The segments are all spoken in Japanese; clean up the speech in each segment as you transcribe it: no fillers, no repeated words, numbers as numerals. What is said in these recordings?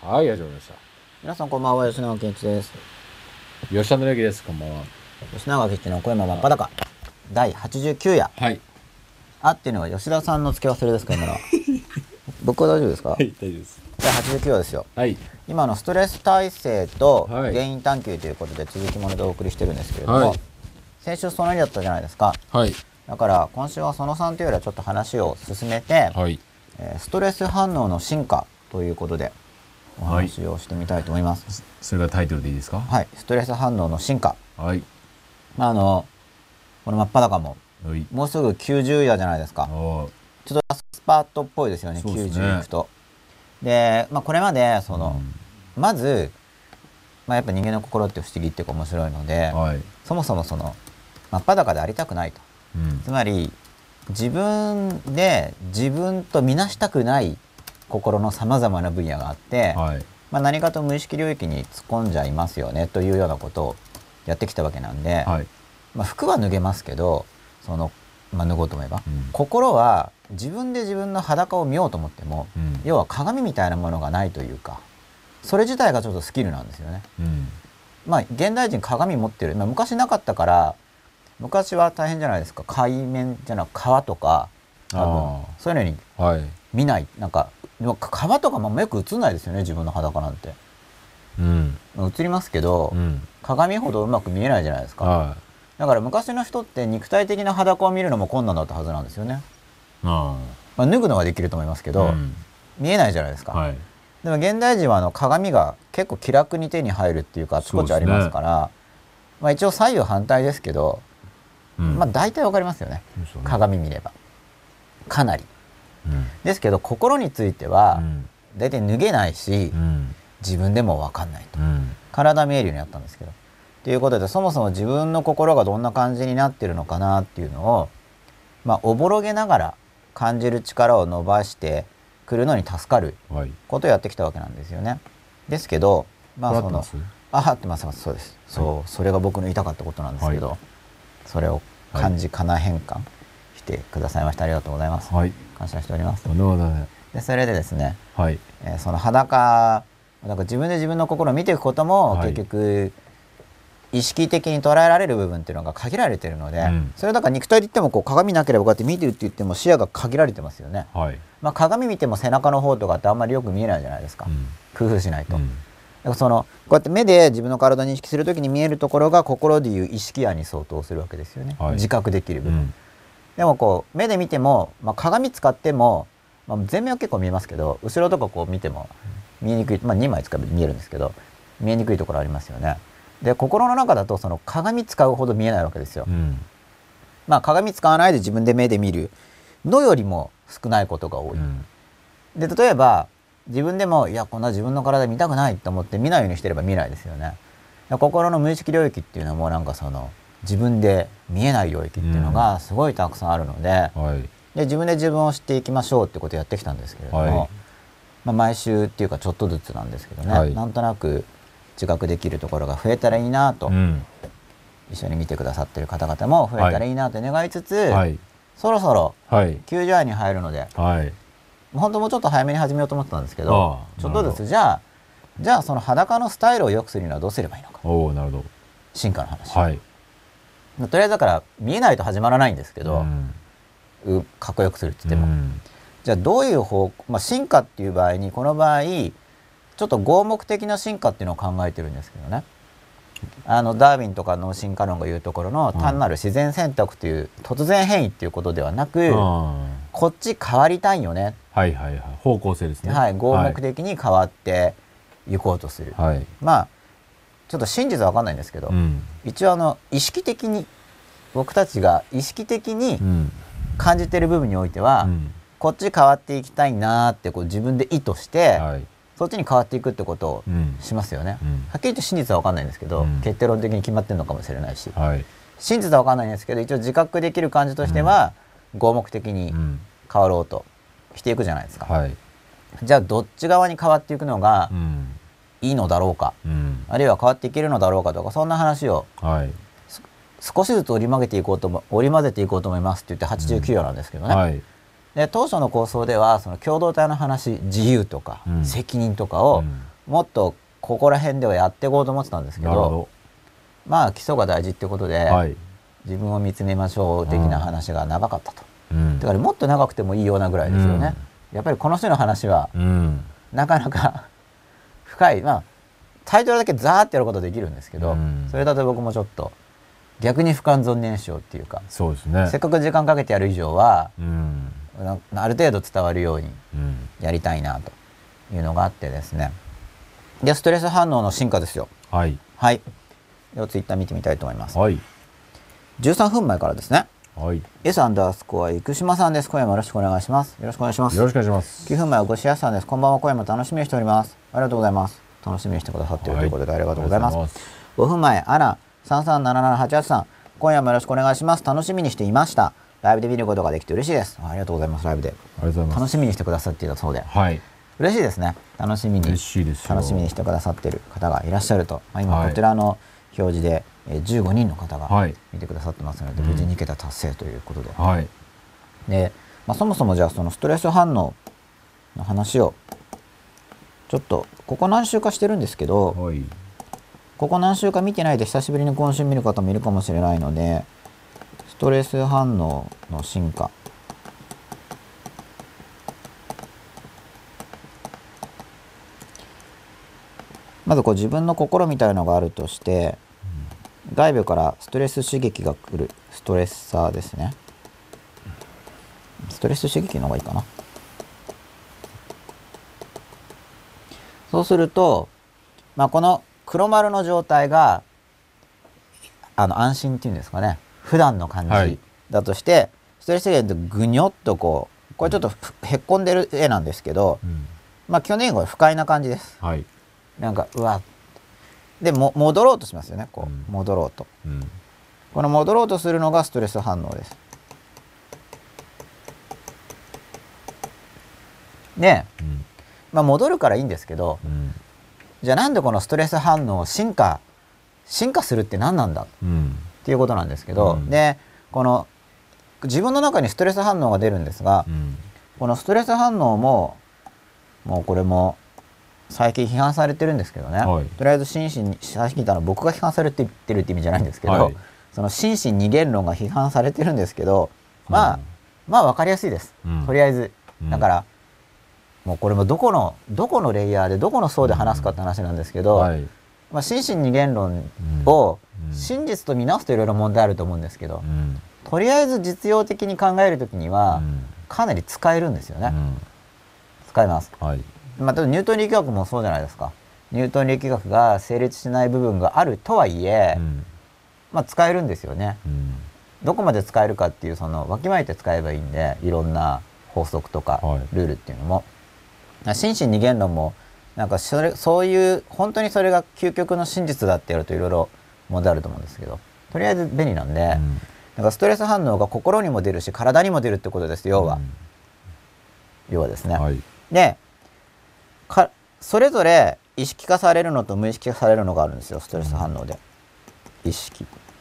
はい、始まりました。 皆さんこんばんは、吉永健一です。 吉田の之です。こんばんは。 吉永健一の声も真っ裸第89夜。 はい。 あっていうのは吉田さんの付け忘れですか、今のは。僕は大丈夫ですか？ はい、大丈夫です。 第89夜ですよ。 はい。 今のストレス耐性とはい原因探求ということで続きものでお送りしてるんですけれども、 はい、 先週その2だったじゃないですか。 はい。 だから今週はその3というよりはちょっと話を進めて、 はい。 ストレス反応の進化ということでお話をしてみたいと思います。 それがタイトルでいいですか？ はい、ストレス反応の進化。 はい。 この真っ裸もはい。 もうすぐ90夜じゃないですか。 ああ。 ちょっとスパートっぽいですよね、 そうですね 90いくと。で、これまでまず、やっぱ人間の心って不思議っていうか面白いので、 はい。 そもそも真っ裸でありたくないと。 うん。 つまり自分で自分と見なしたくない心のさまざまな分野があって、 はい。 何かと無意識領域に突っ込んじゃいますよねというようなことをやってきたわけなんで、 はい。 服は脱げますけど脱ごうと思えば、 うん。 心は自分で自分の裸を見ようと思っても、 うん。 要は鏡みたいなものがないというか、それ自体がちょっとスキルなんですよね。 うん。 現代人鏡持ってる、昔なかったから、昔は大変じゃないですか。海面じゃなく川とか多分そういうのにはい。 見ない、でも川とかもよく映んないですよね、自分の裸なんて。 うん。 映りますけど、 うん。 鏡ほどうまく見えないじゃないですか。 はだから昔の人って肉体的な裸を見るのも困難だったはずなんですよね。 い。あ脱ぐのはできると思いますけあ。 ど、 うん。 見えないじゃないですか。 はい。 でも現代人は鏡が結構気楽に手に入るっていうかあちこちありますから、一応左右反対ですけど、 うん。 大体わかりますよね。 そうですよね。 鏡見ればかなり。 うん。 ですけど心についてはうん。 大体脱げないし、 うん。 自分でもわかんないと。 うん。 体見えるようになったんですけど。ということで、そもそも自分の心がどんな感じになってるのかなっていうのを、おぼろげながら感じる力を伸ばしてくるのに助かるはい。 ことをやってきたわけなんですよね。ですけど、 合ってます？ 合ってます、そうです。そう、それが僕の言いたかったことなんですけど、 はい、 それを漢字かな変換してくださいましてありがとうございます。 はい。 感謝しております。 とんでもない。 で、それでですね、 はい。 その裸、自分で自分の心を見ていくことも、 はい、 結局意識的に捉えられる部分っていうのが限られているので、うん、それだから肉体で言っても鏡なければこうやって見てるって言っても視野が限られてますよね。 はい、 鏡見ても背中の方とかってあんまりよく見えないじゃないですか、うん、工夫しないと、うん、だからこうやって目で自分の体を認識するときに見えるところが心でいう意識野に相当するわけですよね、はい、自覚できる部分、うん、でも目で見ても、鏡使っても、前面は結構見えますけど後ろとか見ても見えにくい、2枚使えば見えるんですけど見えにくいところありますよね。で心の中だと鏡使うほど見えないわけですよ、うん、鏡使わないで自分で目で見るのよりも少ないことが多い、うん、で例えば自分でもこんな自分の体見たくないと思って見ないようにしてれば見えないですよね。心の無意識領域っていうのも自分で見えない領域っていうのがすごいたくさんあるので、うん、はい、で自分で自分を知っていきましょうってことをやってきたんですけれども、はい、毎週っていうかちょっとずつなんですけどね、はい、なんとなく自覚できるところが増えたらいいなと、うん、一緒に見てくださってる方々も増えたらいいなと願いつつ、はい、そろそろ90話に入るので、はい、本当もうちょっと早めに始めようと思ってたんですけど、ちょっとずつじゃあその裸のスタイルを良くするにはどうすればいいのか。おー、なるほど。進化の話、はい、とりあえずだから見えないと始まらないんですけど、かっこよくするって言っても、じゃあどういう進化っていう場合にこの場合ちょっと合目的な進化っていうのを考えてるんですけどね。ダーウィンとか脳進化論が言うところの単なる自然選択という突然変異っていうことではなく、こっち変わりたいよね、はいはいはい、方向性ですね、はい、合目的に変わっていこうとする、はい、ちょっと真実は分かんないんですけど、一応意識的に僕たちが意識的に感じてる部分においては、こっち変わっていきたいなって自分で意図して、はい、そっちに変わっていくってことをしますよね、はっきり言って真実は分かんないんですけど、決定論的に決まってるのかもしれないし、はい、真実は分かんないんですけど一応自覚できる感じとしては、合目的に変わろうとしていくじゃないですか、はい、じゃあどっち側に変わっていくのがいいのだろうか、あるいは変わっていけるのだろうかとか、そんな話を、はい、少しずつ織り交ぜていこうと思いますって言って89話なんですけどね、はい、で当初の構想ではその共同体の話、自由とか、責任とかをもっとここら辺ではやっていこうと思ってたんですけど、まあ基礎が大事ってことで、はい、自分を見つめましょう的な話が長かったと、だからもっと長くてもいいようなぐらいですよね、やっぱりこの人の話は、なかなか深い、まあタイトルだけザーってやることできるんですけど、それだと僕もちょっと逆に不完全燃焼っていうか、そうですね、せっかく時間かけてやる以上は、ある程度伝わるようにやりたいなというのがあってですね。でストレス反応の進化ですよ。はい、はい、ではツイッター見てみたいと思います。はい、13分前からですね。はい、S アンダースコア生島さんです。今夜もよろしくお願いします。よろしくお願いします。 よろしくお願いします。 9分前はごしやすさんです。こんばんは。今夜も楽しみにしております。ありがとうございます。楽しみにしてくださっているということで、ありがとうございます。5分前、アナ337788さん、今夜もよろしくお願いします。楽しみにしていました。ライブで見ることができて嬉しいです。ありがとうございます。ライブで楽しみにしてくださっていたそうで、はい、嬉しいですね。楽しみにしてくださっている方がいらっしゃると、今こちらの表示で15人の方が見てくださってますので、無事に2桁達成ということで、はい、で、そもそもじゃあそのストレス反応の話をちょっとここ何週かしてるんですけど、はい、ここ何週か見てないで久しぶりに今週見る方もいるかもしれないので、ストレス反応の進化、まずこう自分の心みたいのがあるとして、外部からストレス刺激が来るストレッサーですね。ストレス刺激の方がいいかな。そうすると、この黒丸の状態が安心っていうんですかね、普段の感じだとして、はい、ストレス刺激でぐにょっとこれちょっとへっこんでる絵なんですけど、去年は不快な感じです。はい、なんかうわでも戻ろうとしますよね。戻ろうと、この戻ろうとするのがストレス反応です。で、戻るからいいんですけど、じゃあなんでこのストレス反応を進化するって何なんだ、っていうことなんですけど、でこの自分の中にストレス反応が出るんですが、このストレス反応もうこれも最近批判されてるんですけどね、はい、とりあえず心身に最近言ったら僕が批判されてるって意味じゃないんですけど、はい、その心身二元論が批判されてるんですけど、分かりやすいです、とりあえず。だからもうこれもどこのレイヤーでどこの層で話すかって話なんですけど、心身二元論を真実と見直すといろいろ問題あると思うんですけど、とりあえず実用的に考えるときにはかなり使えるんですよね、使えます。はい、例えばニュートン力学もそうじゃないですか。ニュートン力学が成立しない部分があるとはいえ、使えるんですよね、どこまで使えるかっていうそのわきまえて使えばいいんで、いろんな法則とかルールっていうのも、心身二元論もなんかそういう本当にそれが究極の真実だってやるといろいろ問題あると思うんですけど、とりあえず便利なんで、なんかストレス反応が心にも出るし体にも出るってことです。要はですね、はい、でそれぞれ意識化されるのと無意識化されるのがあるんですよ、ストレス反応で。意識、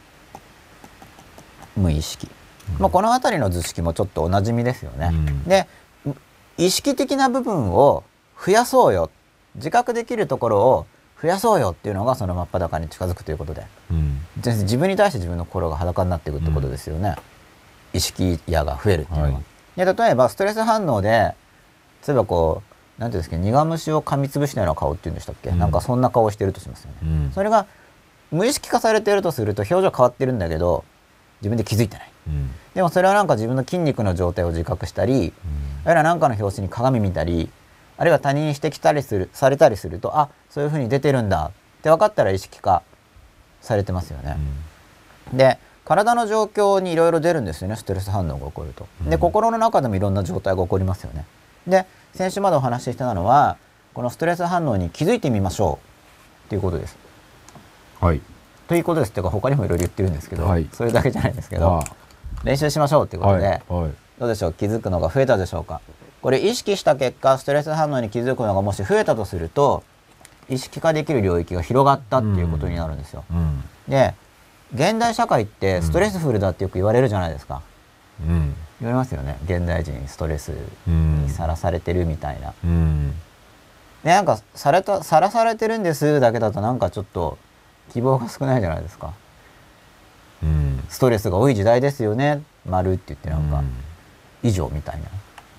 無意識、この辺りの図式もちょっとおなじみですよね。で意識的な部分を増やそうよ、自覚できるところを増やそうよっていうのがその真っ裸に近づくということで、自分に対して自分の心が裸になっていくってことですよね、意識野が増えるっていうのは。で例えばストレス反応で例えばなんていうんですか、苦虫を噛みつぶしたような顔っていうんでしたっけ、なんかそんな顔をしてるとしますよね、それが無意識化されているとすると表情変わってるんだけど自分で気づいてない、でもそれはなんか自分の筋肉の状態を自覚したり、あるいは何かの拍子に鏡見たり、あるいは他人に指摘されたりすると、そういうふうに出てるんだって分かったら意識化されてますよね、で体の状況にいろいろ出るんですよね、ストレス反応が起こると。で心の中でもいろんな状態が起こりますよね。で先週までお話ししてたのはこのストレス反応に気づいてみましょうということです。はい、ということですっていうか他にもいろいろ言ってるんですけど、それだけじゃないんですけど、練習しましょうということで、どうでしょう、気づくのが増えたでしょうか。これ意識した結果ストレス反応に気づくのがもし増えたとすると意識化できる領域が広がったっていうことになるんですよ、で現代社会ってストレスフルだってよく言われるじゃないですか、言われますよね。現代人ストレスにさらされてるみたいな、 でなんかさらされてるんですだけだとなんかちょっと希望が少ないじゃないですか。 うん、 ストレスが多い時代ですよね丸って言ってなんか、以上みたいな、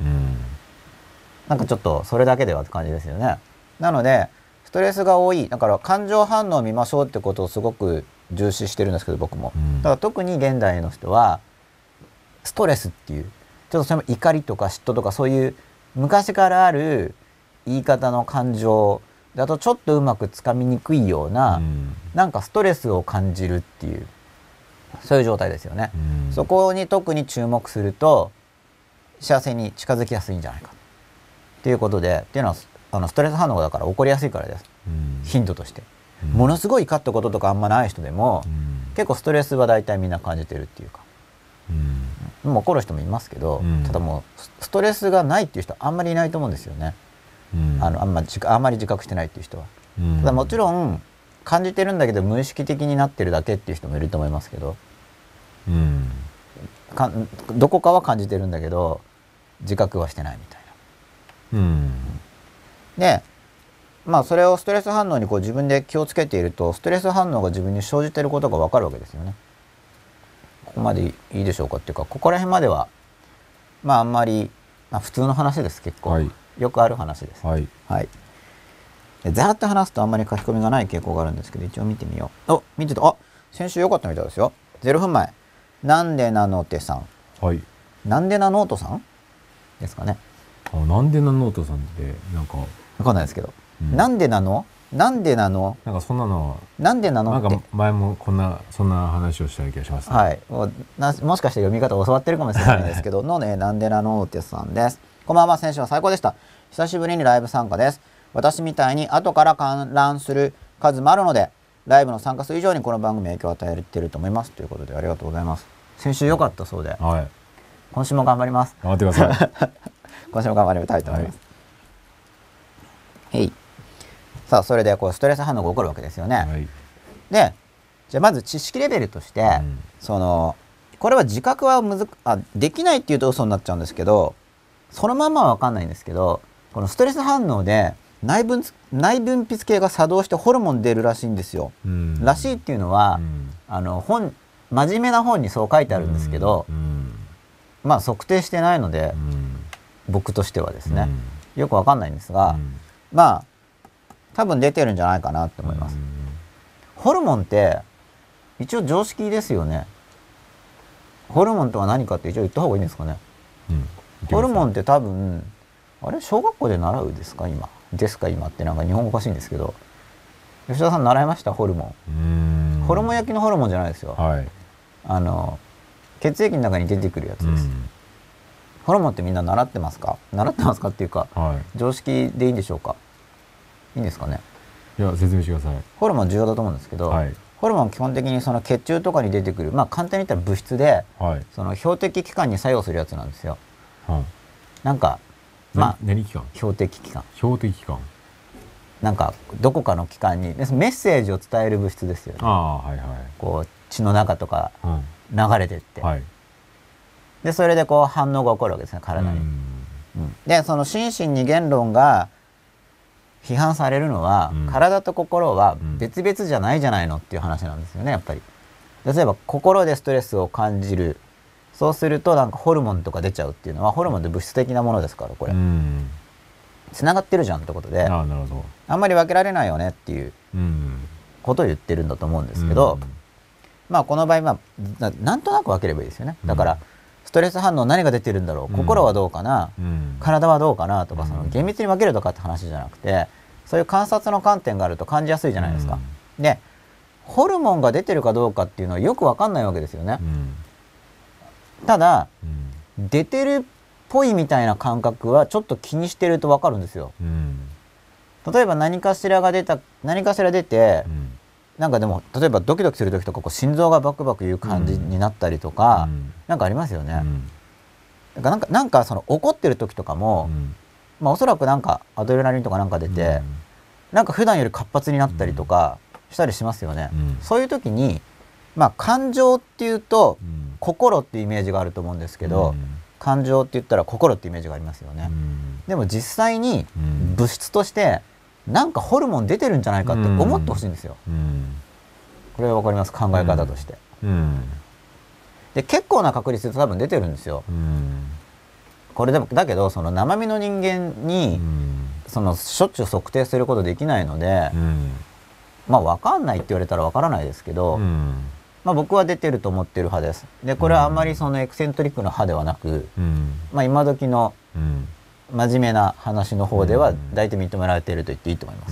なんかちょっとそれだけではって感じですよね。なのでストレスが多い、だから感情反応を見ましょうってことをすごく重視してるんですけど僕も、だから特に現代の人はストレスっていうちょっとそれも怒りとか嫉妬とかそういう昔からある言い方の感情だとちょっとうまくつかみにくいような、なんかストレスを感じるっていうそういう状態ですよね。そこに特に注目すると幸せに近づきやすいんじゃないかっていうことで、っていうのはストレス反応だから起こりやすいからです、頻度として。ものすごい怒ったこととかあんまない人でも、結構ストレスは大体みんな感じてるっていうか、もう怒る人もいますけど、ただもうストレスがないっていう人はあんまりいないと思うんですよね。あんまり自覚してないっていう人は。ただもちろん感じてるんだけど無意識的になってるだけっていう人もいると思いますけど、どこかは感じてるんだけど自覚はしてないみたいな。でまあそれをストレス反応にこう自分で気をつけているとストレス反応が自分に生じていることが分かるわけですよね。ここまでいいでしょうかっていうか、ここら辺まではまああんまり、普通の話です。結構、よくある話です。ざーっと話すとあんまり書き込みがない傾向があるんですけど、一応見てみよう。見てた。先週良かったみたいですよ。0分前。なんでなのてさん。なんでなノートさんですかね。 なんでなノートさんってなんか分かんないですけど、なんでなのなんでなのなんかそんなのなんでなのってなんか前もそんな話をしたような気がしますね。 もしかして読み方教わってるかもしれないですけどのね、なんでなのってさんです。こんばんは。先週は最高でした。久しぶりにライブ参加です。私みたいに後から観覧する数もあるのでライブの参加数以上にこの番組影響を与えていると思いますということで、ありがとうございます。先週良かったそうで、今週も頑張ります。 頑張ってください。 今週も頑張りたいと思います。さあそれでこうストレス反応が起こるわけですよね。でじゃあまず知識レベルとして、これは自覚はできないっていうと嘘になっちゃうんですけど、そのままは分かんないんですけど、このストレス反応で内分泌系が作動してホルモン出るらしいんですよ。らしいっていうのは、真面目な本にそう書いてあるんですけど、測定してないので、僕としてはですね、よく分かんないんですが、多分出てるんじゃないかなって思います。ホルモンって一応常識ですよね。ホルモンとは何かって一応言った方がいいんですかね。ホルモンって多分小学校で習うですか今ってなんか日本語おかしいんですけど、吉田さん習いました？ホルモン。ホルモン焼きのホルモンじゃないですよ。血液の中に出てくるやつです。ホルモンってみんな習ってますかっていうか、常識でいいんでしょうか。いいんですかね。 いや説明してください。 ホルモン重要だと思うんですけど、ホルモン基本的にその血中とかに出てくる、簡単に言ったら物質で、その標的器官に作用するやつなんですよ。なんか何器官？ 標的器官。なんかどこかの器官にメッセージを伝える物質ですよね。こう血の中とか流れてって、でそれでこう反応が起こるわけですね、体に。でその心身二元論が批判されるのは、体と心は別々じゃないじゃないのっていう話なんですよね。やっぱり例えば心でストレスを感じる、そうするとなんかホルモンとか出ちゃうっていうのは、ホルモンって物質的なものですから、これつながってるじゃんってことで、あんまり分けられないよねっていうことを言ってるんだと思うんですけど、この場合なんとなく分ければいいですよね。だからストレス反応何が出てるんだろう、心はどうかな、体はどうかなとか、その厳密に分けるとかって話じゃなくて、そういう観察の観点があると感じやすいじゃないですか。でホルモンが出てるかどうかっていうのはよく分かんないわけですよね。ただ、出てるっぽいみたいな感覚はちょっと気にしてると分かるんですよ。例えば何かしら出て、なんかでも例えばドキドキする時とか心臓がバクバクいう感じになったりとか、なんかありますよね。なんかその怒ってる時とかも、おそらくなんかアドレナリンとかなんか出て、なんか普段より活発になったりとかしたりしますよね。そういう時に感情っていうと心っていうイメージがあると思うんですけど、感情って言ったら心っていうイメージがありますよね。 でも実際に物質としてなんかホルモン出てるんじゃないかって思ってほしいんですよ。これは分かります、考え方として。で結構な確率で多分出てるんですよ。これでもだけどその生身の人間にそのしょっちゅう測定することできないので、まあ分かんないって言われたら分からないですけど、まあ僕は出てると思ってる派です。でこれはあんまりそのエクセントリックな派ではなく、まあ今時の真面目な話の方では大体認められていると言っていいと思います。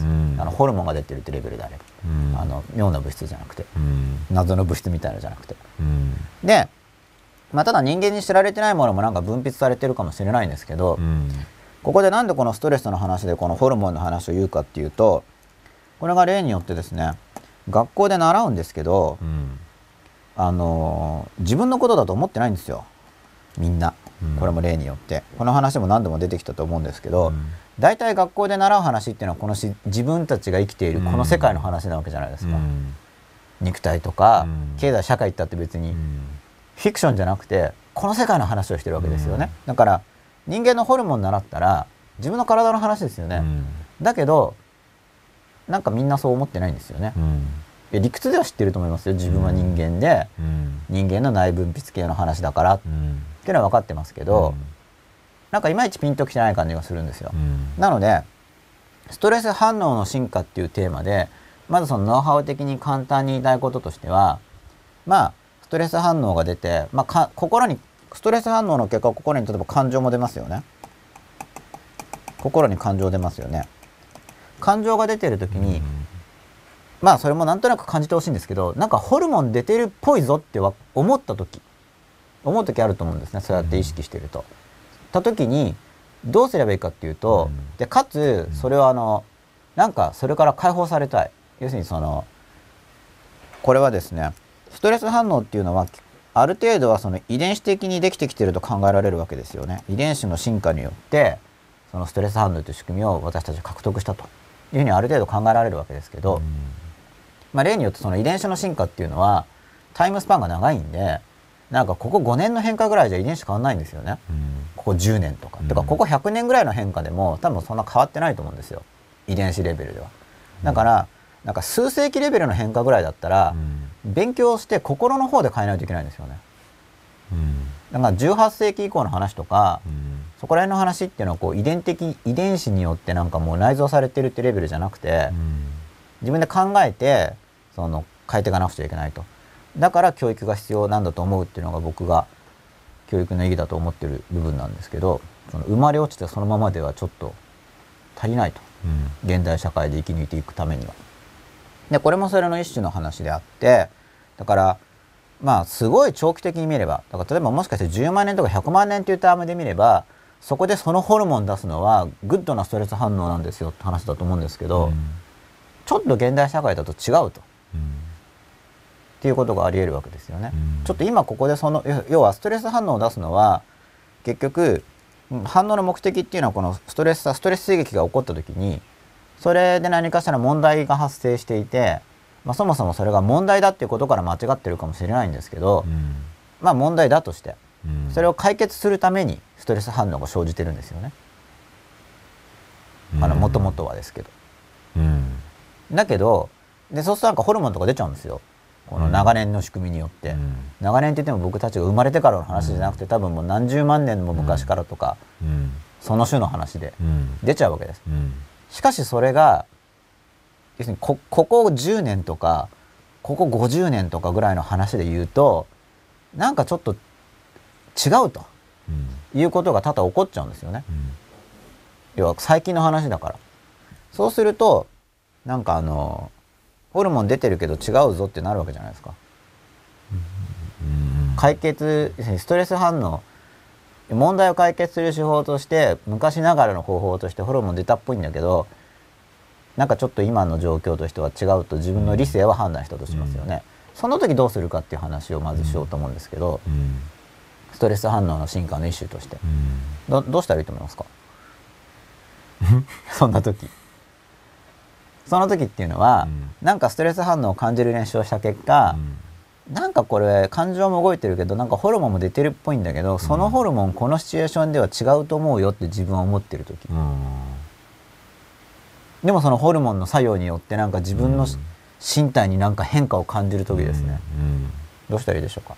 ホルモンが出てるってレベルであれば、妙な物質じゃなくて、謎の物質みたいなのじゃなくて、で、まあ、ただ人間に知られてないものもなんか分泌されてるかもしれないんですけど、ここでなんでこのストレスの話でこのホルモンの話を言うかっていうと、これが例によってですね、学校で習うんですけど、自分のことだと思ってないんですよ、みんな。これも例によってこの話も何度も出てきたと思うんですけど、大体学校で習う話っていうのはこの自分たちが生きているこの世界の話なわけじゃないですか。肉体とか経済社会ってあって別にフィクションじゃなくてこの世界の話をしてるわけですよね。だから人間のホルモン習ったら自分の体の話ですよね。だけどなんかみんなそう思ってないんですよね。理屈では知ってると思いますよ。自分は人間で、人間の内分泌系の話だからっていうのは分かってますけど、なんかいまいちピンときてない感じがするんですよ。なのでストレス反応の進化っていうテーマでまずそのノウハウ的に簡単に言いたいこととしては、まあストレス反応が出て、まあ、心にストレス反応の結果心に例えば感情も出ますよね。心に感情出ますよね。感情が出てる時に、まあそれもなんとなく感じてほしいんですけど、なんかホルモン出てるっぽいぞって思う時あると思うんですね。そうやって意識してると。た時にどうすればいいかっていうと、でかつそれはなんかそれから解放されたい。要するにこれはですね、ストレス反応っていうのはある程度はその遺伝子的にできてきてると考えられるわけですよね。遺伝子の進化によってそのストレス反応という仕組みを私たちは獲得したというふうにある程度考えられるわけですけど、まあ、例によってその遺伝子の進化っていうのはタイムスパンが長いんで、なんかここ5年の変化ぐらいじゃ遺伝子変わんないんですよね。ここ10年とか、てかここ100年ぐらいの変化でも多分そんな変わってないと思うんですよ、遺伝子レベルでは。だからなんか数世紀レベルの変化ぐらいだったら、勉強して心の方で変えないといけないんですよね。だから18世紀以降の話とか、そこら辺の話っていうのはこう遺伝子によってなんかもう内蔵されてるってレベルじゃなくて、自分で考えて変えていかなくちゃいけないと。だから教育が必要なんだと思うっていうのが僕が教育の意義だと思ってる部分なんですけど、生まれ落ちてそのままではちょっと足りないと、現代社会で生き抜いていくためには。でこれもそれの一種の話であって、だからまあすごい長期的に見れば、だから例えばもしかして10万年とか100万年というタームで見れば、そこでそのホルモン出すのはグッドなストレス反応なんですよって話だと思うんですけど、ちょっと現代社会だと違うと、っていうことがありえるわけですよね。ちょっと今ここで要はストレス反応を出すのは結局反応の目的っていうのはこのストレス刺激が起こった時にそれで何かしら問題が発生していて、まあ、そもそもそれが問題だっていうことから間違ってるかもしれないんですけど、まあ問題だとしてそれを解決するためにストレス反応が生じてるんですよね。もともとはですけど。だけどそうするとなんかホルモンとか出ちゃうんですよ、この長年の仕組みによって。長年って言っても僕たちが生まれてからの話じゃなくて、多分もう何十万年も昔からとか、その種の話で出ちゃうわけです。しかしそれが要するにここ10年とかここ50年とかぐらいの話で言うとなんかちょっと違うということが多々起こっちゃうんですよね。要は最近の話だから。そうするとなんかホルモン出てるけど違うぞってなるわけじゃないですか。解決、ストレス反応、問題を解決する手法として昔ながらの方法としてホルモン出たっぽいんだけど、なんかちょっと今の状況としては違うと自分の理性は判断したとしますよね。その時どうするかっていう話をまずしようと思うんですけど、ストレス反応の進化の一種として、どうしたらいいと思いますか？そんな時っていうのは、なんかストレス反応を感じる練習をした結果、 なんかこれ感情も動いてるけどなんかホルモンも出てるっぽいんだけど、そのホルモンこのシチュエーションでは違うと思うよって自分は思ってる時、でもそのホルモンの作用によってなんか自分の身体になんか変化を感じる時ですね。どうしたらいいでしょうか。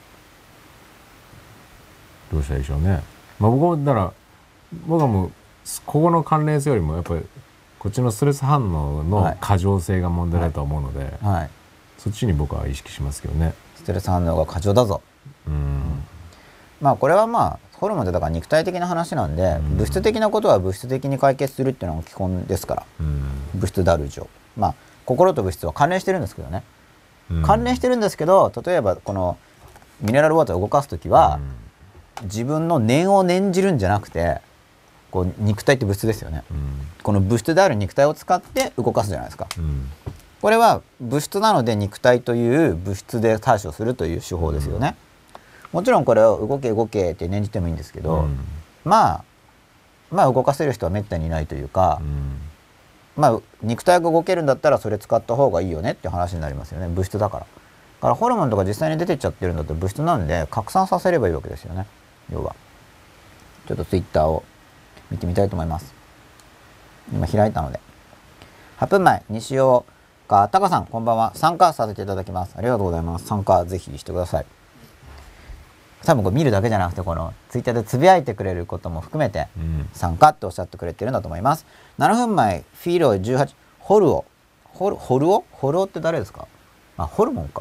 どうしたらいいでしょうね。まあ僕はもうここの関連性よりもやっぱりこっちのストレス反応の過剰性が問題だと思うので、そっちに僕は意識しますけどね。 ストレス反応が過剰だぞ。まあこれはまあホルモンってだから肉体的な話なんで、物質的なことは物質的に解決するっていうのが基本ですから、物質である以上、まあ心と物質は関連してるんですけどね、関連してるんですけど、例えばこのミネラルウォーターを動かす時は、自分の念を念じるんじゃなくて、こう肉体って物質ですよね、この物質である肉体を使って動かすじゃないですか、これは物質なので肉体という物質で対処するという手法ですよね、もちろんこれを動け動けって念じてもいいんですけど、まあ動かせる人はめったにいないというか、まあ肉体が動けるんだったらそれ使った方がいいよねって話になりますよね、物質だから。だからホルモンとか実際に出てっちゃってるんだったら物質なんで拡散させればいいわけですよね、要は。ちょっとツイッターを見てみたいと思います。今開いたので。8分前、西岡タカさん、こんばんは。参加させていただきます。ありがとうございます。参加ぜひしてください。多分これ見るだけじゃなくて、このツイッターでつぶやいてくれることも含めて参加っておっしゃってくれてるんだと思います。7分前、フィロ18、ホルオって誰ですか？あ、ホルモンか。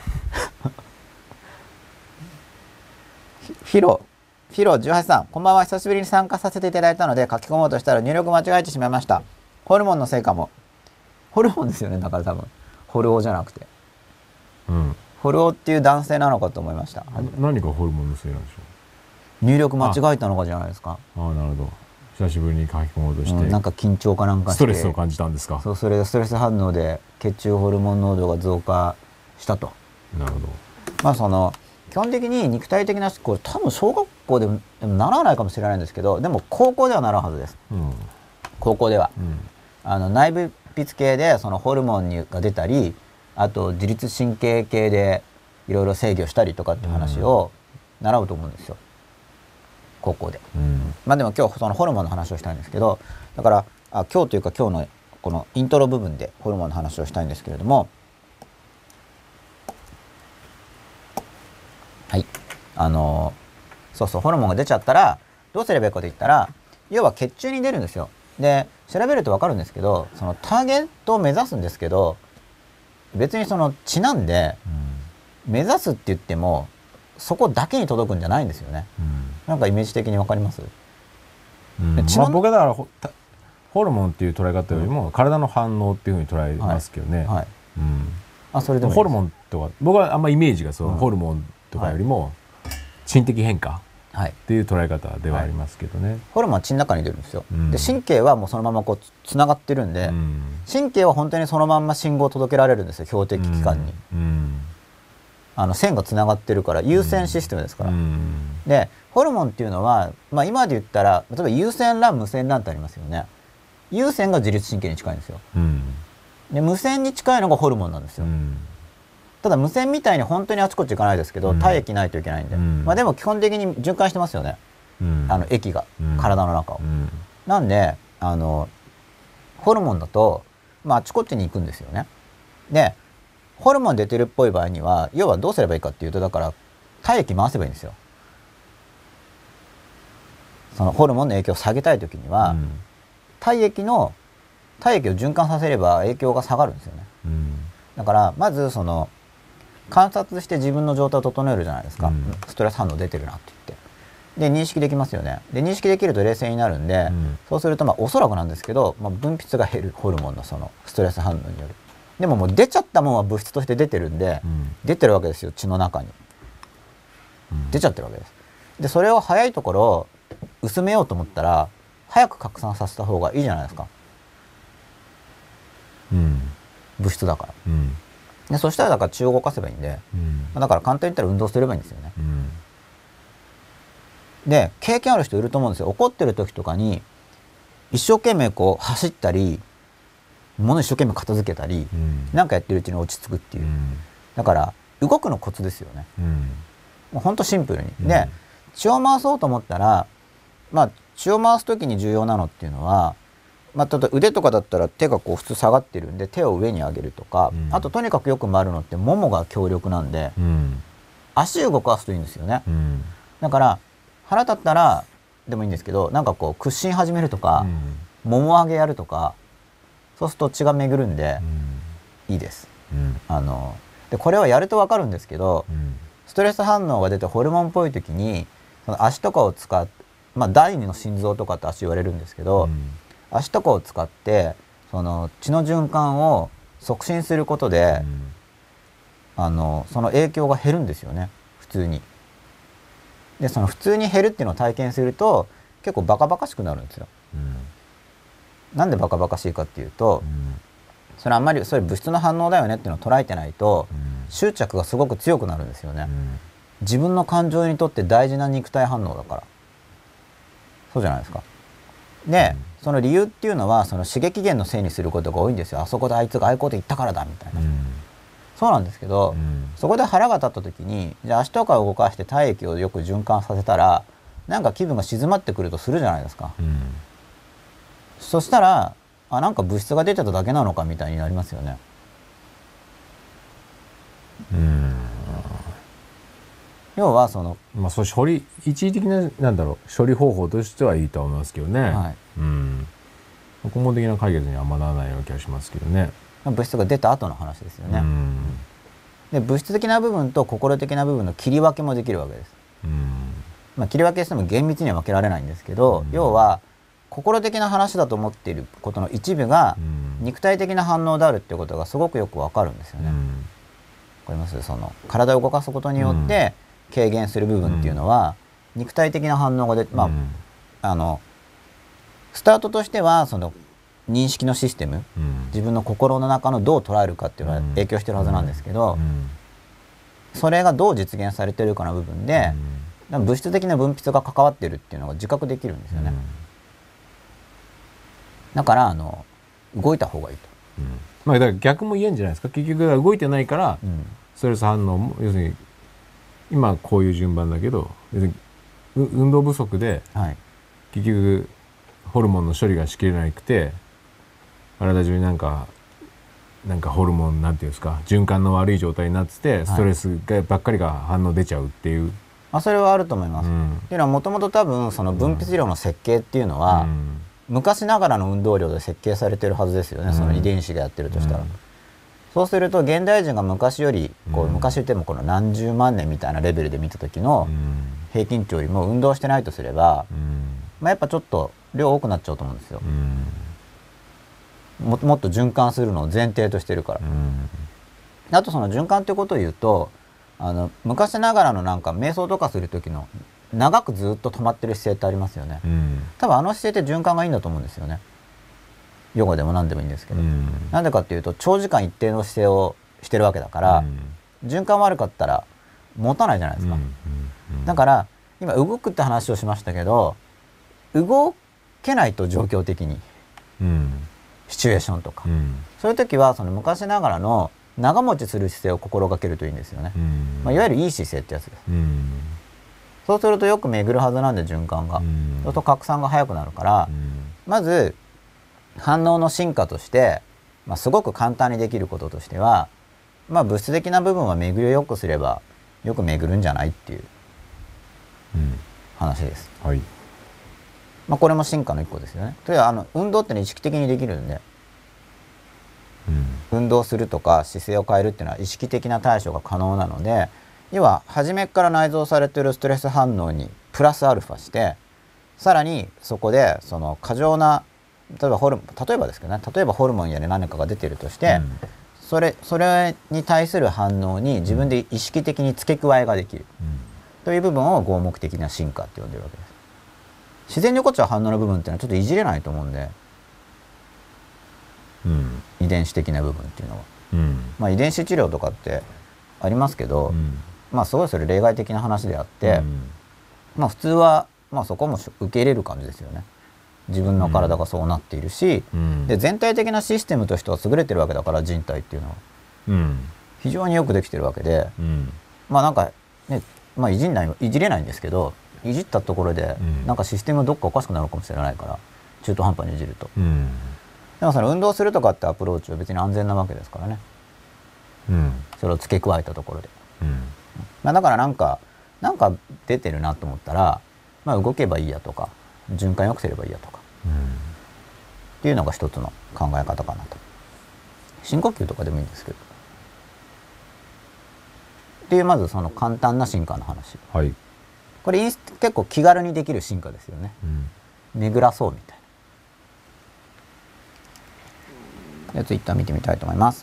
フィロ18さん、こんばんは。久しぶりに参加させていただいたので書き込もうとしたら入力間違えてしまいました。ホルモンのせいかも。ホルモンですよね、だから多分ホルオじゃなくて、ホルオっていう男性なのかと思いました。 何がホルモンのせいなんでしょう。入力間違えたのかじゃないですか。 なるほど。久しぶりに書き込もうとして、 なんか緊張かなんかしてストレスを感じたんですか。 そう、それでストレス反応で血中ホルモン濃度が増加したと。 なるほど。 まあその基本的に肉体的な、これ多分小学校でも習わないかもしれないんですけど、でも高校では習うはずです、高校では、内分泌系でそのホルモンが出たり、あと自律神経系でいろいろ制御したりとかって話を習うと思うんですよ、高校で。まあでも今日そのホルモンの話をしたいんですけど、だから今日というか今日のこのイントロ部分でホルモンの話をしたいんですけれども、はい、そうそう、ホルモンが出ちゃったらどうすればいいかといったら、要は血中に出るんですよ。で調べると分かるんですけど、そのターゲットを目指すんですけど、別にその血なんで、目指すって言ってもそこだけに届くんじゃないんですよね、なんかイメージ的に分かります？ 僕はだからホルモンっていう捉え方よりも体の反応っていうふうに捉えますけどね。 それでもホルモンとか僕はあんまイメージがそう、ホルモンとかよりも心的変化っていう捉え方ではありますけどね。 ホルモンは血の中に出るんですよ、で神経はもうそのままこうつながってるんで、神経は本当にそのまんま信号を届けられるんですよ、標的器官に、線がつながってるから優先システムですから、でホルモンっていうのは、まあ、今で言ったら例えば有線 LAN 無線 LAN ってありますよね。有線が自律神経に近いんですよ、で無線に近いのがホルモンなんですよ、ただ無線みたいに本当にあちこち行かないですけど、体液ないといけないんで、まあでも基本的に循環してますよね、液が、体の中を、なんでホルモンだと、まあ、あちこちに行くんですよね。でホルモン出てるっぽい場合には要はどうすればいいかっていうと、だから体液回せばいいんですよ。そのホルモンの影響を下げたい時には、体液を循環させれば影響が下がるんですよね、だからまずその観察して自分の状態を整えるじゃないですか、ストレス反応出てるなって言って、で認識できますよね。で認識できると冷静になるんで、そうするとまあおそらくなんですけど、分泌が減る、ホルモンのそのストレス反応による。でももう出ちゃったものは物質として出てるんで、出てるわけですよ、血の中に、出ちゃってるわけです。でそれを早いところ薄めようと思ったら早く拡散させた方がいいじゃないですか、物質だから、でそしたらだから血を動かせばいいんで、だから簡単に言ったら運動すればいいんですよね、で経験ある人いると思うんですよ。怒ってる時とかに一生懸命こう走ったり物一生懸命片付けたり、なんかやってるうちに落ち着くっていう、だから動くのコツですよね。もうほんとシンプルに。で血を回そうと思ったら、血を回す時に重要なのっていうのは、例えば腕とかだったら手がこう普通下がってるんで手を上に上げるとか、あととにかくよく回るのってももが強力なんで、足を動かすといいんですよね。だから腹立ったらでもいいんですけど、なんかこう屈伸始めるとか、もも上げやるとか、そうすると血が巡るんでいいです。でこれはやると分かるんですけど、ストレス反応が出てホルモンっぽい時にその足とかを使って、第二の心臓とかって足言われるんですけど、足とかを使ってその血の循環を促進することで、その影響が減るんですよね、普通に。でその普通に減るっていうのを体験すると結構バカバカしくなるんですよ。なんでバカバカしいかっていうと、それあんまりそれ物質の反応だよねっていうのを捉えてないと、執着がすごく強くなるんですよね。自分の感情にとって大事な肉体反応だから。そうじゃないですか。でその理由っていうのはその刺激源のせいにすることが多いんですよ。あそこであいつがああいうこと言ったからだみたいな。そうなんですけど、そこで腹が立った時にじゃあ足とかを動かして体液をよく循環させたらなんか気分が静まってくるとするじゃないですか。そしたらなんか物質が出ちゃっただけなのかみたいになりますよね。要はそのそう処理一時的な処理方法としてはいいと思いますけどね。根本的な解決にはあんまならないような気がしますけどね。 物質が出た後の話ですよね。で物質的な部分と心的な部分の切り分けもできるわけです。切り分けしても厳密には分けられないんですけど、要は心的な話だと思っていることの一部が肉体的な反応であるっていうことがすごくよくわかるんですよね。わかります？その体を動かすことによって軽減する部分っていうのは肉体的な反応が出て、スタートとしてはその認識のシステム、自分の心の中のどう捉えるかっていうのは影響してるはずなんですけど、それがどう実現されてるかの部分で物質的な分泌が関わってるっていうのが自覚できるんですよね。だから動いた方がいいと。 だから逆も言えんじゃないですか。結局動いてないからストレス反応も要するに今こういう順番だけど要するに運動不足で結局ホルモンの処理がしきれなくて体中になんかホルモンなんていうんですか循環の悪い状態になっててストレスばっかりが反応出ちゃうっていう。 それはあると思います。っていうのはもともと多分その分泌量の設計っていうのは昔ながらの運動量で設計されてるはずですよね。その遺伝子がやってるとしたら。そうすると現代人が昔より昔言ってもこの何十万年みたいなレベルで見た時の平均値よりも運動してないとすればやっぱちょっと量多くなっちゃうと思うんですよ。もっと循環するのを前提としてるから。あとその循環ってことを言うと昔ながらのなんか瞑想とかする時の長くずっと止まってる姿勢ってありますよね。多分姿勢って循環がいいんだと思うんですよね。ヨガでも何でもいいんですけど、なんでかっていうと長時間一定の姿勢をしてるわけだから、循環悪かったら持たないじゃないですか。だから今動くって話をしましたけど動けないと状況的に、シチュエーションとか、そういう時はその昔ながらの長持ちする姿勢を心がけるといいんですよね。いわゆるいい姿勢ってやつです。そうするとよく巡るはずなんで循環が、そうすると拡散が早くなるから、まず反応の進化として、すごく簡単にできることとしては、物質的な部分は巡りをよくすればよく巡るんじゃないっていう話です。これも進化の一個ですよね。というのは運動ってのは意識的にできるんで、運動するとか姿勢を変えるっていうのは意識的な対処が可能なので、要は初めから内蔵されているストレス反応にプラスアルファして、さらにそこでその過剰な例えばですけどね、例えばホルモンや何かが出ているとして、それに対する反応に自分で意識的に付け加えができる、という部分を合目的な進化って呼んでるわけです。自然に起こっちゃう反応の部分っていうのはちょっといじれないと思うんで、遺伝子的な部分っていうのは、遺伝子治療とかってありますけど、すごいそれ例外的な話であって、普通はそこも受け入れる感じですよね。自分の体がそうなっているし、で全体的なシステムとしては優れてるわけだから、人体っていうのは、 非常によくできてるわけで、まあなんかね、まあいじれないんですけど、いじったところで、なんかシステムがどっかおかしくなるかもしれないから、中途半端にいじると、でもその運動するとかってアプローチは別に安全なわけですからね、それを付け加えたところで、まあ、だからなんか出てるなと思ったら、まあ、動けばいいやとか循環よくすればいいやとか、っていうのが一つの考え方かなと。深呼吸とかでもいいんですけどっていう、まずその簡単な進化の話、はい、これ結構気軽にできる進化ですよね、巡らそうみたいなやつ一旦見てみたいと思います。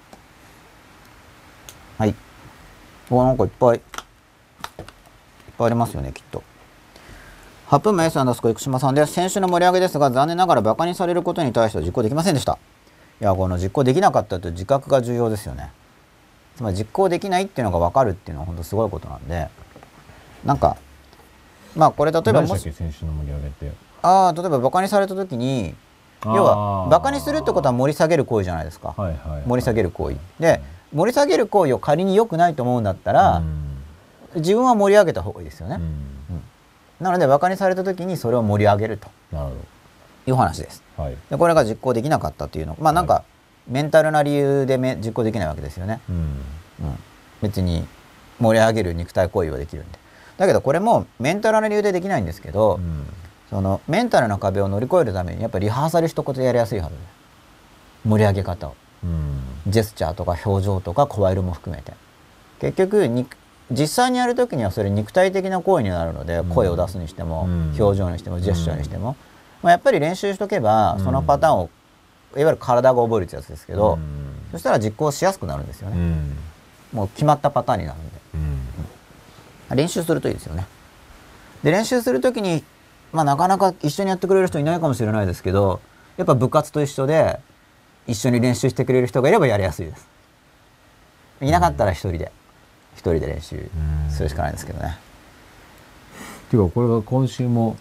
はい、なんかいっぱいありますよね、きっと。8分目 S アンダースコ生島さんです。先週の盛り上げですが、残念ながらバカにされることに対しては実行できませんでした。いや、この実行できなかったという自覚が重要ですよね。つまり実行できないっていうのが分かるっていうのは本当すごいことなんで、なんかまあこれ例えばもし先週の盛り上げって例えばバカにされた時に、要はバカにするってことは盛り下げる行為じゃないですか、盛り下げる行為で、盛り下げる行為を仮に良くないと思うんだったら、自分は盛り上げた方がいいですよね、なのでバカにされた時にそれを盛り上げるという話です、でこれが実行できなかったというの、まあなんかメンタルな理由で実行できないわけですよね、別に盛り上げる肉体行為はできるんで。だけどこれもメンタルな理由でできないんですけど、そのメンタルな壁を乗り越えるためにやっぱりリハーサル一言でやりやすいはずで、盛り上げ方を、ジェスチャーとか表情とか声色も含めて、結局実際にやる時にはそれ肉体的な行為になるので、声を出すにしても、表情にしてもジェスチャーにしても、まあ、やっぱり練習しとけばそのパターンをいわゆる体が覚えるってやつですけど、そしたら実行しやすくなるんですよね、もう決まったパターンになるんで、練習するといいですよね。で練習する時に、まあ、なかなか一緒にやってくれる人いないかもしれないですけど、やっぱ部活と一緒で一緒に練習してくれる人がいればやりやすいです。いなかったら一人で練習するしかないんですけどね。 っていうかこれが今週も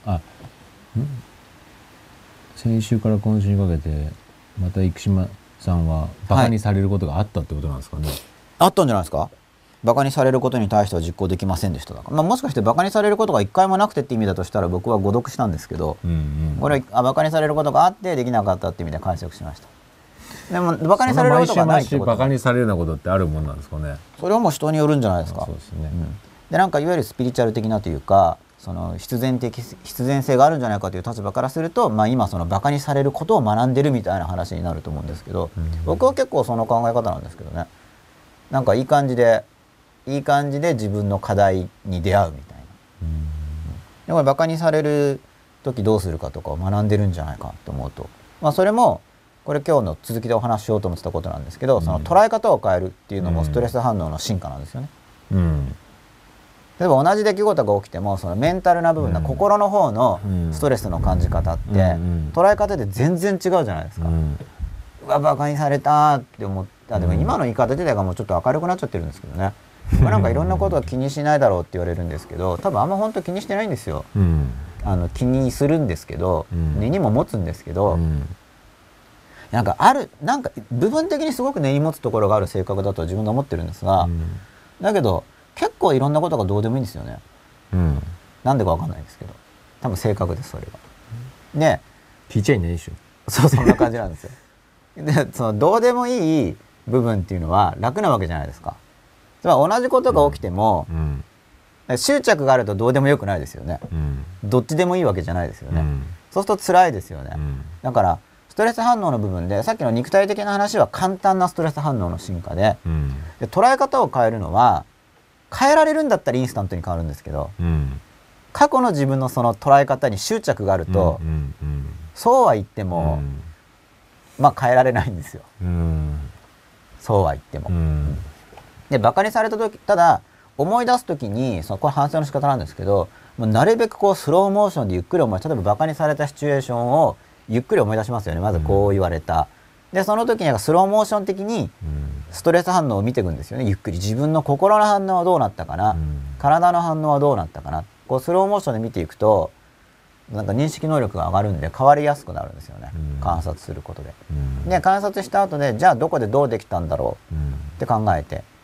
先週から今週にかけてまた生島さんはバカにされることがあったってことなんですかね、 あったんじゃないですか。バカにされることに対しては実行できませんでしただから、まあ、もしかしてバカにされることが一回もなくてって意味だとしたら僕は誤読したんですけど、これバカにされることがあってできなかったって意味で解釈しました。でもバカにされることがないってこと、 バカにされるようなことってあるもんなんですかね。 それはもう人によるんじゃないですか。 そうですね、 でなんかいわゆるスピリチュアル的なというか、その必然性があるんじゃないかという立場からすると、まあ、今そのバカにされることを学んでるみたいな話になると思うんですけど、僕は結構その考え方なんですけどね。なんかいい感じで自分の課題に出会うみたいな、でこれバカにされる時どうするかとかを学んでるんじゃないかと思うと、まあ、それもこれ今日の続きでお話ししようと思ってたことなんですけど、その捉え方を変えるっていうのもストレス反応の進化なんですよね。例えば同じ出来事が起きてもそのメンタルな部分の心の方のストレスの感じ方って捉え方で全然違うじゃないですか。うわバカにされたって思った。でも今の言い方自体がもうちょっと明るくなっちゃってるんですけどね。なんかいろんなことは気にしないだろうって言われるんですけど、多分あんま本当気にしてないんですよ、気にするんですけど、根にも持つんですけど、なんか部分的にすごく根に持つところがある性格だと自分で思ってるんですが、だけど結構いろんなことがどうでもいいんですよね、なんでかわかんないですけど、多分性格ですそれが。で聞いちゃいないでしょ。 そう、そんな感じなんですよ。でそのどうでもいい部分っていうのは楽なわけじゃないですか。つまり同じことが起きても、執着があるとどうでもよくないですよね、どっちでもいいわけじでよね、そうすると辛いですよね、だからストレス反応の部分でさっきの肉体的な話は簡単なストレス反応の進化で、捉え方を変えるのは変えられるんだったらインスタントに変わるんですけど、過去の自分のその捉え方に執着があると、そうは言っても、まあ変えられないんですよ、そうは言っても、でバカにされた時、ただ思い出す時にこれ反省の仕方なんですけど、もうなるべくこうスローモーションでゆっくり思い、例えばバカにされたシチュエーションをゆっくり思い出しますよね。まずこう言われた、でその時にスローモーション的にストレス反応を見ていくんですよね。ゆっくり自分の心の反応はどうなったかな、体の反応はどうなったかな、こうスローモーションで見ていくとなんか認識能力が上がるんで変わりやすくなるんですよね、観察することで。で観察した後でじゃあどこでどうできたんだろうって考えて、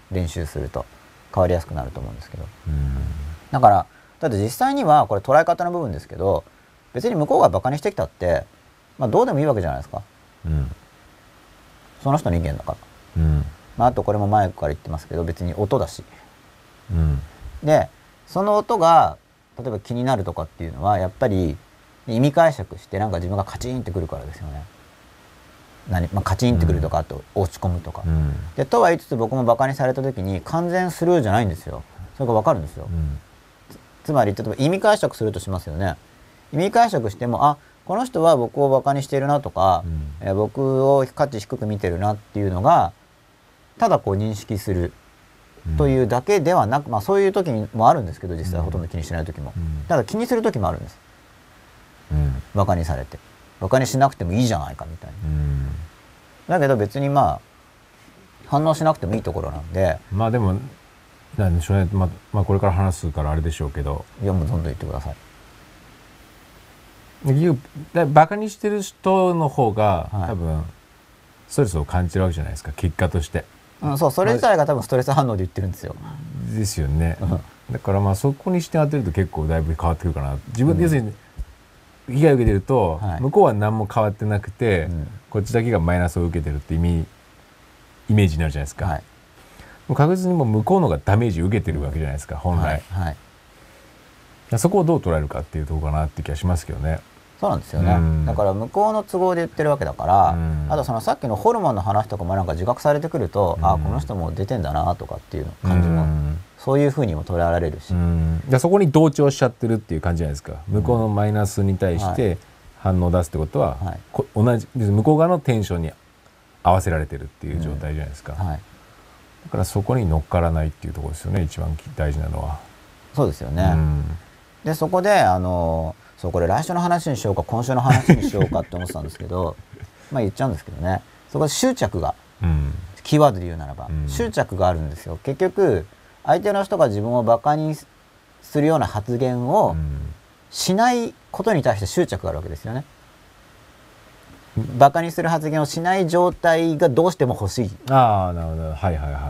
練習すると変わりやすくなると思うんですけど、だからだって実際にはこれ捉え方の部分ですけど、別に向こうがバカにしてきたって、まあ、どうでもいいわけじゃないですか、その人の意見だから、まあ、あとこれも前から言ってますけど別に音だし、でその音が例えば気になるとかっていうのはやっぱり意味解釈してなんか自分がカチンってくるからですよね。まあ、カチンってくるとか、あと落ち込むとか、でとは言いつつ僕もバカにされた時に完全スルーじゃないんですよ。それが分かるんですよ、つまり例えば意味解釈するとしますよね。意味解釈しても、あ、この人は僕をバカにしているなとか、僕を価値低く見てるなっていうのがただこう認識するというだけではなく、まあ、そういう時もあるんですけど、実際ほとんど気にしない時も、ただ気にする時もあるんです、バカにされてバカにしなくてもいいじゃないかみたいな、だけど別にまあ反応しなくてもいいところなんで、 まあでもなんでしょうね、まあこれから話すからあれでしょうけど、 いやもうどんどん言ってください。 バカにしてる人の方が、多分ストレスを感じるわけじゃないですか、結果として、 そう、それ自体が多分ストレス反応で言ってるんですよ。 ですよね、だからまあそこに視点当てると結構だいぶ変わってくるかな。自分で要するに被害を受けてると、向こうは何も変わってなくて、こっちだけがマイナスを受けてるってイメージになるじゃないですか、もう確実にもう向こうのがダメージを受けてるわけじゃないですか本来、そこをどう捉えるかっていうところかなって気がしますけどね。 そうなんですよね、だから向こうの都合で言ってるわけだから、あとそのさっきのホルモンの話とかもなんか自覚されてくると、あ、この人も出てんだなとかっていう感じも、そういうふうにも捉えられるし、 そこに同調しちゃってるっていう感じじゃないですか。向こうのマイナスに対して反応を出すってことは、同じ向こう側のテンションに合わせられてるっていう状態じゃないですか、だからそこに乗っからないっていうところですよね、一番大事なのは。 そうですよね、でそこでそうこれ来週の話にしようか今週の話にしようかって思ってたんですけどまあ言っちゃうんですけどね、そこで執着が、キーワードで言うならば、執着があるんですよ。結局相手の人が自分をバカにするような発言をしないことに対して執着があるわけですよね。バカにする発言をしない状態がどうしても欲しい。 ああ、なるほど、はいはいはいはいはい、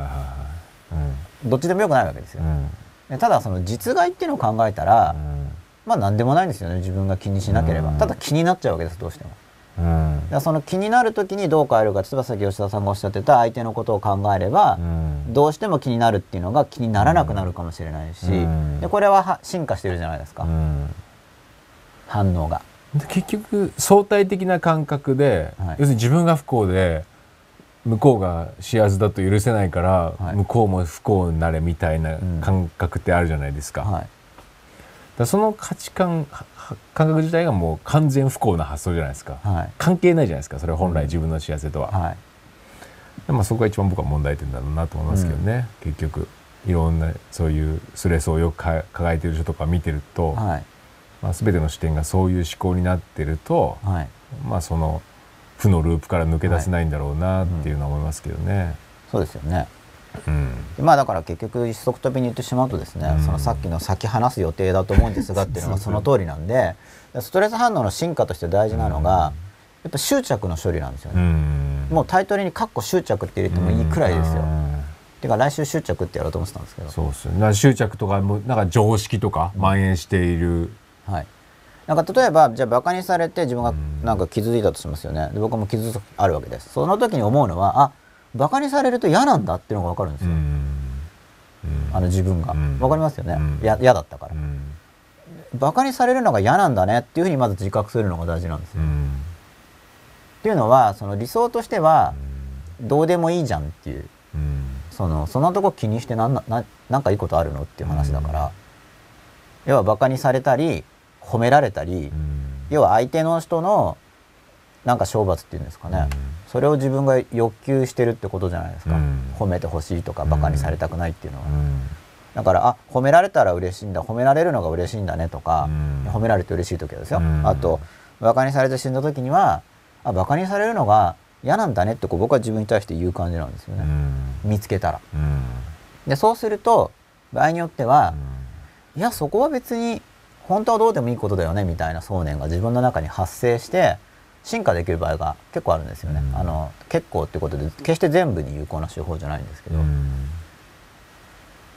どっちでもよくないわけですよ、ただその実害っていうのを考えたら、まあ何でもないんですよね、自分が気にしなければ、ただ気になっちゃうわけです、どうしても。だからその気になる時にどう変えるか、例えばさっき吉田さんがおっしゃってた相手のことを考えれば、どうしても気になるっていうのが気にならなくなるかもしれないし、でこれは進化してるじゃないですか、反応が。 結局相対的な感覚で、要するに自分が不幸で向こうが幸せだと許せないから、向こうも不幸になれみたいな感覚ってあるじゃないですか。その価値観感覚自体がもう完全不幸な発想じゃないですか、関係ないじゃないですか、それは本来自分の幸せとは、でそこが一番僕は問題点だろうなと思いますけどね、結局いろんなそういうストレスをよく抱えている人とか見てると、全ての視点がそういう思考になってると、その負のループから抜け出せないんだろうなっていうのは思いますけどね。 そうですよね。まあだから結局一足飛びに言ってしまうとですね、そのさっきの先話す予定だと思うんですがっていうのがその通りなんで、ストレス反応の進化として大事なのがやっぱ執着の処理なんですよね。もうタイトルに「執着」って入れてもいいくらいですよ。てか来週執着ってやろうと思ってたんですけど、 そうですよね。執着とかもなんか常識とか蔓延している、 なんか例えばじゃあバカにされて自分がなんか傷ついたとしますよね。で僕も傷つくあるわけです。その時に思うのは、あ、バカにされると嫌なんだっていうのが分かるんですよ、自分が、分かりますよね、嫌だったから、バカにされるのが嫌なんだねっていうふうにまず自覚するのが大事なんですよ、っていうのはその理想としてはどうでもいいじゃんっていう、そんなとこ気にしてなんかいいことあるのっていう話だから、要はバカにされたり褒められたり、要は相手の人のなんか懲罰っていうんですかね、それを自分が欲求してるってことじゃないですか、褒めてほしいとかバカにされたくないっていうのは、だから褒められたら嬉しいんだ、褒められるのが嬉しいんだねとか、褒められて嬉しい時はですよ、あとバカにされて死んだ時にはバカにされるのが嫌なんだねって僕は自分に対して言う感じなんですよね、見つけたら、でそうすると場合によっては、いやそこは別に本当はどうでもいいことだよねみたいな想念が自分の中に発生して進化できる場合が結構あるんですよね、結構ってことで決して全部に有効な手法じゃないんですけど、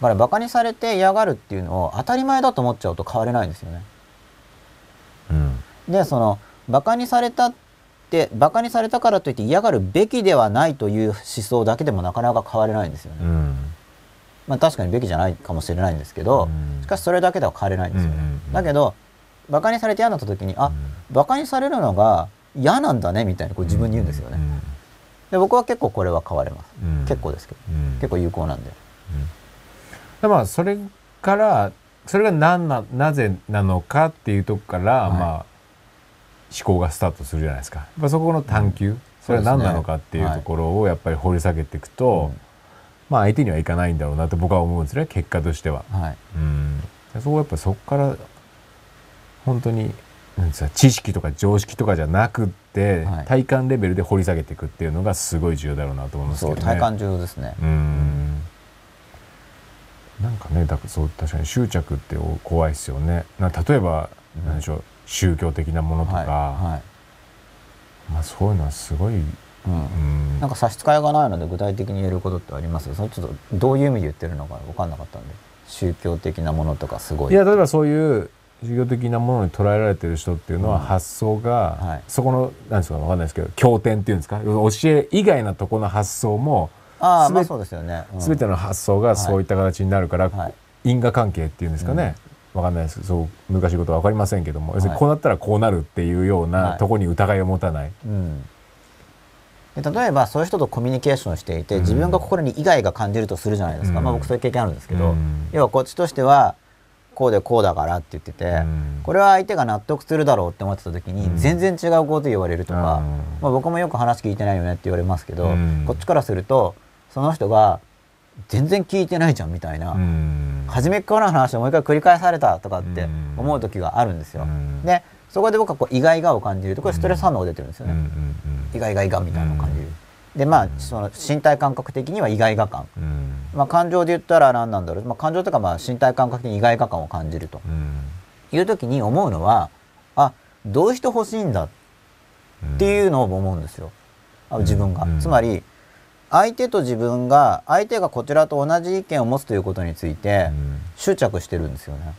からバカにされて嫌がるっていうのを当たり前だと思っちゃうと変われないんですよね。でそのバカにされたからといって嫌がるべきではないという思想だけでもなかなか変われないんですよね。まあ確かにべきじゃないかもしれないんですけど、しかしそれだけでは変われないんですよね。だけどバカにされて嫌になった時にバカにされるのが嫌なんだねみたいにこう自分に言うんですよね。で僕は結構これは変われます。結構ですけど、結構有効なんで。 まあそれがなぜなのかっていうとこから、まあ思考がスタートするじゃないですか。やっぱそこの探求、それは何なのかっていうところをやっぱり掘り下げていくと、まあ相手にはいかないんだろうなと僕は思うんですね、結果としては。そうやっぱそこから本当に知識とか常識とかじゃなくって、体感レベルで掘り下げていくっていうのがすごい重要だろうなと思いますけどね。 体感重要ですね。 なんかね、確かに執着って怖いですよね。例えば、何でしょう、宗教的なものとか、まあそういうのはすごい、 なんか差し支えがないので具体的に言えることってあります？それちょっとどういう意味で言ってるのか分かんなかったんで。宗教的なものとかすごい。 いや例えばそういう宗教的なものに捉えられてる人っていうのは発想が、そこの何ですか分かんないですけど経典っていうんですか、教え以外のところの発想もそうですよね。 全ての発想がそういった形になるから、因果関係っていうんですかね、分かんないです。そう難しいことは分かりませんけども、要するにこうなったらこうなるっていうようなところに疑いを持たない。 で例えばそういう人とコミュニケーションしていて、自分が心にイガイガ感じるとするじゃないですか。まあ僕そういう経験あるんですけど、要はこっちとしてはこうでこうだからって言ってて、これは相手が納得するだろうって思ってた時に全然違うこと言われるとか、まあ僕もよく話聞いてないよねって言われますけど、こっちからするとその人が全然聞いてないじゃんみたいな、初めっからの話をもう一回繰り返されたとかって思う時があるんですよ。でそこで僕はこうイガイガを感じると、これストレス反応が出てるんですよね。イガイガイガみたいなのを感じる。でまあその身体感覚的にはイガイガ感、まあ感情で言ったら何なんだろう、まあ、感情とかまあ身体感覚的にイガイガ感を感じるという時に思うのは、どういう人欲しいんだっていうのを思うんですよ、自分が。つまり相手と自分が、相手がこちらと同じ意見を持つということについて執着してるんですよね。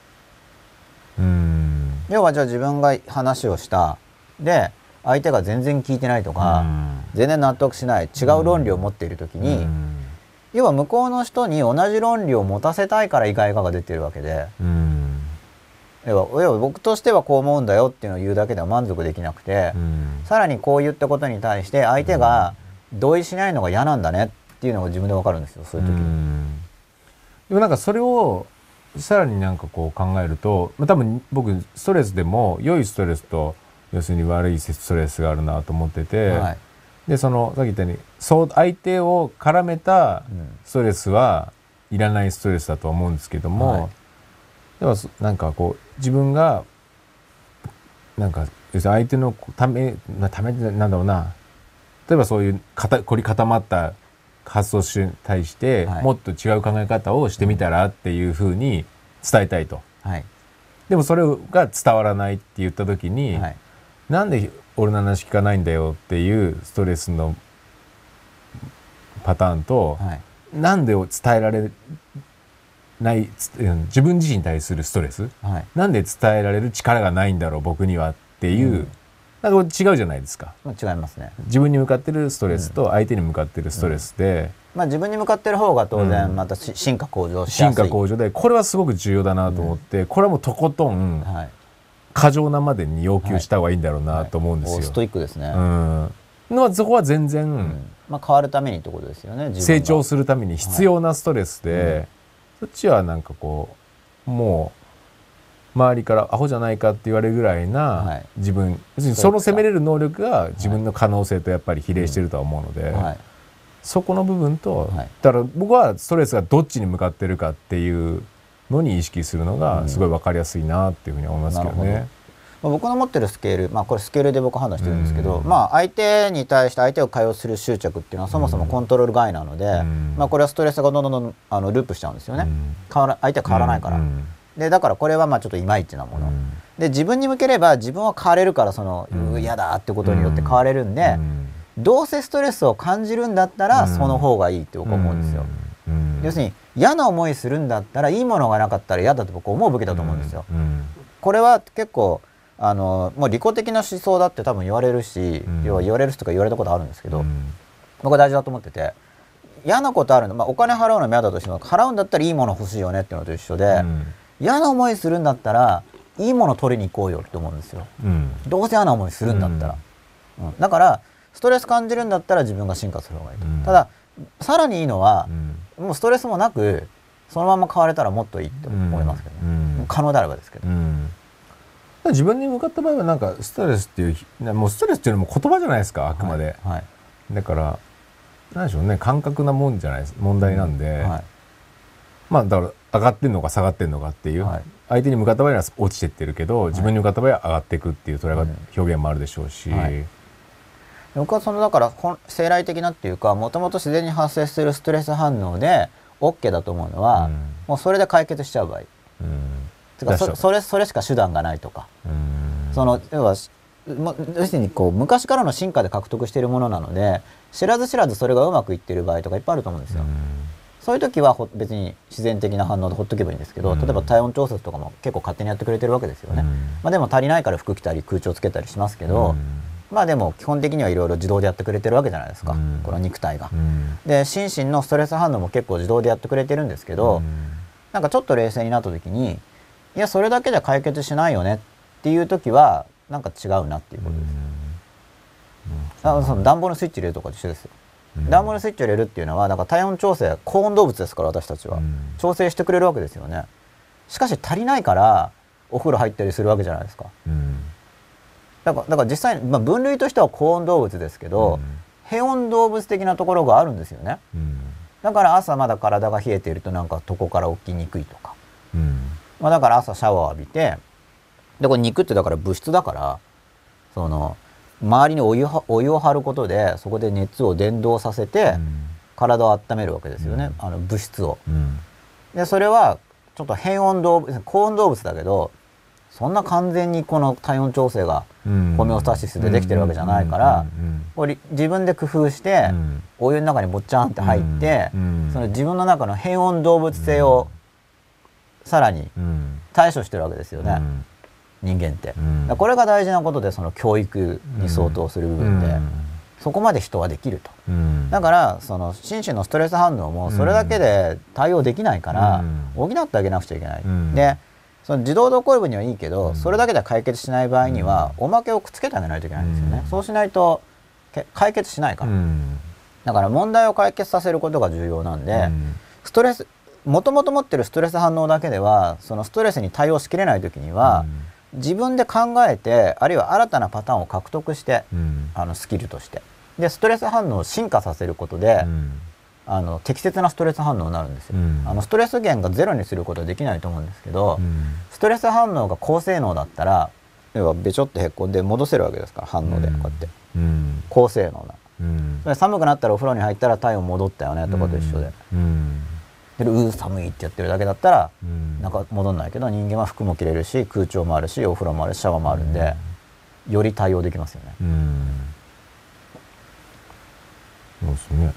要はじゃあ自分が話をしたで相手が全然聞いてないとか、全然納得しない、違う論理を持っている時に、要は向こうの人に同じ論理を持たせたいからイガイガが出てるわけで、要は僕としてはこう思うんだよっていうのを言うだけでは満足できなくて、さらにこう言ったことに対して相手が同意しないのが嫌なんだねっていうのが自分で分かるんですよ、そういう時に。 でもなんかそれをさらになんかこう考えると、多分僕ストレスでも良いストレスと要するに悪いストレスがあるなと思ってて、でそのさっき言ったように相手を絡めたストレスはいらないストレスだと思うんですけども、でもなんかこう自分がなんか要するに相手のためなんだろうな、例えばそういう凝り固まった発想に対して、もっと違う考え方をしてみたらっていうふうに伝えたいと、でもそれが伝わらないって言った時に、なんで俺の話聞かないんだよっていうストレスのパターンと、なんで伝えられない自分自身に対するストレス、なんで伝えられる力がないんだろう僕にはっていう、なんか違うじゃないですか。 違いますね。 自分に向かってるストレスと相手に向かってるストレスで、 自分に向かってる方が当然また進化向上しやすい。 進化向上で、これはすごく重要だなと思って、これはもうとことん過剰なまでに要求した方がいいんだろうなと思うんですよ。 ストイックですね。 そこは全然、 変わるためにってことですよね。 成長するために必要なストレスで、そっちはなんかこうもう周りからアホじゃないかって言われるぐらいな自分、その責めれる能力が自分の可能性とやっぱり比例してるとは思うので、そこの部分と、だから僕はストレスがどっちに向かってるかっていうのに意識するのがすごい分かりやすいなっていうふうに思いますけどね。 僕の持ってるスケール、これスケールで僕判断してるんですけど、相手に対して相手を介護する執着っていうのはそもそもコントロール外なので、これはストレスがどんどんループしちゃうんですよね。相手は変わらないから。でだからこれはちょっといまいちなもの、で自分に向ければ自分は変われるから、その嫌だってことによって変われるんで、どうせストレスを感じるんだったらその方がいいって僕は思うんですよ。 要するに嫌な思いするんだったらいいものがなかったら嫌だと僕思うべきだと思うんですよ。これは結構もう利己的な思想だって多分言われるし、要は言われる人とか言われたことあるんですけど、僕は大事だと思ってて、嫌なことあるの、お金払うのも嫌だとしても払うんだったらいいもの欲しいよねっていうのと一緒で、嫌な思いするんだったらいいもの取りに行こうよって思うんですよ。どうせ嫌な思いするんだったら、だからストレス感じるんだったら自分が進化する方がいいと。たださらにいいのは、もうストレスもなくそのまま変われたらもっといいって思いますけどね、可能であればですけど。 自分に向かった場合はなんかストレスっていうもうストレスっていうのも言葉じゃないですか、あくまで、だからなんでしょうね、感覚なもんじゃないです問題なんで、だから上がってんのか下がってんのかっていう、相手に向かった場合は落ちてってるけど、自分に向かった場合は上がっていくっていうそれが表現もあるでしょうし、 僕はだから生来的なっていうか、もともと自然に発生するストレス反応で OK だと思うのは、もうそれで解決しちゃう場合、それしか手段がないとか、要は要するに昔からの進化で獲得しているものなので、知らず知らずそれがうまくいってる場合とかいっぱいあると思うんですよ。そういう時は別に自然的な反応でほっとけばいいんですけど、例えば体温調節とかも結構勝手にやってくれてるわけですよね。でも足りないから服着たり空調つけたりしますけど、でも基本的にはいろいろ自動でやってくれてるわけじゃないですか、この肉体が。で心身のストレス反応も結構自動でやってくれてるんですけど、なんかちょっと冷静になった時に、いやそれだけで解決しないよねっていう時はなんか違うなっていうことです。その暖房のスイッチ入れるとかと一緒ですよ。暖房のスイッチを入れるっていうのはだから体温調整、高温動物ですから私たちは、調整してくれるわけですよね。しかし足りないからお風呂入ったりするわけじゃないですか。だから実際、分類としては高温動物ですけど、平温動物的なところがあるんですよね。だから朝まだ体が冷えているとなんか床から起きにくいとか、だから朝シャワー浴びて、でこれ肉ってだから物質だから、周りにお湯を張ることでそこで熱を伝導させて体を温めるわけですよね、物質を。でそれはちょっと平温動物、高温動物だけど、そんな完全にこの体温調整がホメオスタシスでできてるわけじゃないから、自分で工夫してお湯の中にぼっちゃんって入って、その自分の中の平温動物性をさらに対処してるわけですよね、人間って。これが大事なことで、その教育に相当する部分で、そこまで人はできると。だからその心身のストレス反応もそれだけで対応できないから補ってあげなくちゃいけない。でその自動で起こる分にはいいけど、それだけでは解決しない場合にはおまけをくっつけてあげないといけないんですよね。そうしないと解決しないから。だから問題を解決させることが重要なんで、ストレスもともと持ってるストレス反応だけではそのストレスに対応しきれない時には、自分で考えて、あるいは新たなパターンを獲得して、スキルとしてでストレス反応を進化させることで、適切なストレス反応になるんですよ。ストレス源がゼロにすることはできないと思うんですけど、ストレス反応が高性能だったら、要はべちょってへっこんで戻せるわけですから、反応でこうやって、高性能な、寒くなったらお風呂に入ったら体温戻ったよねとかと一緒で、寒いってやってるだけだったらなんか戻んないけど、人間は服も着れるし空調もあるしお風呂もあるしシャワーもあるんで、より対応できますよね。 そうですね。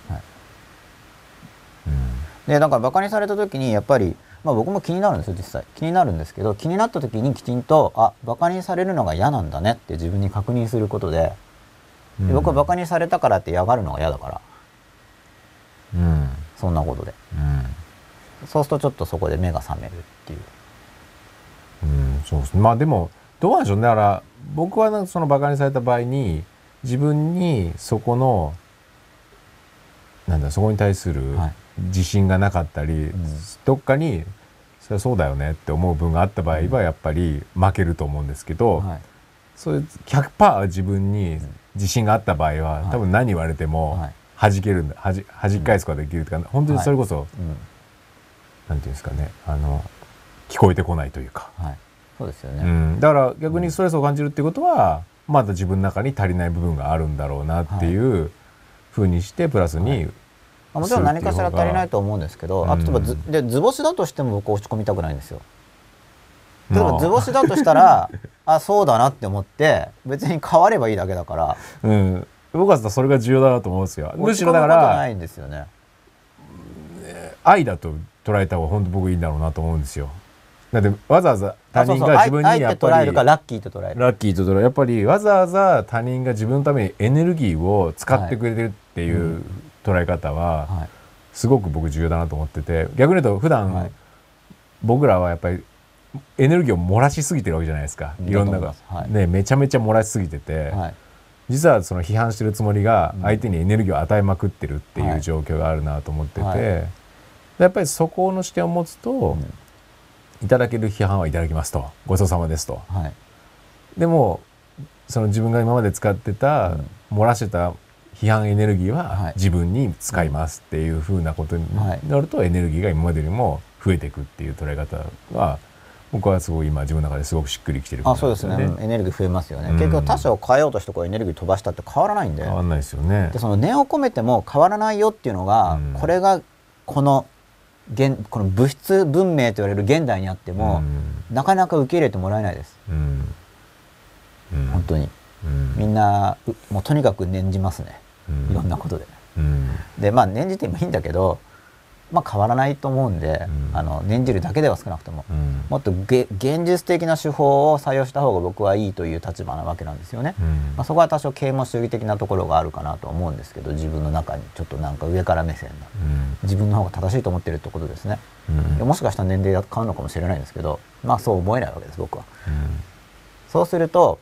でだからバカにされた時にやっぱり、僕も気になるんですよ、実際気になるんですけど、気になった時にきちんとバカにされるのが嫌なんだねって自分に確認することで、僕はバカにされたからって嫌がるのが嫌だから、そんなことで、そうするとちょっとそこで目が覚めるっていう。 そうですね。でもどうなんでしょうね。だから僕はそのバカにされた場合に自分にそこのそこに対する自信がなかったり、どっかにそれはそうだよねって思う部分があった場合はやっぱり負けると思うんですけど、それ 100% 自分に自信があった場合は、多分何言われても弾けるんだ、弾き返すことができるというか、本当にそれこそ、なんていうんですかね、聞こえてこないというか、 そうですよね。 だから逆にストレスを感じるっていうことは、まだ自分の中に足りない部分があるんだろうなっていうふうにして、プラスにもちろん何かしら足りないと思うんですけど、例えば図星だとしても僕落ち込みたくないんですよ。例えば図星だとしたらそうだなって思って別に変わればいいだけだから、 僕はそれが重要だなと思うんですよ。むしろだか落ち込むことらないんですよね。 愛だと捉えた方が本当僕いいんだろうなと思うんですよ。だってわざわざ他人が自分にやっぱり愛って捉えるかラッキーと捉える。 ラッキーと捉える。やっぱりわざわざ他人が自分のためにエネルギーを使ってくれてるっていう捉え方はすごく僕重要だなと思ってて、逆に言うと普段僕らはやっぱりエネルギーを漏らしすぎてるわけじゃないですか。いろんなね、めちゃめちゃ漏らしすぎてて、実はその批判してるつもりが相手にエネルギーを与えまくってるっていう状況があるなと思ってて、やっぱりそこの視点を持つと、いただける批判はいただきますと、ごちそうさまですと、でもその自分が今まで使ってた、漏らしてた批判エネルギーは自分に使いますっていうふうなことになると、エネルギーが今までよりも増えていくっていう捉え方は僕はすごい今自分の中ですごくしっくりきてる。 そうですね。エネルギー増えますよね。結局他者を変えようとしてエネルギー飛ばしたって変わらないんで。 変わらないですよね。 でその念を込めても変わらないよっていうのが、これがこの物質文明と言われる現代にあっても、なかなか受け入れてもらえないです。本当に、みんなもうとにかく念じますね。いろんなことで。で念じてもいいんだけど。変わらないと思うんで、念じるだけでは少なくとも、もっと現実的な手法を採用した方が僕はいいという立場なわけなんですよね。そこは多少啓蒙主義的なところがあるかなと思うんですけど、自分の中にちょっとなんか上から目線の、自分の方が正しいと思ってるってことですね。もしかしたら年齢が変わるのかもしれないんですけど、そう思えないわけです僕は。そうすると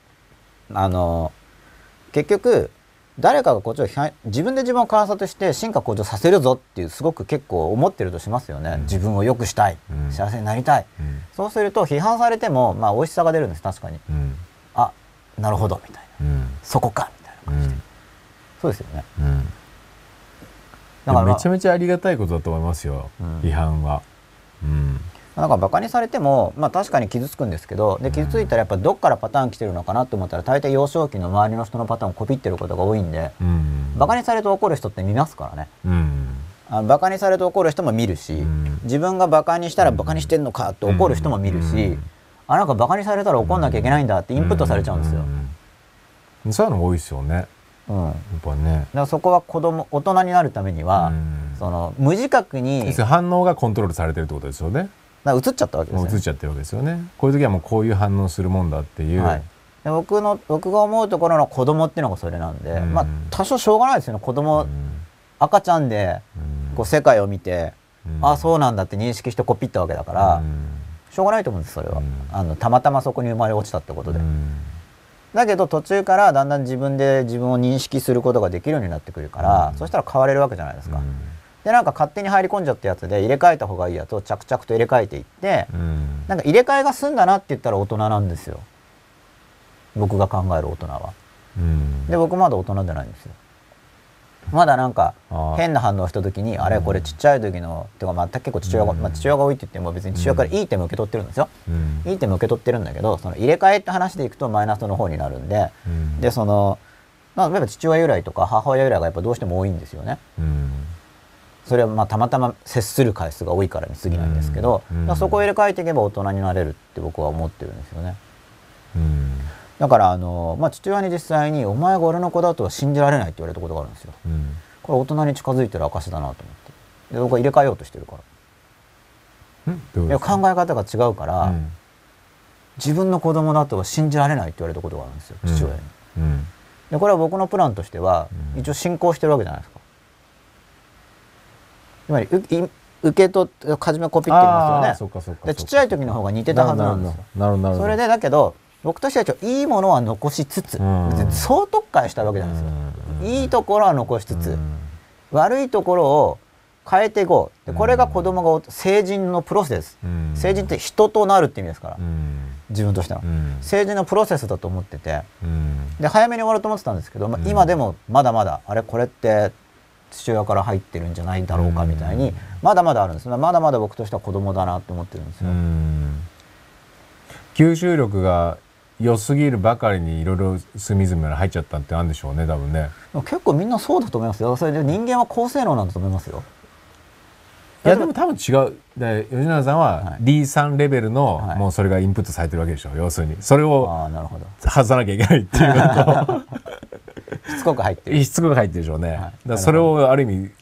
結局誰かがこっちを自分で自分を観察して進化向上させるぞっていうすごく結構思ってるとしますよね。自分を良くしたい、幸せになりたい、そうすると批判されても美味しさが出るんです。確かに、なるほどみたいな、そこかみたいな感じで、そうですよね。 だからめちゃめちゃありがたいことだと思いますよ、批判は。 なんかバカにされても確かに傷つくんですけど、で傷ついたらやっぱどっからパターン来てるのかなと思ったら、大体幼少期の周りの人のパターンをコピってることが多いんで、バカにされて怒る人って見ますからね。バカにされて怒る人も見るし、自分がバカにしたらバカにしてんのかって怒る人も見るし、なんかバカにされたら怒んなきゃいけないんだってインプットされちゃうんですよ。 そういうの多いですよね。やっぱね。 だからそこは大人になるためには、その無自覚に反応がコントロールされてるってことですよね。 映っちゃったわけですね。 映っちゃってるわけですよね。こういう時はもうこういう反応するもんだっていう。 で僕が思うところの子供っていうのがそれなんで、多少しょうがないですよね。子供、赤ちゃんで世界を見て、そうなんだって認識してコピったわけだから、しょうがないと思うんです。それはたまたまそこに生まれ落ちたってことで。だけど途中からだんだん自分で自分を認識することができるようになってくるから、そしたら変われるわけじゃないですか。でなんか勝手に入り込んじゃったやつで入れ替えた方がいいやつを着々と入れ替えていって、なんか入れ替えが済んだなって言ったら大人なんですよ、僕が考える大人は。で僕まだ大人じゃないんですよ。まだなんか変な反応した時に、あれこれちっちゃい時のっていうか結構父親が多いって言っても別に父親からいい点も受け取ってるんですよ。いい点も受け取ってるんだけど、その入れ替えって話でいくとマイナスの方になるんで、でその例えば父親由来とか母親由来がやっぱどうしても多いんですよね。それはたまたま接する回数が多いからに過ぎないんですけど、そこを入れ替えていけば大人になれるって僕は思ってるんですよね。だから父親に実際に「お前が俺の子だとは信じられない」って言われたことがあるんですよ。これ大人に近づいてる証だなと思って。で僕は入れ替えようとしてるから。いや考え方が違うから、自分の子供だとは信じられないって言われたことがあるんですよ、父親に。でこれは僕のプランとしては一応進行してるわけじゃないですか。つまり受け取って初めコピってますよね。でちっちゃい時の方が似てたはずなんですよ。それでだけど僕としてはいいものは残しつつ、別に総特化したわけなんですよ。いいところは残しつつ、悪いところを変えていこう。でこれが子供が成人のプロセス。成人って人となるって意味ですから、自分としては成人のプロセスだと思ってて、で早めに終わると思ってたんですけど、今でもまだまだこれって父親から入ってるんじゃないだろうかみたいにまだまだあるんです。まだまだ僕としては子供だなって思ってるんですよ。 吸収力が良すぎるばかりにいろいろ隅々まで入っちゃったってあるんでしょうね、多分ね。 結構みんなそうだと思いますよ。それで人間は高性能なんだと思いますよ。 いやでも多分違う。で吉永さんは D3 レベルのもうそれがインプットされてるわけでしょ。要するにそれを外さなきゃいけないっていうのとしつこく入ってる。 しつこく入ってるでしょうね。だからそれをある意味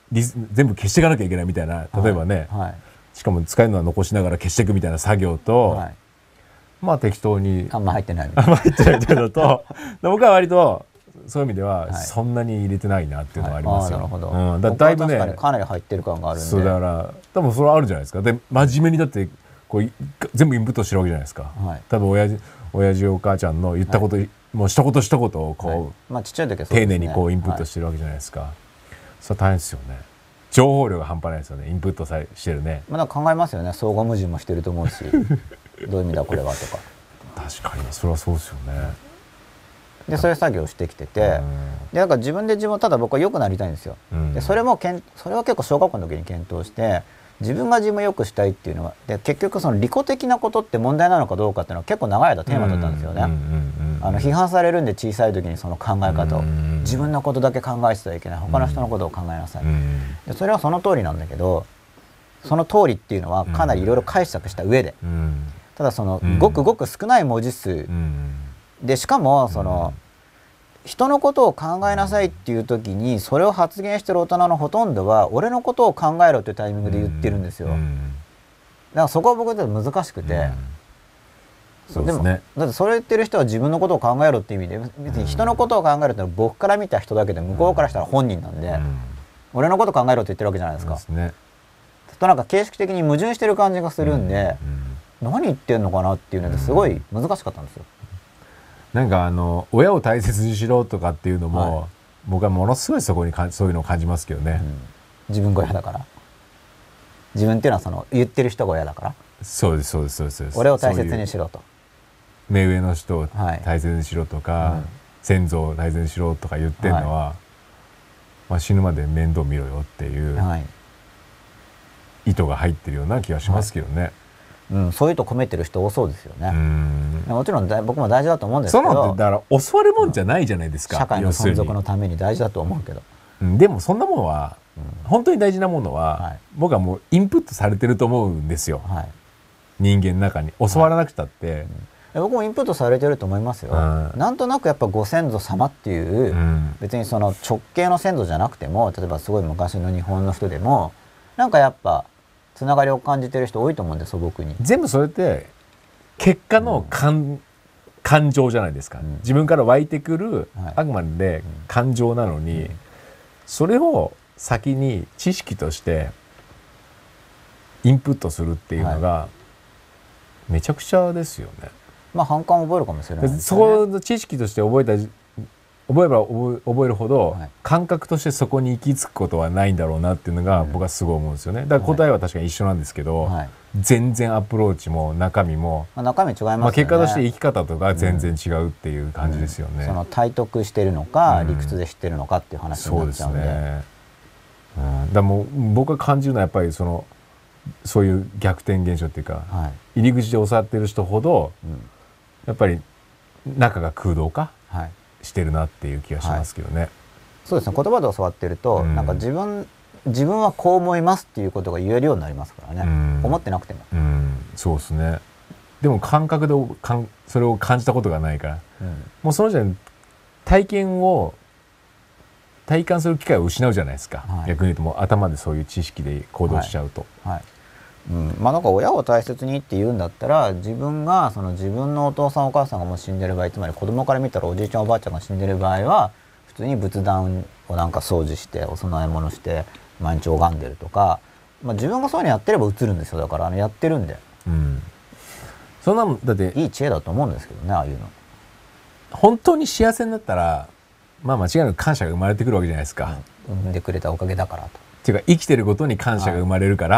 全部消していかなきゃいけないみたいな、例えばね、しかも使えるのは残しながら消していくみたいな作業と、まあ適当にあんま入ってないみたいなのと僕は割とそういう意味ではそんなに入れてないなっていうのはありますよ。 なるほど。 だいぶね、 かなり入ってる感があるんで。 そうだから多分それはあるじゃないですか。で真面目にだってこう全部インプットしてるわけじゃないですか。多分親父お母ちゃんの言ったこと、もう一言一言をこう、 ちっちゃい時は丁寧にこうインプットしてるわけじゃないですか。それは大変ですよね。情報量が半端ないですよね。インプットしてるね。 なんか考えますよね。相互矛盾もしてると思うしどういう意味だこれはとか。 確かにそれはそうですよね。 でそういう作業をしてきてて、でなんか自分ただ僕は良くなりたいんですよ。でそれは結構小学校の時に検討して、自分が自分を良くしたいっていうのはで、結局その利己的なことって問題なのかどうかっていうのは結構長い間テーマだったんですよね。批判されるんで、小さい時にその考え方を、自分のことだけ考えてたらいけない、他の人のことを考えなさい、でそれはその通りなんだけど、その通りっていうのはかなりいろいろ解釈した上で、ただそのごくごく少ない文字数で、しかもその人のことを考えなさいっていう時にそれを発言してる大人のほとんどは俺のことを考えろというタイミングで言ってるんですよ。だからそこは僕で難しくて、でもだってそれ言ってる人は自分のことを考えろっていう意味で、別に人のことを考えるってのは僕から見た人だけで、向こうからしたら本人なんで、俺のこと考えろって言ってるわけじゃないですか。となんか形式的に矛盾してる感じがするんで、何言ってんのかなっていうのですごい難しかったんですよ。 なんか親を大切にしろとかっていうのも、僕はものすごいそこにそういうのを感じますけどね。 自分が親だから、自分っていうのはその言ってる人が親だから、 そうですそうですそうです。 俺を大切にしろと、 目上の人を大切にしろとか、先祖を大切にしろとか言ってるのは、まあ死ぬまで面倒見ろよっていう意図が入ってるような気がしますけどね。 そういうと込めてる人多そうですよね。もちろん僕も大事だと思うんですけど、 そのってだから教わるもんじゃないじゃないですか。 社会の存続のために大事だと思うけど、 でもそんなものは、本当に大事なものは、僕はもうインプットされてると思うんですよ。人間の中に教わらなくたって、 僕もインプットされてると思いますよ。なんとなくやっぱご先祖様っていう、別にその直系の先祖じゃなくても、例えばすごい昔の日本の人でもなんかやっぱつながりを感じてる人多いと思うんです、素朴に。 全部それって結果の感情じゃないですか。自分から湧いてくる、あくまで感情なのに、それを先に知識としてインプットするっていうのがめちゃくちゃですよね。 反感を覚えるかもしれないですね。 そこの知識として覚えれば覚えるほど、感覚としてそこに行き着くことはないんだろうなっていうのが僕はすごい思うんですよね。だから答えは確かに一緒なんですけど、全然アプローチも中身も、 中身違いますよね。 結果として生き方とか全然違うっていう感じですよね。 その体得してるのか、理屈で知ってるのかっていう話になっちゃうんで。 そうですね。だからもう僕が感じるのはやっぱりそういう逆転現象っていうか、入り口で教わってる人ほど、やっぱり中が空洞化してるなっていう気がしますけどね。 そうですね。言葉で教わってると、なんか自分はこう思いますっていうことが言えるようになりますからね。思ってなくても。 そうですね。でも感覚でそれを感じたことがないから、もうその時点で体感する機会を失うじゃないですか。逆に言うともう頭でそういう知識で行動しちゃうと。 なんか親を大切にって言うんだったら、自分が自分のお父さんお母さんがもう死んでる場合、つまり子供から見たらおじいちゃんおばあちゃんが死んでる場合は、普通に仏壇をなんか掃除してお供え物して毎日拝んでるとか、自分がそういうのやってれば映るんですよ。だからやってるんで、 そんなだっていい知恵だと思うんですけどね、ああいうの。 本当に幸せになったら、間違いなく感謝が生まれてくるわけじゃないですか。 産んでくれたおかげだからと。 っていうか生きてることに感謝が生まれるから、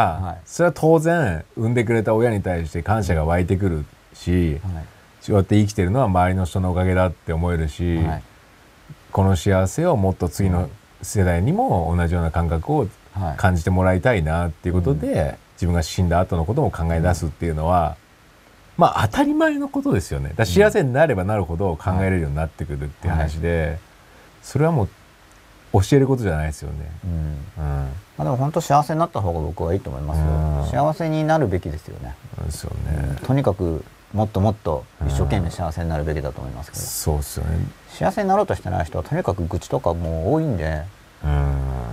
それは当然産んでくれた親に対して感謝が湧いてくるし、そうやって生きてるのは周りの人のおかげだって思えるし、この幸せをもっと次の世代にも同じような感覚を感じてもらいたいなっていうことで、自分が死んだ後のことも考え出すっていうのは、当たり前のことですよね。だから幸せになればなるほど考えれるようになってくるっていう話で、それはもう教えることじゃないですよね。でも本当幸せになった方が僕はいいと思いますよ。幸せになるべきですよね。 ですよね。 とにかくもっともっと一生懸命幸せになるべきだと思いますけど。 そうですよね。 幸せになろうとしてない人はとにかく愚痴とかもう多いんで。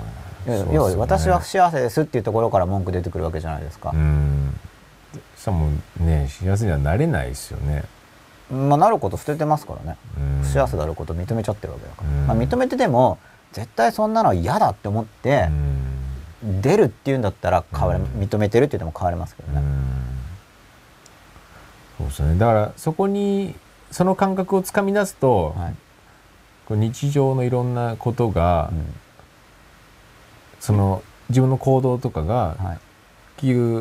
要は私は不幸せですっていうところから文句出てくるわけじゃないですか。 さもね幸せにはなれないですよね。 まあなること捨ててますからね。不幸せであることを認めちゃってるわけだから、まあ、認めてても絶対そんなのは嫌だって思って出るっていうんだったら認めてるって言っても変わりますけどね。 そうですね。だからそこにその感覚をつかみ出すと、はい、こう日常のいろんなことが、その自分の行動とかが、はい、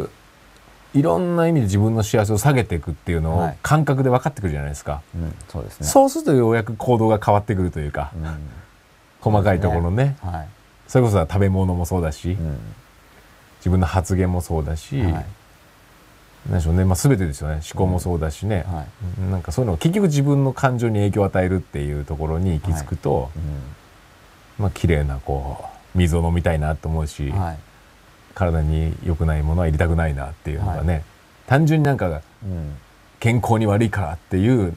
いろんな意味で自分の幸せを下げていくっていうのを感覚で分かってくるじゃないですか。 そうですね。 そうするとようやく行動が変わってくるというか、細かいところね、はい、それこそ食べ物もそうだし、自分の発言もそうだし、なんでしょうね、まあ、全てですよね。思考もそうだしね、なんかそういうのが結局自分の感情に影響を与えるっていうところに行き着くと、まあ綺麗なこう水を飲みたいなと思うし、体に良くないものは入れたくないなっていうのがね、単純になんか健康に悪いからっていう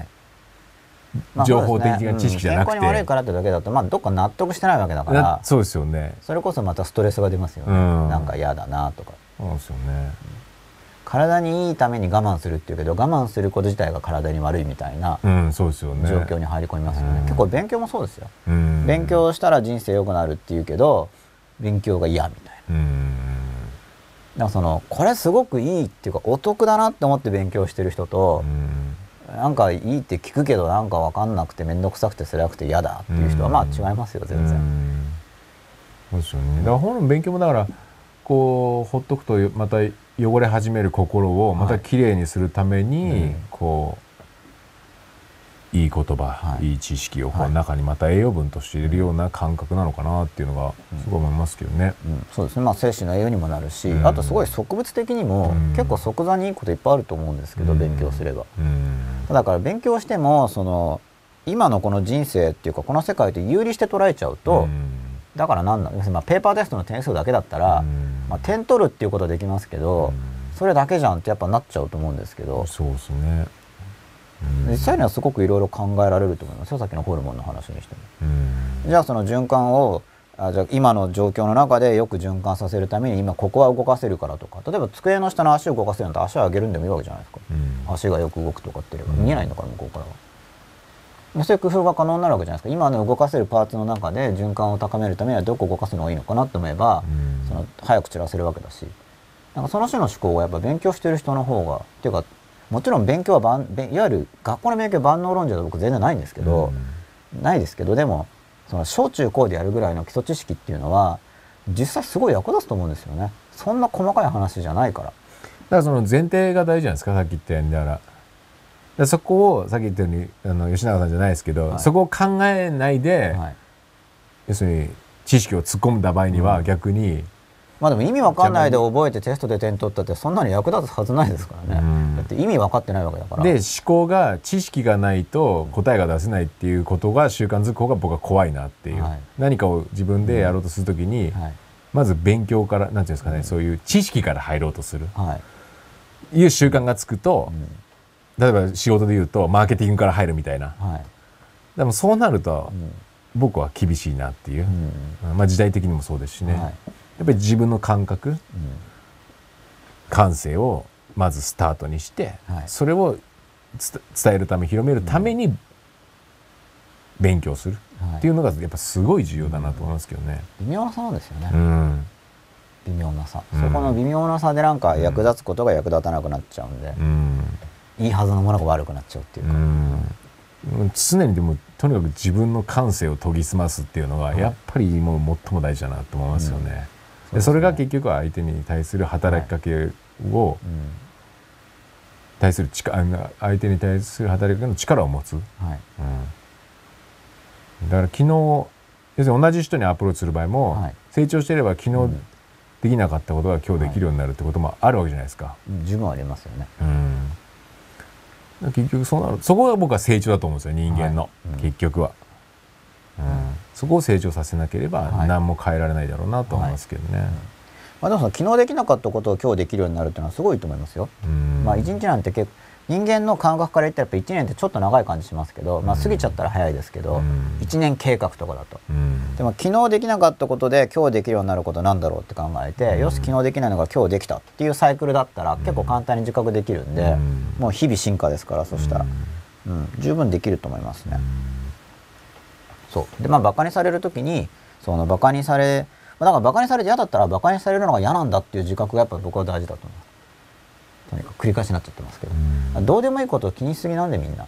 情報的な知識じゃなくて、 健康に悪いからってだけだと、まあどっか納得してないわけだから、 そうですよね。 それこそまたストレスが出ますよね。なんか嫌だなとか。 そうですよね。 体にいいために我慢するっていうけど、我慢すること自体が体に悪いみたいな状況に入り込みますよね。結構勉強もそうですよ。勉強したら人生良くなるっていうけど、勉強が嫌みたいな。だからそのこれすごくいいっていうかお得だなって思って勉強してる人と、なんかいいって聞くけどなんか分かんなくて面倒くさくて辛くて嫌だっていう人はまあ違いますよ全然。 そうですよね。だから本の勉強もだからこうほっとくとまた汚れ始める心をまたきれいにするために、こういい言葉、いい知識をこう中にまた栄養分として入れるような感覚なのかなっていうのがすごい思いますけどね。 そうですね。まあ精神の栄養にもなるし、あとすごい植物的にも結構即座にいいこといっぱいあると思うんですけど、勉強すれば。だから勉強してもその今のこの人生っていうかこの世界と有利して捉えちゃうと、だから何なんですか、まあ、ペーパーテストの点数だけだったら、まあ、点取るっていうことはできますけど、それだけじゃんってやっぱなっちゃうと思うんですけど、 そうですね。 実際にはすごくいろいろ考えられると思いますよ。さっきのホルモンの話にしても。じゃあその循環をじゃあ今の状況の中でよく循環させるために今ここは動かせるからとか、例えば机の下の足を動かせるんだったら足を上げるんでもいいわけじゃないですか。足がよく動くとかってれば見えないんだから向こうからは。そういう工夫が可能になるわけじゃないですか。今の動かせるパーツの中で循環を高めるためにはどこを動かすのがいいのかなと思えば、その早く散らせるわけだし、なんかその種の思考はやっぱ勉強してる人の方がっていうか、もちろん勉強はいわゆる学校の勉強万能論者は僕全然ないんですけど、ないですけど、でもその小中高でやるぐらいの基礎知識っていうのは実際すごい役立つと思うんですよね。そんな細かい話じゃないから。だからその前提が大事じゃないですか。さっき言ったようにだからそこをさっき言ったように吉永さんじゃないですけど、そこを考えないで、要するに知識を突っ込んだ場合には逆に、 まあでも意味わかんないで覚えてテストで点取ったってそんなに役立つはずないですからね。だって意味分かってないわけだから。 で思考が知識がないと答えが出せないっていうことが習慣づく方が僕は怖いなっていう、何かを自分でやろうとするときに、まず勉強からなんていうんですかね、そういう知識から入ろうとする、いう習慣がつくと、例えば仕事で言うとマーケティングから入るみたいな、でもそうなると僕は厳しいなっていう、まあ時代的にもそうですしね、やっぱり自分の感覚、感性をまずスタートにして、それを伝えるため広めるために勉強するっていうのがやっぱすごい重要だなと思いますけどね。 微妙な差なんですよね。微妙な差、そこの微妙な差でなんか役立つことが役立たなくなっちゃうんで、いいはずのものが悪くなっちゃうっていうか、 常にでもとにかく自分の感性を研ぎ澄ますっていうのがやっぱりもう最も大事だなと思いますよね。でそれが結局は相手に対する働きかけを、対する相手に対する働きかけの力を持つ、だから昨日要するに同じ人にアプローチする場合も、成長していれば昨日できなかったことが今日できるようになるってこともあるわけじゃないですか。 十分ありますよね。 結局そうなる、そこが僕は成長だと思うんですよ、人間の、結局は。そこを成長させなければ何も変えられないだろうなと思いますけどね。 でも昨日できなかったことを今日できるようになるっていうのはすごいと思いますよ。まあ一日なんて人間の感覚から言ったらやっぱ1年ってちょっと長い感じしますけど、まあ過ぎちゃったら早いですけど、1年計画とかだと。 でも昨日できなかったことで今日できるようになることなんだろうって考えて、よし昨日できないのが今日できたっていうサイクルだったら結構簡単に自覚できるんで、もう日々進化ですから、そしたら、十分できると思いますね。そうで、バカにされる時にそのバカにされ、だからバカにされて嫌だったらバカにされるのが嫌なんだっていう自覚がやっぱ僕は大事だと思います。とにかく繰り返しになっちゃってますけど、どうでもいいことを気にしすぎなんでみんな。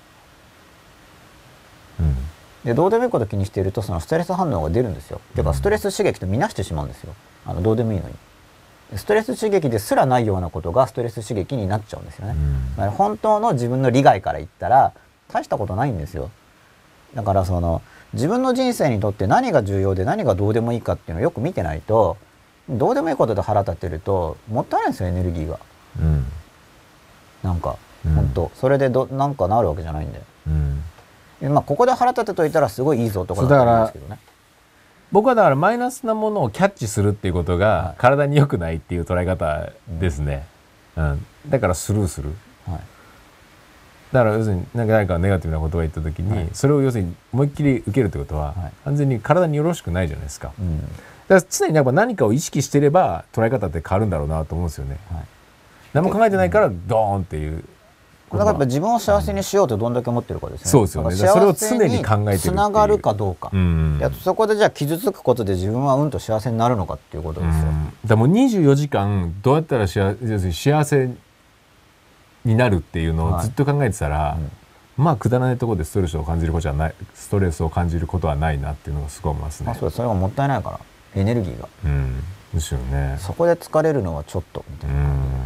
でどうでもいいことを気にしているとそのストレス反応が出るんですよ。ていうかストレス刺激と見なしてしまうんですよ。どうでもいいのに。ストレス刺激ですらないようなことがストレス刺激になっちゃうんですよね。本当の自分の利害から言ったら大したことないんですよ。だからその自分の人生にとって何が重要で何がどうでもいいかっていうのをよく見てないと、どうでもいいことで腹立ってるともったいないんですよ、エネルギーが。なんか本当それでなんかなるわけじゃないんで。ここで腹立てといたらすごいいいぞとかだと思うんですけどね。 僕はだからマイナスなものをキャッチするっていうことが体に良くないっていう捉え方ですね。だからスルーする。だから要するに誰かがネガティブな言葉を言った時に、それを要するに思いっきり受けるってことは完全に体によろしくないじゃないですか。だから常に何かを意識してれば捉え方って変わるんだろうなと思うんですよね。何も考えてないからドーンっていう。 だからやっぱ自分を幸せにしようとどんだけ思ってるかですね。 そうですよね。それを常に考えてる。 つながるかどうか。そこでじゃあ傷つくことで自分はうんと幸せになるのかっていうことですよ。 だもう24時間どうやったら幸せになるっていうのをずっと考えてたら、くだらないところでストレスを感じることはないなっていうのがすごい思いますね。 それがもったいないからエネルギーが。 ですよね。 そこで疲れるのはちょっとみたいな。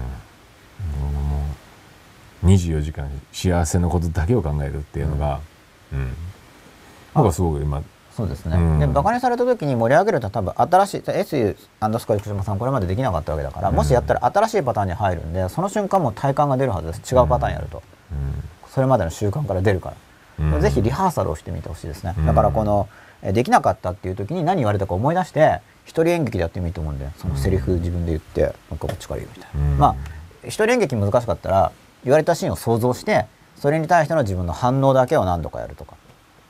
24時間幸せのことだけを考えるっていうのが、僕はすごく今そうですね。でバカにされた時に盛り上げると多分新しい S アンダースコア生島さんこれまでできなかったわけだから、もしやったら新しいパターンに入るんで、その瞬間もう体感が出るはずです。違うパターンやると、それまでの習慣から出るから、ぜひリハーサルをしてみてほしいですね。だからこのできなかったっていう時に何言われたか思い出して一人演劇でやってもいいと思うんで、そのセリフ自分で言ってなんかこっちから言うみたいな。一人演劇難しかったら言われたシーンを想像してそれに対しての自分の反応だけを何度かやるとか、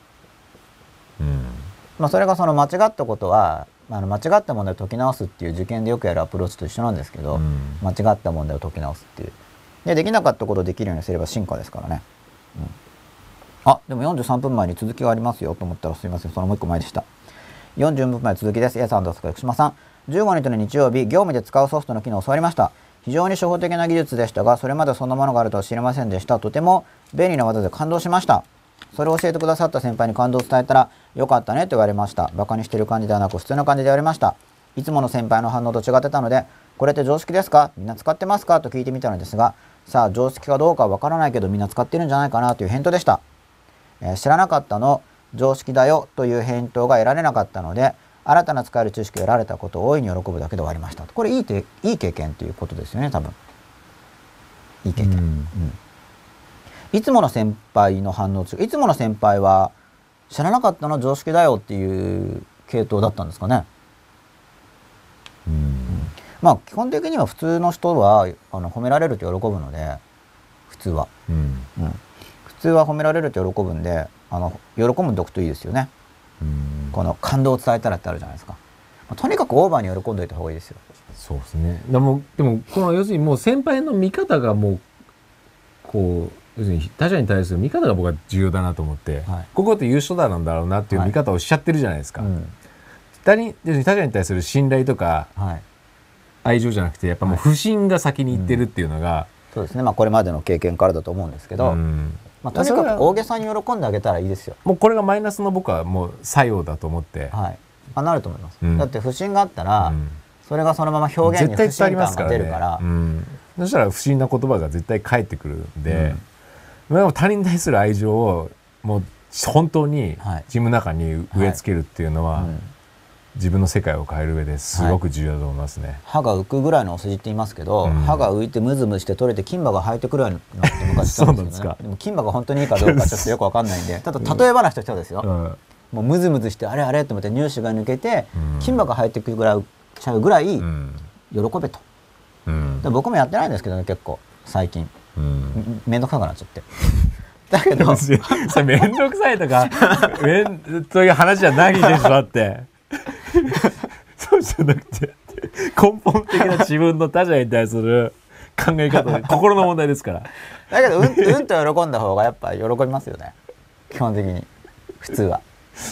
それがその間違ったことは間違った問題を解き直すっていう受験でよくやるアプローチと一緒なんですけど、間違った問題を解き直すっていうできなかったことをできるようにすれば進化ですからね。でも43分前に続きがありますよと思ったらすみません、そのもう一個前でした。40分前続きです。さんですか、福島さん。15日の日曜日、業務で使うソフトの機能を教わりました。非常に初歩的な技術でしたが、それまでそんなものがあるとは知りませんでした。とても便利な技で感動しました。それを教えてくださった先輩に感動を伝えたら、よかったねと言われました。バカにしてる感じではなく普通の感じで言われました。いつもの先輩の反応と違ってたので、これって常識ですか、みんな使ってますかと聞いてみたのですが、さあ常識かどうかはわからないけどみんな使ってるんじゃないかなという返答でした。知らなかったの常識だよという返答が得られなかったので、新たな使える知識を得られたことを大いに喜ぶだけで終わりました。これいい経験ということですよね、多分。いい経験。いつもの先輩の反応、いつもの先輩は知らなかったの常識だよっていう系統だったんですかね。基本的には普通の人は褒められると喜ぶので、普通は、普通は褒められると喜ぶんで、喜ぶんでおくといいですよね。この感動を伝えたらってあるじゃないですか。とにかくオーバーに喜んでおいた方がいいですよ。 そうですね。でもこの要するにもう先輩の見方がもうこう要するに他者に対する見方が僕は重要だなと思って、ここって優秀だなんだろうなっていう見方をしちゃってるじゃないですか。他者に対する信頼とか愛情じゃなくてやっぱもう不信が先にいってるっていうのが、 そうですね。これまでの経験からだと思うんですけど、とにかく大げさに喜んであげたらいいですよ。もうこれがマイナスの僕はもう作用だと思って、 なると思います。だって不信があったら、それがそのまま表現に不信感が出るから、 そしたら不審な言葉が絶対返ってくるんで、他人に対する愛情をもう本当に自分の中に植え付けるっていうのは、自分の世界を変える上ですごく重要だと思いますね。 歯が浮くぐらいのお世辞って言いますけど、歯が浮いてムズムズして取れて金歯が生えてくるようになって昔言ったんですけどね。でも金歯が本当にいいかどうかちょっとよく分かんないんで、ただ例え話としてはですよ、もうムズムズしてあれあれと思って乳歯が抜けて金歯が生えてくるぐらい喜べと。僕もやってないんですけどね、結構最近面倒くさくなっちゃって。だけどそれ面倒くさいとかそういう話じゃないでしょ。だってそうじゃなくて根本的な自分の他者に対する考え方心の問題ですから。 だけどうんと喜んだ方がやっぱ喜びますよね、基本的に普通は。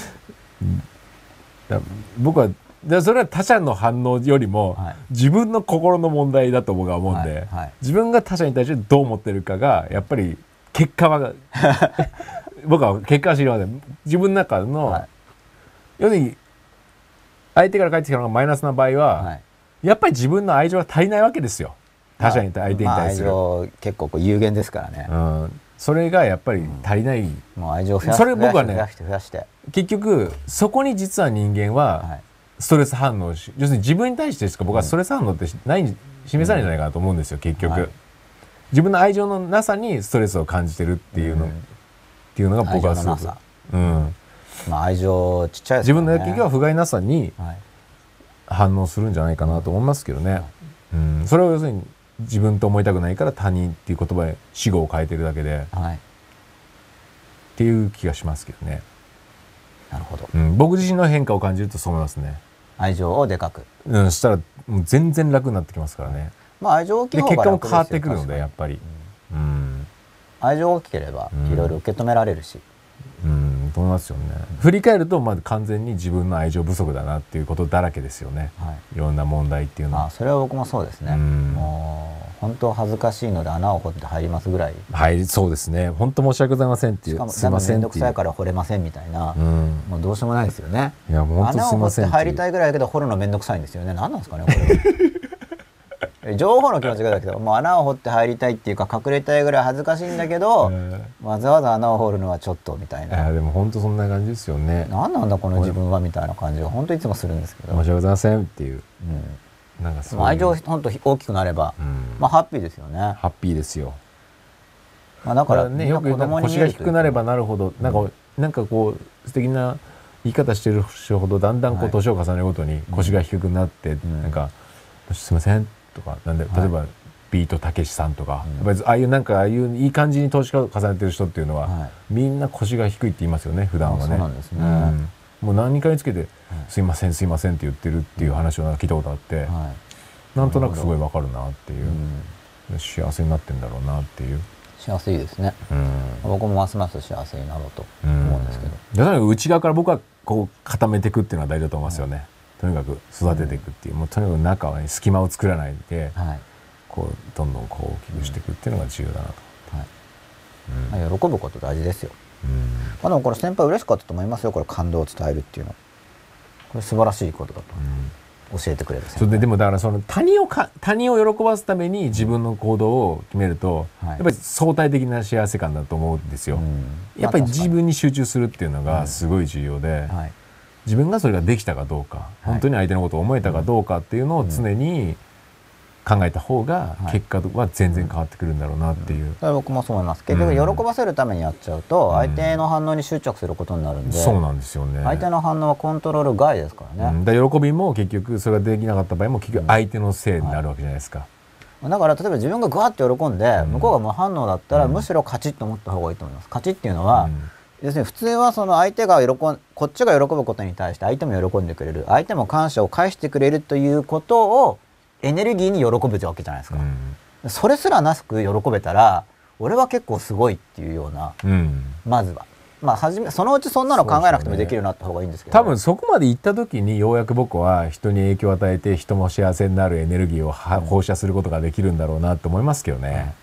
僕はそれは他者の反応よりも、はい、自分の心の問題だと僕は思うんで、はいはい、自分が他者に対してどう思ってるかがやっぱり結果は僕は結果は知りません。自分の中の、はい、要するに相手から返ってきたのがマイナスな場合は、はい、やっぱり自分の愛情が足りないわけですよ。他者に相手に対する、 愛情結構有限ですからね、 それがやっぱり足りない、 もう愛情を増やして結局そこに実は人間はストレス反応要するに自分に対してしか僕はストレス反応って示さないんじゃないかなと思うんですよ結局、はい、自分の愛情のなさにストレスを感じてるっていうのが僕はすごく愛情ちっちゃいですよね。自分の結局は不甲斐なさに反応するんじゃないかなと思いますけどね、それを要するに自分と思いたくないから他人っていう言葉で死語を変えてるだけで、はい、っていう気がしますけどね。 なるほど、 僕自身の変化を感じるとそう思いますね。 愛情をでかく、 そしたらもう全然楽になってきますからね。 愛情大きい方が楽ですよ。 で結果も変わってくるのでやっぱり、 愛情大きければいろいろ受け止められるし、 と思いますよね。振り返るとまず完全に自分の愛情不足だなっていうことだらけですよね、はい、いろんな問題っていうのは。 それは僕もそうですね。もう本当恥ずかしいので穴を掘って入りますぐらい。 そうですね。本当申し訳ございませんっていう。しかもすいませんっていう。面倒くさいから掘れませんみたいな、もうどうしようもないですよね。 いやもう本当すいませんっていう。 穴を掘って入りたいぐらいだけど掘るの面倒くさいんですよね。何なんですかねこれは。情報の気持ちがだけど、もう穴を掘って入りたいっていうか隠れたいぐらい恥ずかしいんだけど、わざわざ穴を掘るのはちょっとみたいな。 いやでも本当そんな感じですよね。 何なんだこの自分はみたいな感じが本当いつもするんですけど。 申し訳ございませんっていう。 なんか愛情本当大きくなれば、ハッピーですよね。 ハッピーですよ。 だからね、よく腰が低くなればなるほど、なんかこう素敵な言い方してる人ほどだんだんこう年を重ねるごとに腰が低くなって、なんかすいませんとかなんで例えばビートたけしさんとか、やっぱりああいういい感じに年を重ねてる人っていうのは、みんな腰が低いって言いますよね普段はね。 そうなんですね。 もう何かにつけてすいませんすいませんって言ってるっていう話を聞いたことあって、なんとなくすごいわかるなっていう、幸せになってんだろうなっていう。 幸せいいですね。僕もますます幸せになろうと思うんですけど。 とにかく内側から僕はこう固めていくっていうのは大事だと思いますよね。とにかく育てていくっていう、もうとにかく中に隙間を作らないで、こうどんどんこう大きくしていくっていうのが重要だなと。 喜ぶこと大事ですよ。でもこれ先輩嬉しかったと思いますよ。これ感動を伝えるっていうの、これ素晴らしいことだと教えてくれる先輩。 それでもだからその他人を喜ばすために自分の行動を決めると、やっぱり相対的な幸せ感だと思うんですよ。やっぱり自分に集中するっていうのがすごい重要で、自分がそれができたかどうか、本当に相手のことを思えたかどうかっていうのを常に考えた方が結果は全然変わってくるんだろうなっていう。 僕もそう思います。結局喜ばせるためにやっちゃうと相手の反応に執着することになるんで、 そうなんですよね。 相手の反応はコントロール外ですからね。 喜びも結局それができなかった場合も結局相手のせいになるわけじゃないですか。 だから例えば自分がグワッと喜んで向こうが無反応だったら、むしろカチッと思った方がいいと思います。カチッっていうのは、要するに普通はその相手がこっちが喜ぶことに対して相手も喜んでくれる、相手も感謝を返してくれるということをエネルギーに喜ぶわけじゃないですか。それすらなく喜べたら俺は結構すごいっていうような、まずはそのうちそんなの考えなくてもできるようになった方がいいんですけど、 多分そこまで行った時にようやく僕は人に影響を与えて人も幸せになるエネルギーを放射することができるんだろうなと思いますけどね。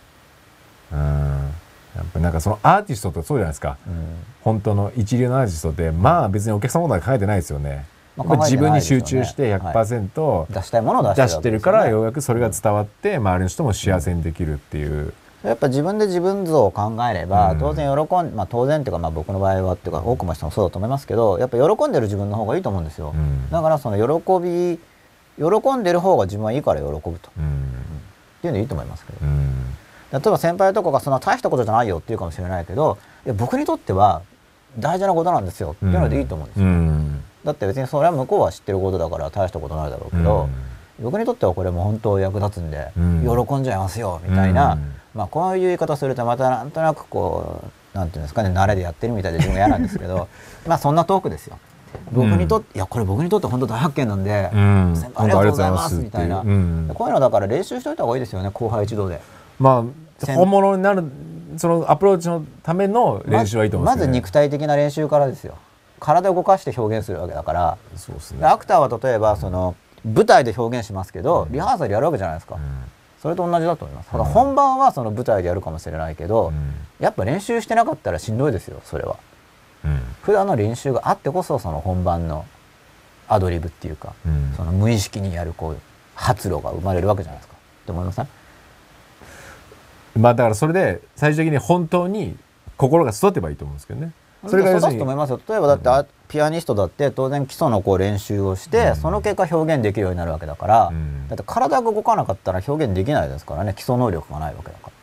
やっぱりなんかそのアーティストってそうじゃないですか。本当の一流のアーティストって別にお客様のことは考えてないですよね。自分に集中して 100% 出したいものを出してるからようやくそれが伝わって周りの人も幸せにできるっていう。 やっぱ自分で自分像を考えれば当然当然っていうか僕の場合はっていうか多くの人もそうだと思いますけど、やっぱ喜んでる自分の方がいいと思うんですよ。だからその喜んでる方が自分はいいから喜ぶと、っていうのでいいと思いますけど、例えば先輩とかがそんな大したことじゃないよって言うかもしれないけど、いや僕にとっては大事なことなんですよっていうのでいいと思うんですよ。だって別にそれは向こうは知ってることだから大したことないだろうけど、僕にとってはこれも本当役立つんで喜んじゃいますよみたいな、こういう言い方するとまたなんとなくこうなんていうんですかね、慣れでやってるみたいで自分が嫌なんですけどそんなトークですよ。 僕にとって、いやこれ僕にとって本当大発見なんで、先輩ありがとうございますみたいな、こういうのだから練習しといた方がいいですよね、後輩一同で。 まあ本物になるそのアプローチのための練習はいいと思うんですよね。 まず肉体的な練習からですよ。体を動かして表現するわけだから。そうですね。アクターは例えばその舞台で表現しますけど、リハーサルやるわけじゃないですか。それと同じだと思います。本番はその舞台でやるかもしれないけど、やっぱ練習してなかったらしんどいですよ、それは。普段の練習があってこそその本番のアドリブっていうか、その無意識にやるこう発露が生まれるわけじゃないですかって思いません？ まあだからそれで最終的に本当に心が育てばいいと思うんですけどね。 それが育つと思いますよ。例えばだってピアニストだって当然基礎のこう練習をして、その結果表現できるようになるわけだから、だって体が動かなかったら表現できないですからね、基礎能力がないわけだから。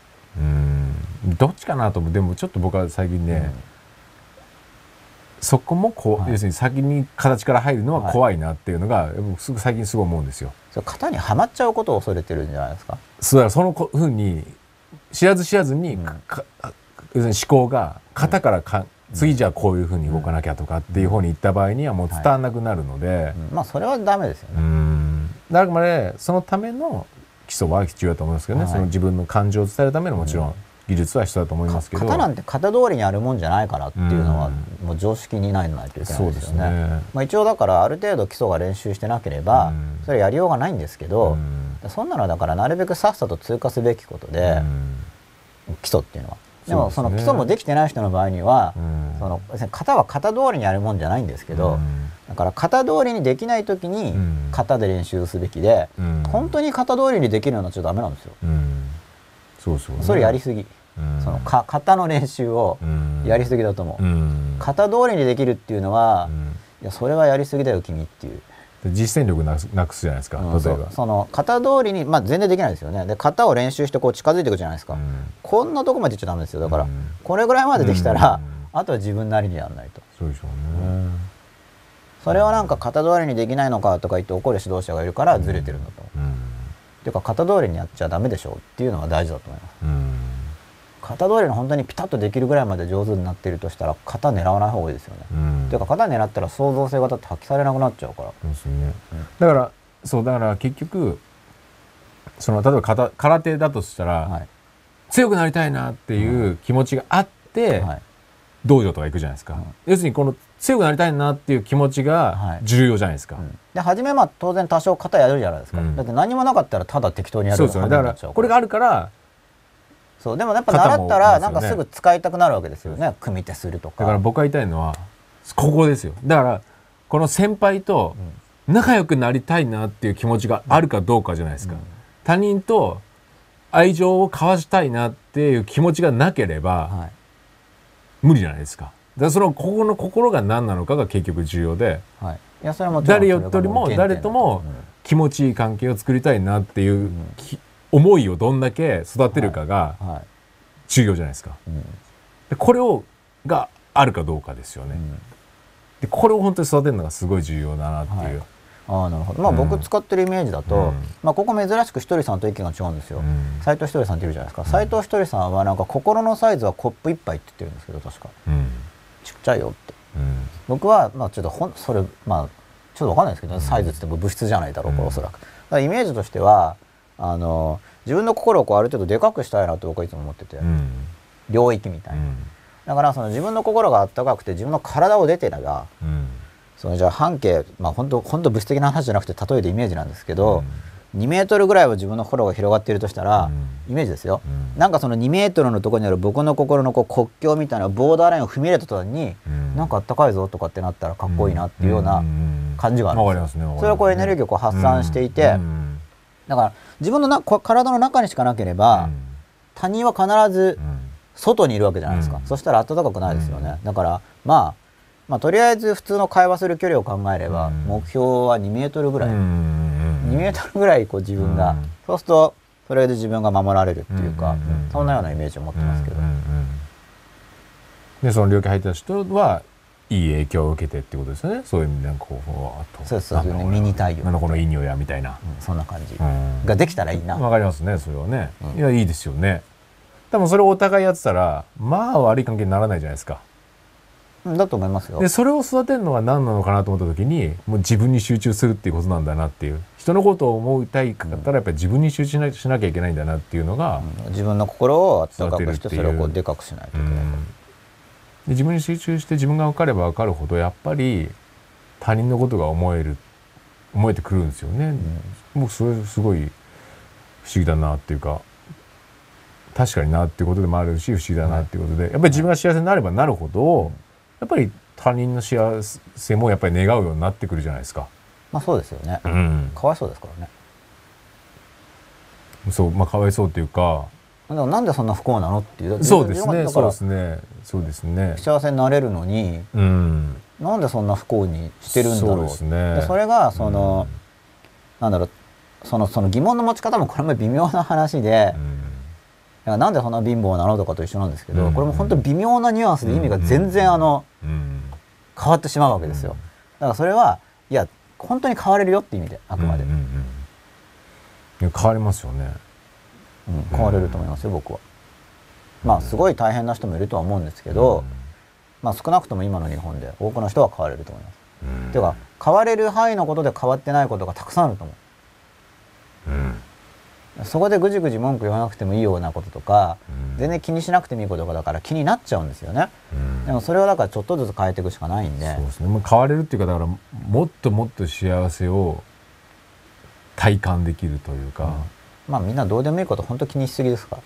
どっちかなと思う。でもちょっと僕は最近ね、そこもこう、要するに先に形から入るのは怖いなっていうのが、最近すごい思うんですよ。 それ型にはまっちゃうことを恐れてるんじゃないですか。 そうだ、そのふうに知らず知らずに、要するに思考が型から次じゃあこういうふうに動かなきゃとかっていう方に行った場合にはもう伝わらなくなるので、 まあそれはダメですよね。 だからね、そのための基礎は必要だと思いますけどね、その自分の感情を伝えるためのもちろん技術は必要だと思いますけど、 型なんて型通りにあるもんじゃないからっていうのはもう常識にないといけないですよね。まあ一応だからある程度基礎が練習してなければそれやりようがないんですけど、そんなのだからなるべくさっさと通過すべきことで、基礎っていうのは。でもその基礎もできてない人の場合には、その型は型通りにやるもんじゃないんですけど、だから型通りにできない時に型で練習すべきで、本当に型通りにできるのはちょっとダメなんですよ。それやりすぎ。その型の練習をやりすぎだと思う。型通りにできるっていうのは、いやそれはやりすぎだよ君っていう。 実践力なくすじゃないですか。例えばその型通りに、まあ、全然できないですよね。で型を練習してこう近づいていくじゃないですか。こんなとこまでいっちゃダメですよ。だからこれぐらいまでできたら、あとは自分なりにやらないと。 そうでしょうね。 それはなんか型通りにできないのかとか言って怒る指導者がいるからずれてるんだと思う。っていうか型通りにやっちゃダメでしょうっていうのが大事だと思います。型通りの本当にピタッとできるぐらいまで上手になっているとしたら型狙わない方がいいですよね。っていうか型狙ったら創造性がだって発揮されなくなっちゃうから。 だから結局その例えば空手だとしたら、強くなりたいなっていう気持ちがあって、道場とか行くじゃないですか。要するにこの強くなりたいなっていう気持ちが重要じゃないですか。 で初めは当然多少型やるじゃないですか。だって何もなかったらただ適当にやるのがだからこれがあるから。 そうでもやっぱ習ったらなんかすぐ使いたくなるわけですよね。組手するとか。 だから僕が言いたいのはここですよ。だからこの先輩と仲良くなりたいなっていう気持ちがあるかどうかじゃないですか。他人と愛情を交わしたいなっていう気持ちがなければ無理じゃないですか。だからそのここの心が何なのかが結局重要で、誰よりも誰とも気持ちいい関係を作りたいなっていう思いをどんだけ育てるかが重要じゃないですか。でこれがあるかどうかですよね。でこれを本当に育てるのがすごい重要だなっていう。 なるほど。まあ僕使ってるイメージだと、まあここ珍しくひとりさんと意見が違うんですよ。斉藤ひとりさんっているじゃないですか。斉藤ひとりさんはなんか心のサイズはコップ一杯って言ってるんですけど確か。ちっちゃいよって。僕はまあちょっとそれまあちょっとわかんないですけど、サイズって言っても物質じゃないだろうからおそらく。だからイメージとしては自分の心をこうある程度でかくしたいなと僕はいつも思ってて、領域みたいな。だからその自分の心があったかくて自分の体を出てれば、そのじゃあ半径まあ本当物質的な話じゃなくて例えでイメージなんですけど、2メートルぐらいは自分の心が広がっているとしたら、イメージですよ。なんかその2メートルのところにある僕の心のこう国境みたいなボーダーラインを踏み入れた途端に、なんかあったかいぞとかってなったらかっこいいなっていうような感じがあるんですよ。それはこうエネルギーをこう発散していて、だから自分の体の中にしかなければ、他人は必ず外にいるわけじゃないですか。そしたら暖かくないですよね。だからまあとりあえず普通の会話する距離を考えれば目標は2メートルぐらい、2メートルぐらいこう自分が、そうするとそれで自分が守られるっていうか、そんなようなイメージを持ってますけど。 でその領域入った人はいい影響を受けてってことですよね。そういう意味でこうそうですね。ミニ太陽なんだこのいい匂いやみたいな、 そんな感じができたらいいな。 わかりますねそれはね。いやいいですよね。でもそれをお互いやってたらまあ悪い関係にならないじゃないですか。 だと思いますよ。 でそれを育てるのは何なのかなと思った時にもう自分に集中するっていうことなんだなっていう、人のことを思いたいかったらやっぱり自分に集中しなきゃいけないんだなっていうのが、 自分の心を温かくしてそれをこうでかくしないといけない。で自分に集中して自分が分かれば分かるほどやっぱり他人のことが思えてくるんですよね。僕それすごい不思議だなっていうか、確かになっていうことでもあるし不思議だなっていうことで、やっぱり自分が幸せになればなるほどやっぱり他人の幸せもやっぱり願うようになってくるじゃないですか。 まあそうですよね。かわいそうですからね。 そう、かわいそうっていうか、 でもなんでそんな不幸なのっていう。 そうですね、そうですね、そうですね。 幸せになれるのに、なんでそんな不幸にしてるんだろう。そうですね。でそれがその、なんだろう、その疑問の持ち方もこれも微妙な話で、なんでそんな貧乏なのとかと一緒なんですけど、これも本当に微妙なニュアンスで意味が全然変わってしまうわけですよ。だからそれはいや本当に変われるよって意味で、あくまで。 変わりますよね。 変われると思いますよ、僕は。まあすごい大変な人もいるとは思うんですけど、まあ少なくとも今の日本で多くの人は変われると思います。っていうか変われる範囲のことで変わってないことがたくさんあると思う。そこでぐじぐじ文句言わなくてもいいようなこととか、全然気にしなくてもいいことがだから気になっちゃうんですよね。でもそれをだからちょっとずつ変えていくしかないんで。 そうですね。もう変われるっていうか、だからもっともっと幸せを体感できるというか。 まあみんなどうでもいいこと本当気にしすぎですから。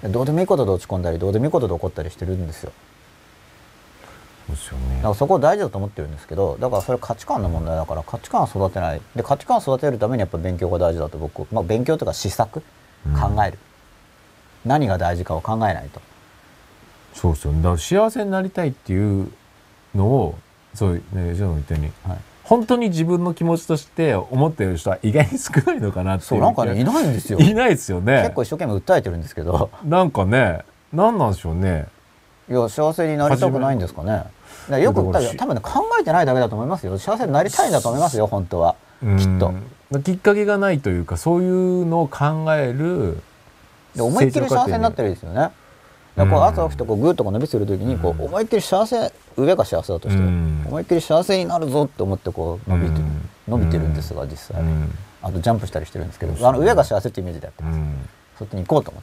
どうでもいいことで落ち込んだり、どうでもいいことで怒ったりしてるんですよ。 そうですよね。 だからそこを大事だと思ってるんですけど、だからそれ価値観の問題だから、価値観を育てないで、価値観を育てるためにやっぱ勉強が大事だと僕、勉強というか思索、考える、何が大事かを考えないと。 そうですよね。だから幸せになりたいっていうのを、そうね、ジョン言ったように、本当に自分の気持ちとして思っている人は意外に少ないのかなっていう。 そう、なんかね、いないんですよ。 いないですよね。 結構一生懸命訴えてるんですけど。 なんかね、何なんでしょうね。 いや、幸せになりたくないんですかね。よく多分ね、考えてないだけだと思いますよ。幸せになりたいんだと思いますよ、本当は。きっと。 きっかけがないというか、そういうのを考える。 思いっきり幸せになってるんですよね。こう朝起きてこうグーッとこう伸びする時にこう思いっきり幸せ、上が幸せだとして思いっきり幸せになるぞって思ってこう伸びてるんですが、実際あとジャンプしたりしてるんですけど、上が幸せってイメージでやってます。そっちに行こうと思って。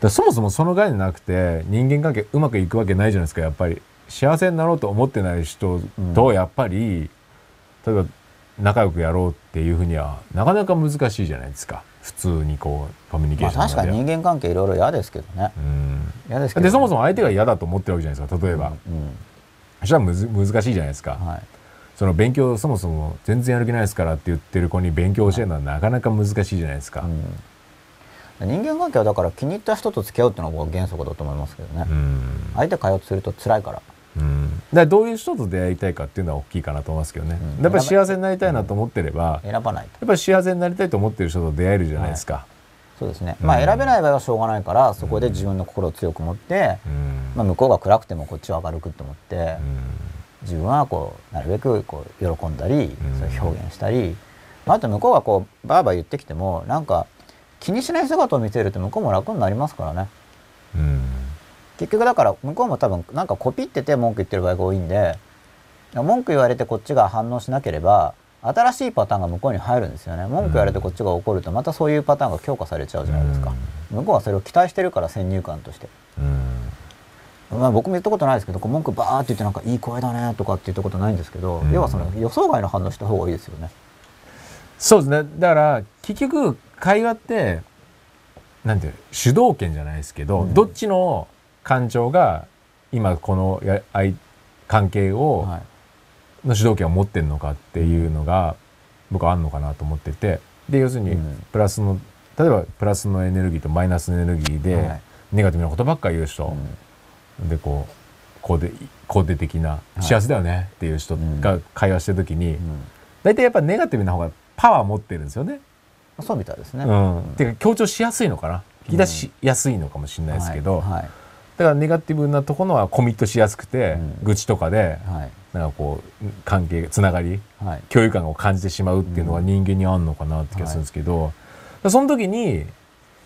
そもそもその概念なくて人間関係うまくいくわけないじゃないですか。やっぱり幸せになろうと思ってない人とやっぱり例えば仲良くやろうっていうふうにはなかなか難しいじゃないですか。普通にこうコミュニケーション確かに人間関係いろいろ嫌ですけどね。 嫌ですけどね。でそもそも相手が嫌だと思ってるわけじゃないですか。例えば、そしたら難しいじゃないですか。その勉強そもそも全然やる気ないですからって言ってる子に勉強を教えるのはなかなか難しいじゃないですか。 人間関係はだから気に入った人と付き合うっていうのが原則だと思いますけどね。相手変えようとすると辛いから。 だからどういう人と出会いたいかっていうのは大きいかなと思いますけどね。やっぱり幸せになりたいなと思ってれば、 選ばないと。 やっぱり幸せになりたいと思ってる人と出会えるじゃないですか。 そうですね。選べない場合はしょうがないから、そこで自分の心を強く持って、向こうが暗くてもこっちは明るくって思って、自分はこうなるべくこう喜んだり、それ表現したり、あと向こうがこうバーバー言ってきてもなんか気にしない姿を見せると向こうも楽になりますからね。結局だから向こうも多分なんかコピってて文句言ってる場合が多いんで、文句言われてこっちが反応しなければ新しいパターンが向こうに入るんですよね。文句言われてこっちが怒るとまたそういうパターンが強化されちゃうじゃないですか。向こうはそれを期待してるから、先入観として。僕も言ったことないですけど、文句バーって言ってなんかいい声だねとかって言ったことないんですけど、要はその予想外の反応した方がいいですよね。 そうですね。だから結局会話ってなんていう主導権じゃないですけど、どっちの感情が今この関係を、の主導権を持ってるのかっていうのが僕はあるのかなと思ってて、で要するにプラスの例えばプラスのエネルギーとマイナスのエネルギーでネガティブなことばっかり言う人、で肯定的な幸せだよねっていう人が会話してる時に、大体やっぱネガティブな方がパワー持ってるんですよね。 そうみたいですね。 っていうか強調しやすいのかな、引き出しやすいのかもしれないですけど、だからネガティブなところはコミットしやすくて、愚痴とかでなんかこう関係つながり、共有感を感じてしまうっていうのが人間にあるのかなって気がするんですけど、その時に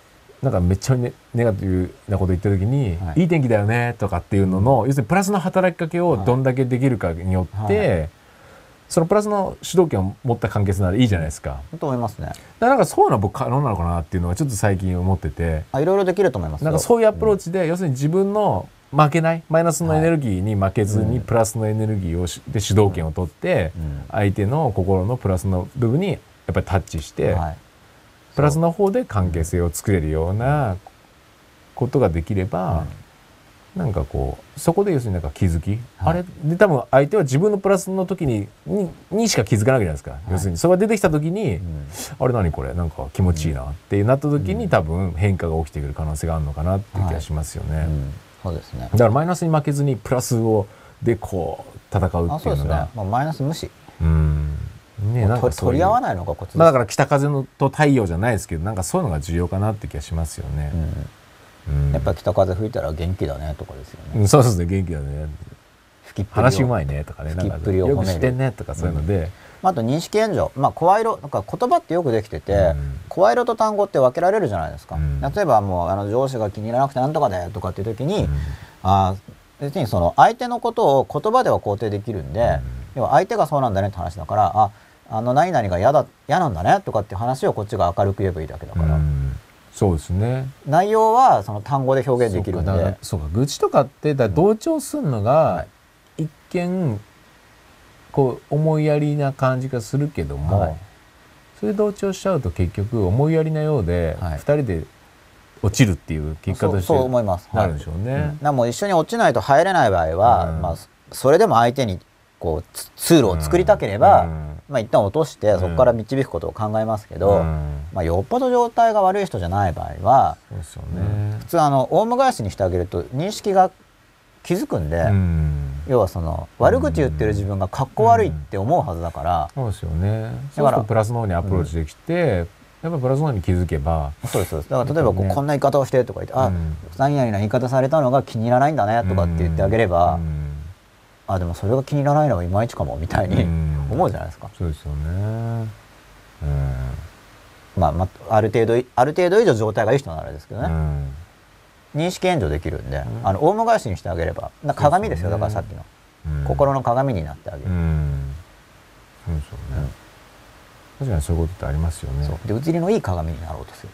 なんかめっちゃネガティブなこと言った時に、いい天気だよねとかっていうのの、要するにプラスの働きかけをどんだけできるかによって、そのプラスの主導権を持った関係性ならいいじゃないですか。 と思いますね。 だからそういうのは僕可能なのかなっていうのはちょっと最近思ってて、 いろいろできると思いますよ。 なんかそういうアプローチで、要するに自分の負けないマイナスのエネルギーに負けずにプラスのエネルギーをで主導権を取って、相手の心のプラスの部分にやっぱりタッチして、プラスの方で関係性を作れるようなことができれば、なんかこうそこで要するになんか気づき、あれで多分相手は自分のプラスの時にしか気づかないわけじゃないですか。要するにそれが出てきた時に、あれ何これなんか気持ちいいなってなった時に多分変化が起きてくる可能性があるのかなっていう気がしますよね。 そうですね。 だからマイナスに負けずにプラスをでこう戦うっていうのが、 そうですね。マイナス無視。 ね、なんか取り合わないのがコツです。 だから北風と太陽じゃないですけど、なんかそういうのが重要かなって気がしますよね。 やっぱ北風吹いたら元気だねとかですよね。 そうですね、元気だね。話うまいねとかね、 吹きっぷりを褒める。 よくしてんねとかそういうので。 あと認識援助、声色、なんか言葉ってよくできてて、声色と単語って分けられるじゃないですか。例えばもう上司が気に入らなくてなんとかだよとかっていう時に、別にその相手のことを言葉では肯定できるんで、要は相手がそうなんだねって話だから、何々が嫌なんだねとかっていう話をこっちが明るく言えばいいだけだから。 そうですね。 内容はその単語で表現できるんで。 そうか、愚痴とかって同調するのが一見こう思いやりな感じがするけども、それ同調しちゃうと結局思いやりなようで2人で落ちるっていう結果としてなるんでしょうね。 もう一緒に落ちないと入れない場合は、それでも相手にこう通路を作りたければ、一旦落としてそこから導くことを考えますけど、よっぽど状態が悪い人じゃない場合は、普通オウム返しにしてあげると認識が気づくんで、要はその悪口言ってる自分がかっこ悪いって思うはずだから。 そうですよね。だからプラスの方にアプローチできて、やっぱプラスの方に気づけば。 そうですそうです。だから例えばこんな言い方をしてとか言って、何々な言い方されたのが気に入らないんだねとかって言ってあげれば、でもそれが気に入らないのはいまいちかもみたいに思うじゃないですか。 そうですよね。 ある程度以上状態がいい人ならですけどね、認識援助できるんで、オウム返しにしてあげれば鏡ですよ。だからさっきの心の鏡になってあげる。 そうですよね。確かにそういうことってありますよね。 で写りのいい鏡になろうとする。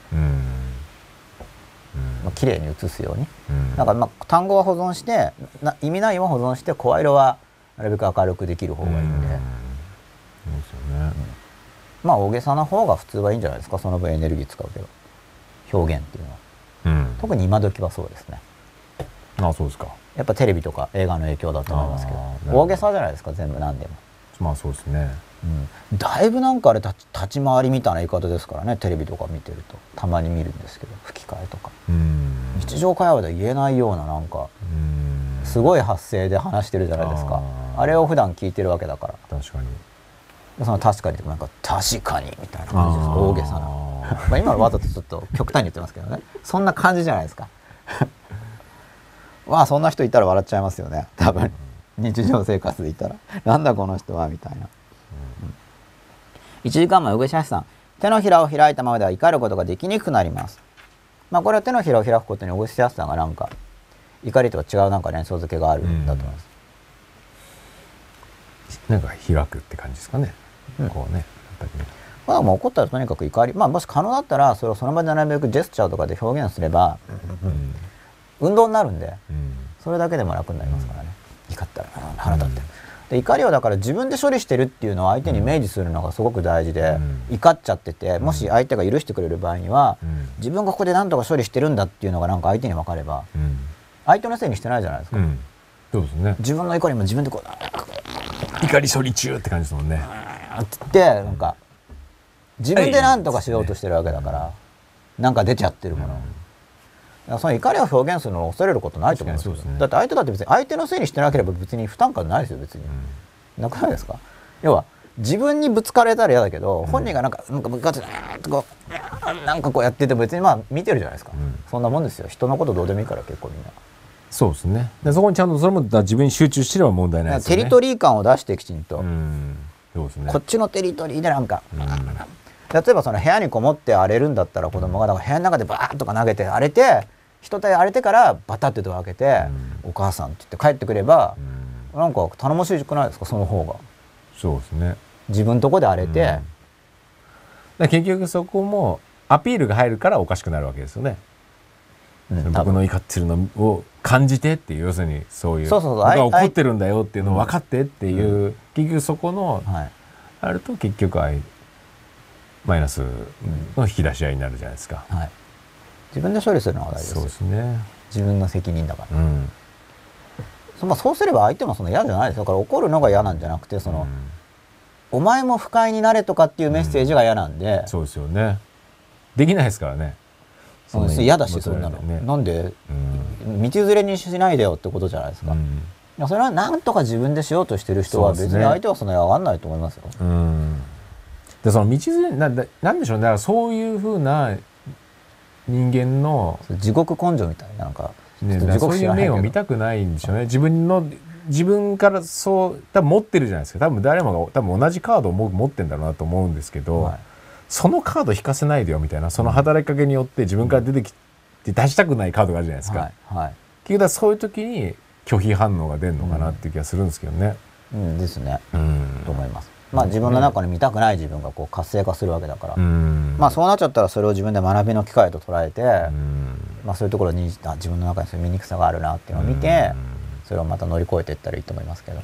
綺麗に写すように。だから単語は保存して意味内容は保存して声色はなるべく明るくできる方がいいんで。そうですよね。 大げさな方が普通はいいんじゃないですか。その分エネルギー使うけど表現っていうのは、特に今時はそうですね。 そうですか。 やっぱテレビとか映画の影響だと思いますけど、大げさじゃないですか全部何でも。 そうですね。 だいぶなんかあれ立ち回りみたいな言い方ですからね。テレビとか見てるとたまに見るんですけど、吹き替えとか日常会話で言えないようななんかすごい発声で話してるじゃないですか。あれを普段聞いてるわけだから。 確かに。 その確かになんか確かにみたいな感じです。大げさな今のわざとちょっと極端に言ってますけどね。そんな感じじゃないですか。そんな人いたら笑っちゃいますよね多分。日常生活でいたらなんだこの人はみたいな。1時間前、うぐしゃしさん、手のひらを開いたままでは怒ることができにくくなります。これは手のひらを開くことにうぐしゃしさんがなんか怒りとは違うなんか連想付けがあるんだと思います。 なんか開くって感じですかね。こうね。 もう怒ったらとにかく怒り、もし可能だったらそれをその場でなるべくジェスチャーとかで表現すれば運動になるんで、それだけでも楽になりますからね。怒ったら腹立ってる。で怒りをだから自分で処理してるっていうのを相手に明示するのがすごく大事で、怒っちゃっててもし相手が許してくれる場合には、自分がここで何とか処理してるんだっていうのがなんか相手に分かれば、相手のせいにしてないじゃないですか。 そうですね。 自分の怒りも自分でこう怒り処理中って感じですもんね。 ってなんか自分で何とかしようとしてるわけだから、なんか出ちゃってるもの。その怒りを表現するのを恐れることないと思うんですよ。だって別に相手のせいにしてなければ別に負担感ないですよ別に。なくないですか。要は自分にぶつかれたら嫌だけど、本人がなんか部活なんかこうやってて別に見てるじゃないですか。そんなもんですよ。人のことどうでもいいから結構みんな。 そうですね。でそこにちゃんとそれも自分に集中してれば問題ないですよね。 テリトリー感を出してきちんと。 そうですね。 こっちのテリトリーでなんか例えばその部屋にこもって荒れるんだったら子供がだから部屋の中でバーッとか投げて荒れて人と荒れてからバタッてドア開けて「お母さん」って言って帰ってくればなんか頼もしくないですかその方が。 そうですね。 自分のとこで荒れて、 結局そこもアピールが入るからおかしくなるわけですよね。僕の怒ってるのを感じてっていう要するにそういう僕が怒ってるんだよっていうのを分かってっていう結局そこのあると結局マイナスの引き出し合いになるじゃないですか。 自分で処理するのが大事です。 そうですね。 自分の責任だから。そうすれば相手もその嫌じゃないです。だから怒るのが嫌なんじゃなくてその、お前も不快になれとかっていうメッセージが嫌なんで、 そうですよね。できないですからね。 嫌だしそんなの、なんで道連れにしないでよってことじゃないですか。それは何とか自分でしようとしてる人は別に相手はそんなに上がんないと思いますよ。 でその道連れなんでしょうね。だからそういうふうな人間の地獄根性みたいななんかそういう面を見たくないんでしょうね。自分からそう多分持ってるじゃないですか。多分誰もが多分同じカードを持ってんだろうなと思うんですけど、そのカード引かせないでよみたいなその働きかけによって自分から出てきて出したくないカードがあるじゃないですか。結局そういう時に拒否反応が出るのかなっていう気がするんですけどね。 ですね。と思います。自分の中に見たくない自分がこう活性化するわけだから、そうなっちゃったらそれを自分で学びの機会と捉えて、そういうところに自分の中にそういう醜さがあるなっていうのを見て、それをまた乗り越えていったらいいと思いますけど。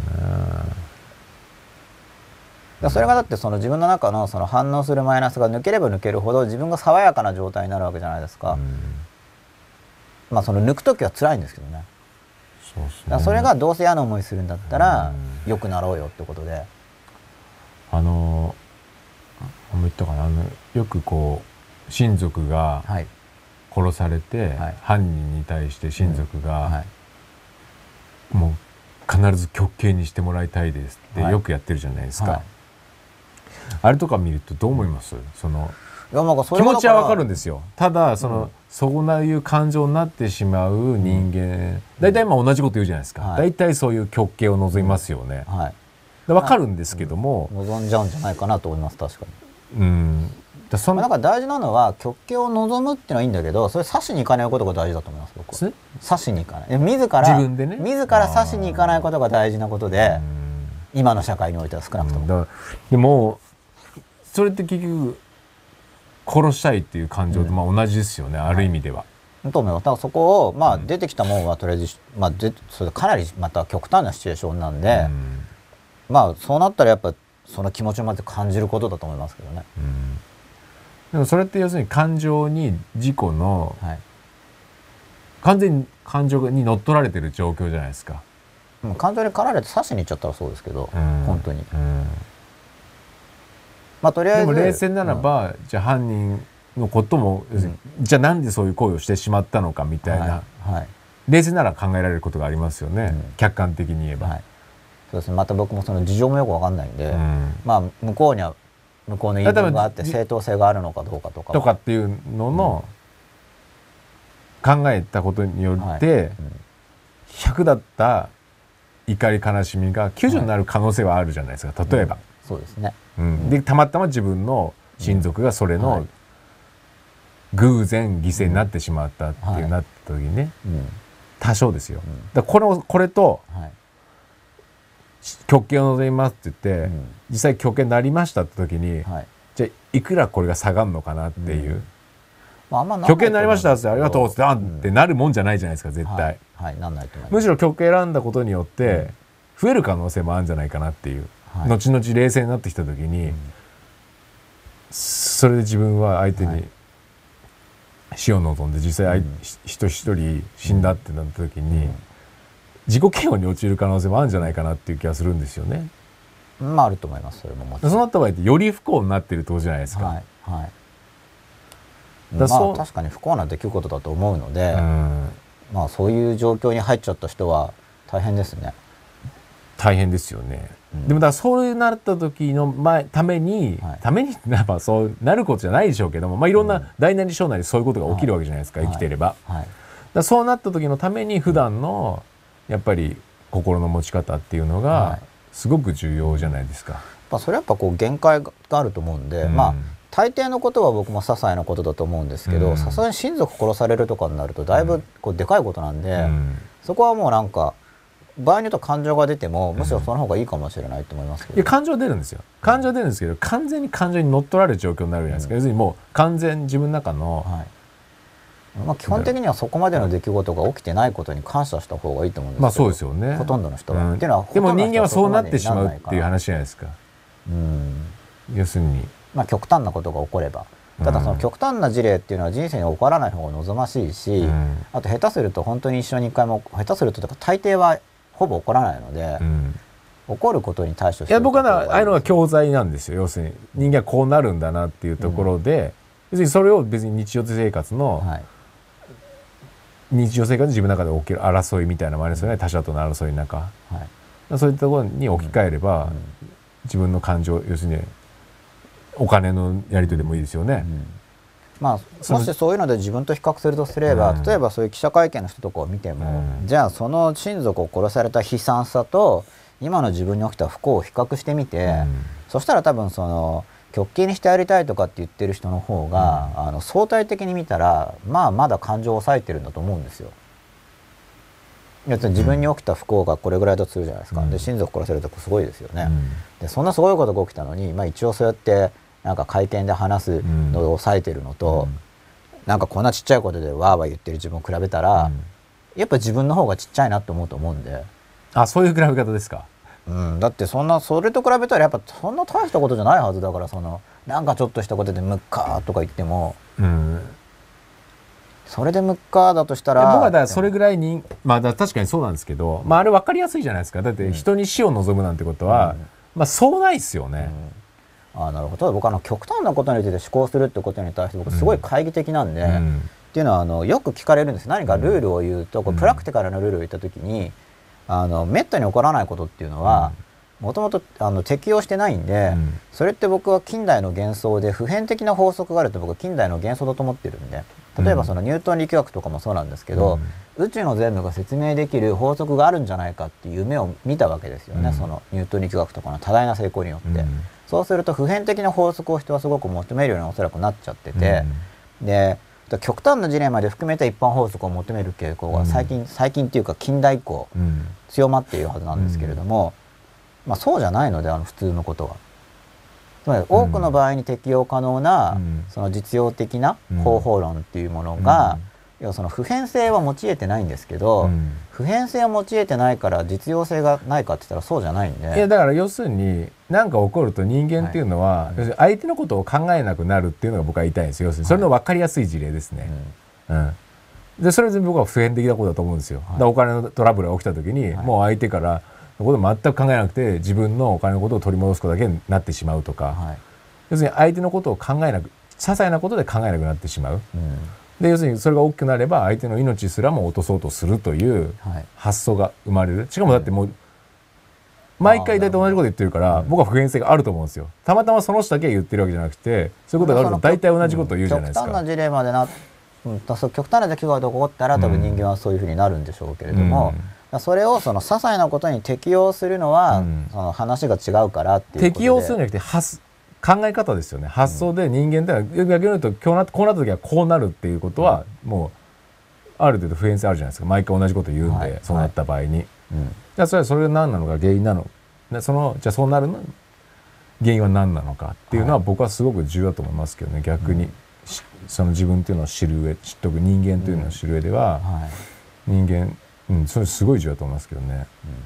それがだってその自分の中のその反応するマイナスが抜ければ抜けるほど自分が爽やかな状態になるわけじゃないですか。その抜く時は辛いんですけどね。それがどうせ嫌な思いするんだったら良くなろうよってことで。 言ったかなよくこう親族が殺されて、犯人に対して親族が、もう必ず極刑にしてもらいたいですってよくやってるじゃないですか。あれとか見るとどう思います？その気持ちはわかるんですよ。ただそういう感情になってしまう人間、大体同じこと言うじゃないですか。大体そういう極刑を望みますよね。わかるんですけども、 望んじゃうんじゃないかなと思います。確かに。なんか大事なのは極刑を望むっていうのはいいんだけど、それ刺しに行かないことが大事だと思います。僕は刺しに行かない。自ら刺しに行かないことが大事なことで、今の社会においては少なくとも。 でもそれって結局殺したいっていう感情と同じですよね。ある意味では。 と思います。だからそこを出てきたもんはとりあえずそれかなりまた極端なシチュエーションなんで。そうなったらやっぱその気持ちをまず感じることだと思いますけどね。 でもそれって要するに感情に自己の、完全に感情に乗っ取られてる状況じゃないですか。 感情に駆られて刺しに行っちゃったらそうですけど、本当に。とりあえずでも冷静ならば、じゃあ犯人のことも、じゃあなんでそういう行為をしてしまったのかみたいな、冷静なら考えられることがありますよね。客観的に言えば。 そうですね、また僕もその事情もよく分かんないんで、向こうには向こうの言い分があって正当性があるのかどうかとかっていうのの考えたことによって100だった怒り悲しみが90になる可能性はあるじゃないですか。例えばそうですね。 でたまたま自分の親族がそれの偶然犠牲になってしまったっていうなった時にね、多少ですよ。だからこれと極刑を望みますって言って、実際極刑になりましたって時に、じゃあいくらこれが下がるのかなっていう、極刑になりましたってありがとうってなるもんじゃないじゃないですか絶対。むしろ極刑選んだことによって増える可能性もあるんじゃないかなっていう、後々冷静になってきた時に、それで自分は相手に死を望んで実際人一人死んだってなった時に、自己嫌悪に陥る可能性もあるんじゃないかなっていう気がするんですよね。 あると思います。それもそうなった場合ってより不幸になってるってことじゃないですか。 確かに不幸な出来事だと思うので、そういう状況に入っちゃった人は大変ですね。 大変ですよね。でもそうなった時のためにそうなることじゃないでしょうけども、いろんな大なり小なりそういうことが起きるわけじゃないですか、生きていれば。そうなった時のために普段のやっぱり心の持ち方っていうのがすごく重要じゃないですか。 それはやっぱ限界があると思うんで、 大抵のことは僕も些細なことだと思うんですけど、さすがに親族殺されるとかになるとだいぶこうでかいことなんで、そこはもうなんか場合によっては感情が出てもむしろその方がいいかもしれないと思いますけど、 いや感情出るんですよ。感情出るんですけど、完全に感情に乗っ取られる状況になるじゃないですか。要するにもう完全自分の中の、 まあ基本的にはそこまでの出来事が起きてないことに感謝した方がいいと思うんですけど、 まあそうですよね、 ほとんどの人は。っていうのはでも人間はそうなってしまうっていう話じゃないですか。要するにまあ極端なことが起これば、ただその極端な事例っていうのは人生に起こらない方が望ましいし、あと下手すると本当に一生に一回も、下手すると大抵はほぼ起こらないので、起こることに対処して、 いや僕はああいうのが教材なんですよ。要するに人間はこうなるんだなっていうところで、要するにそれを別に日常生活の、日常生活で自分の中で起きる争いみたいなのもありますよね。他者との争いの中、そういったところに置き換えれば、自分の感情、要するにお金のやり取りでもいいですよね。 まあ、もしそういうので自分と比較するとすれば、例えばそういう記者会見の人とかを見ても、じゃあその親族を殺された悲惨さと今の自分に起きた不幸を比較してみて、そしたら多分その極刑にしてやりたいとかって言ってる人の方が、相対的に見たらまあまだ感情を抑えてるんだと思うんですよ。自分に起きた不幸がこれぐらいだとするじゃないですか。で親族殺されたとすごいですよね。でそんなすごいことが起きたのに、まあ、一応そうやってなんか会見で話すのを抑えてるのと、なんかこんなちっちゃいことでわーわー言ってる自分を比べたら、やっぱ自分の方がちっちゃいなって思うと思うんで。 あ、そういう比べ方ですか。 だってそれと比べたらやっぱそんな大したことじゃないはずだから、なんかちょっとしたことでムッカーとか言っても、それでムッカーだとしたら、 僕はだからそれぐらいに、まあ確かにそうなんですけど、まああれ分かりやすいじゃないですか。だって人に死を望むなんてことは、まあそうないっすよね。 なるほど。僕極端なことについて思考するってことに対して僕すごい懐疑的なんで、っていうのはよく聞かれるんです。何かルールを言うと、プラクティカルなルールを言った時にめったに起こらないことっていうのはもともと適用してないんで、それって僕は近代の幻想で普遍的な法則があると僕は近代の幻想だと思ってるんで、例えばそのニュートン力学とかもそうなんですけど、宇宙の全部が説明できる法則があるんじゃないかっていう夢を見たわけですよね、そのニュートン力学とかの多大な成功によって。そうすると普遍的な法則を人はすごく求めるようにおそらくなっちゃってて、で極端な事例まで含めた一般法則を求める傾向が最近っていうか近代以降強まっているはずなんですけれども、まあそうじゃないので普通のことは。つまり多くの場合に適用可能なその実用的な方法論っていうものが、要はその普遍性は用いてないんですけど、普遍性を用いてないから実用性がないかって言ったらそうじゃないんで。 いやだから要するに何か起こると人間っていうのは、要するに相手のことを考えなくなるっていうのが僕は言いたいんですよ。要するにそれの分かりやすい事例ですね。でそれで僕は普遍的なことだと思うんですよ。だからお金のトラブルが起きた時に、もう相手からのことを全く考えなくて自分のお金のことを取り戻すことだけになってしまうとか、要するに相手のことを考えなく、些細なことで考えなくなってしまう。で要するにそれが大きくなれば相手の命すらも落とそうとするという発想が生まれる。しかもだってもう毎回大体同じこと言ってるから、僕は普遍性があると思うんですよ。たまたまその人だけ言ってるわけじゃなくて、そういうことがあると大体同じことを言うじゃないですか。 極端な事例まで極端な出来事が起こったら多分人間はそういうふうになるんでしょうけれども、それをその些細なことに適用するのは、その話が違うからっていうことで。 適用するんじゃなくて考え方ですよね。発想で人間って逆に言うとこうなった時はこうなるっていうことはもうある程度普遍性あるじゃないですか。毎回同じこと言うんで、そうなった場合に、じゃあそれが何なのか原因なの、じゃあそうなるの原因は何なのかっていうのは僕はすごく重要だと思いますけどね。逆にその自分っていうのを知っとく人間というのを知る上では、人間、それすごい重要だと思いますけどね。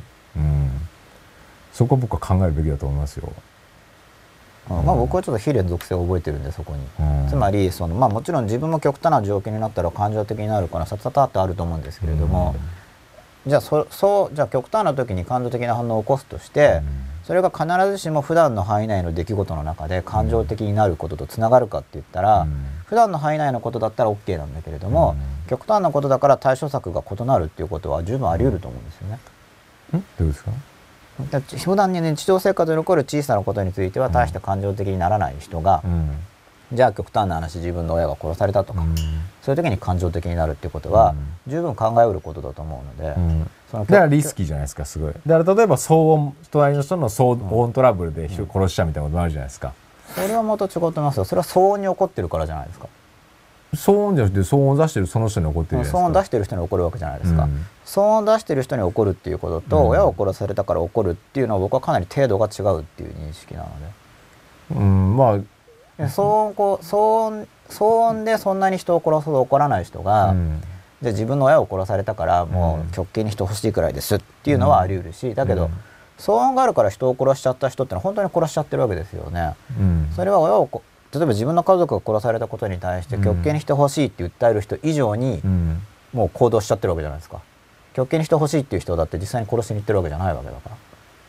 そこは僕は考えるべきだと思いますよ。 まあ僕はちょっと非連続性を覚えてるんでそこに、つまりまあもちろん自分も極端な状況になったら感情的になるからさたたっとあると思うんですけれども、じゃあじゃあ極端な時に感情的な反応を起こすとして、それが必ずしも普段の範囲内の出来事の中で感情的になることとつながるかって言ったら、普段の範囲内のことだったら OK なんだけれども、極端なことだから対処策が異なるっていうことは十分あり得ると思うんですよね。 どうですか？ 普段に日常生活で起こる小さなことについては大して感情的にならない人が、じゃあ極端な話自分の親が殺されたとか、そういう時に感情的になるっていうことは十分考えうることだと思うので、 だからリスキーじゃないですか。すごいだから例えば隣の人の騒音トラブルで人を殺しちゃうみたいなこともあるじゃないですか。 それはまた違ってますよ。それは騒音に起こってるからじゃないですか。 騒音じゃなくて騒音出してるその人に怒ってるじゃないですか。 騒音出してる人に怒るわけじゃないですか、騒音出してる人に怒るっていうことと、親を殺されたから怒るっていうのは僕はかなり程度が違うっていう認識なので、まあ騒音でそんなに人を殺すほど怒らない人が、じゃあ自分の親を殺されたからもう極刑にしてほしいくらいですっていうのはあり得るし、だけど、騒音があるから人を殺しちゃった人ってのは本当に殺しちゃってるわけですよね、それは親を例えば自分の家族が殺されたことに対して極刑にしてほしいって訴える人以上にもう行動しちゃってるわけじゃないですか。極刑にしてほしいっていう人だって実際に殺しに行ってるわけじゃないわけだから。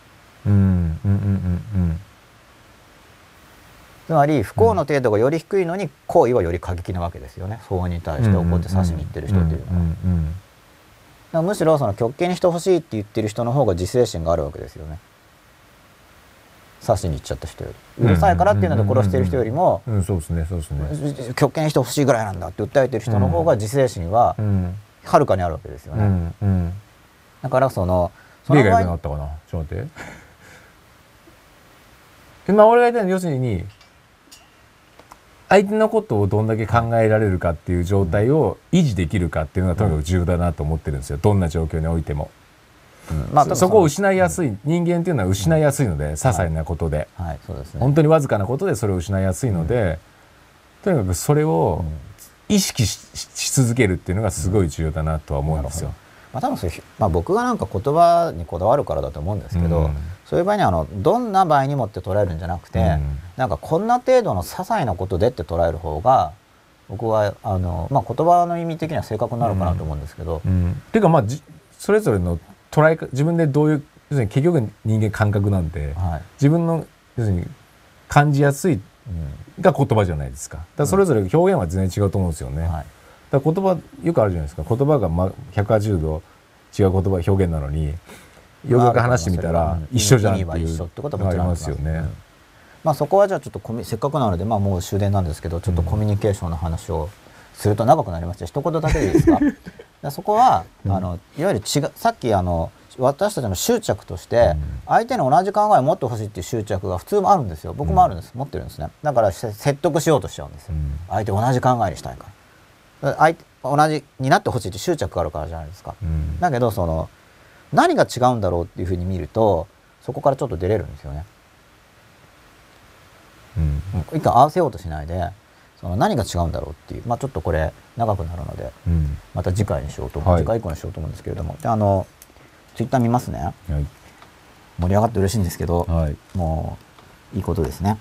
つまり不幸の程度がより低いのに行為はより過激なわけですよね。騒音に対して怒って刺しに行ってる人っていうのは。だからむしろその極刑にしてほしいって言ってる人の方が自制心があるわけですよね。刺しに行っちゃった人より、うるさいからっていうので殺してる人よりも極刑にしてほしいぐらいなんだって訴えてる人の方が自制心ははるかにあるわけですよね。だからその例が良くなったかな。ちょっと待って今俺が言ったのは要するに相手のことをどんだけ考えられるかっていう状態を維持できるかっていうのがとにかく重要だなと思ってるんですよ。どんな状況においても。そこを失いやすい、人間っていうのは失いやすいので、些細なことで、本当にわずかなことでそれを失いやすいので、とにかくそれを意識 し続けるっていうのがすごい重要だなとは思うんですよ。 多分それ、僕がなんか言葉にこだわるからだと思うんですけど、そういう場合にはどんな場合にもって捉えるんじゃなくて、なんかこんな程度の些細なことでって捉える方が僕は言葉の意味的には正確になるかなと思うんですけど。 っていうかそれぞれの捉え自分でどういう要するに結局人間感覚なんで、自分の要するに感じやすいが言葉じゃないですか。だからそれぞれ表現は全然違うと思うんですよね。だから言葉よくあるじゃないですか。言葉が180度違う言葉表現なのによく話してみたら一緒じゃんっていうのがありますよね。 そこはじゃあちょっとせっかくなのでもう終電なんですけどちょっとコミュニケーションの話をすると長くなりまして一言だけでいいですか。そこはいわゆるさっき私たちの執着として相手に同じ考えを持ってほしいっていう執着が普通もあるんですよ。僕もあるんです、持ってるんですね。だから説得しようとしちゃうんですよ。相手同じ考えにしたいから。同じになってほしいって執着があるからじゃないですか。だけど何が違うんだろうっていうふうに見るとそこからちょっと出れるんですよね。一回合わせようとしないで何が違うんだろうっていう、ちょっとこれ長くなるので、また次回にしようと思う、次回以降にしようと思うんですけれども、ツイッター見ますね、盛り上がって嬉しいんですけど、もういいことですね。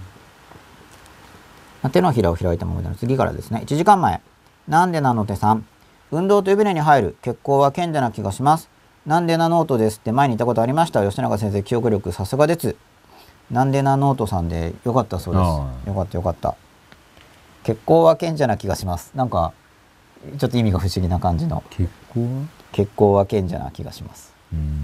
手のひらを開いたままでの次からですね。1時間前、なんでなのてさん、運動と湯船に入る血行は賢者な気がします。なんでなノートですって前に言ったことありました。吉永先生、記憶力さすがです。なんでなノートさんでよかったそうです。よかったよかった。血行は賢者な気がします。なんかちょっと意味が不思議な感じの。血行は賢者な気がします。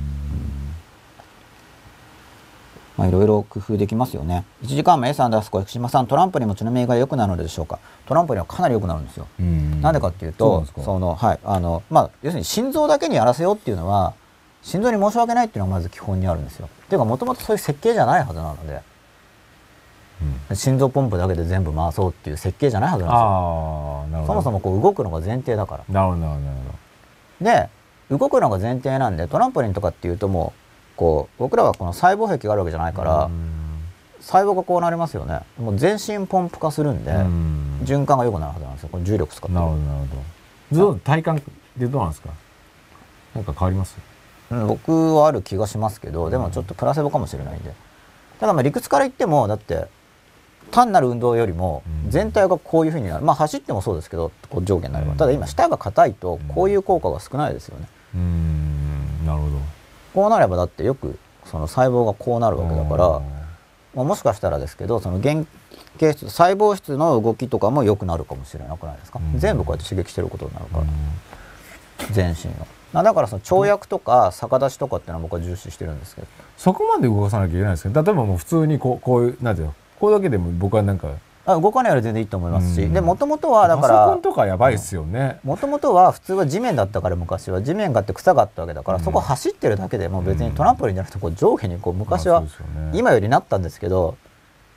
いろいろ工夫できますよね。1時間前 S アンダースコア福島さん、トランポリンも血の巡りが良くなるのでしょうか。トランポリンはかなり良くなるんですよ。なんでかっていうと要するに心臓だけにやらせようっていうのは心臓に申し訳ないっていうのがまず基本にあるんですよ。っていうかもともとそういう設計じゃないはずなので、心臓ポンプだけで全部回そうっていう設計じゃないはずなんですよ。そもそも動くのが前提だから。なるほど。で動くのが前提なんでトランポリンとかっていうともう僕らはこの細胞壁があるわけじゃないから細胞がこうなりますよね。もう全身ポンプ化するんで循環が良くなるはずなんですよ。この重力使って。なるほど。体感でどうなんですか。なんか変わります？ 僕はある気がしますけど、でもちょっとプラセボかもしれないんで。ただ理屈から言ってもだって単なる運動よりも全体がこういうふうになる。走ってもそうですけど上下になれば。ただ今舌が硬いとこういう効果が少ないですよね。 なるほど。 こうなればだってよく細胞がこうなるわけだから、もしかしたらですけど原型質細胞質の動きとかも良くなるかもしれなくないですか。全部こうやって刺激してることになるから全身の。だから跳躍とか逆立ちとかっていうのは僕は重視してるんですけど、 そこまで動かさなきゃいけないですけど、例えばもう普通にこういうなんていうのこれだけでも僕はなんか動かないより全然いいと思いますし、でもともとはだからパソコンとかやばいですよね。 もともとは普通は地面だったから、昔は地面があって草があったわけだから、そこ走ってるだけでも別にトランポリンじゃなくて上下に昔は今よりなったんですけど、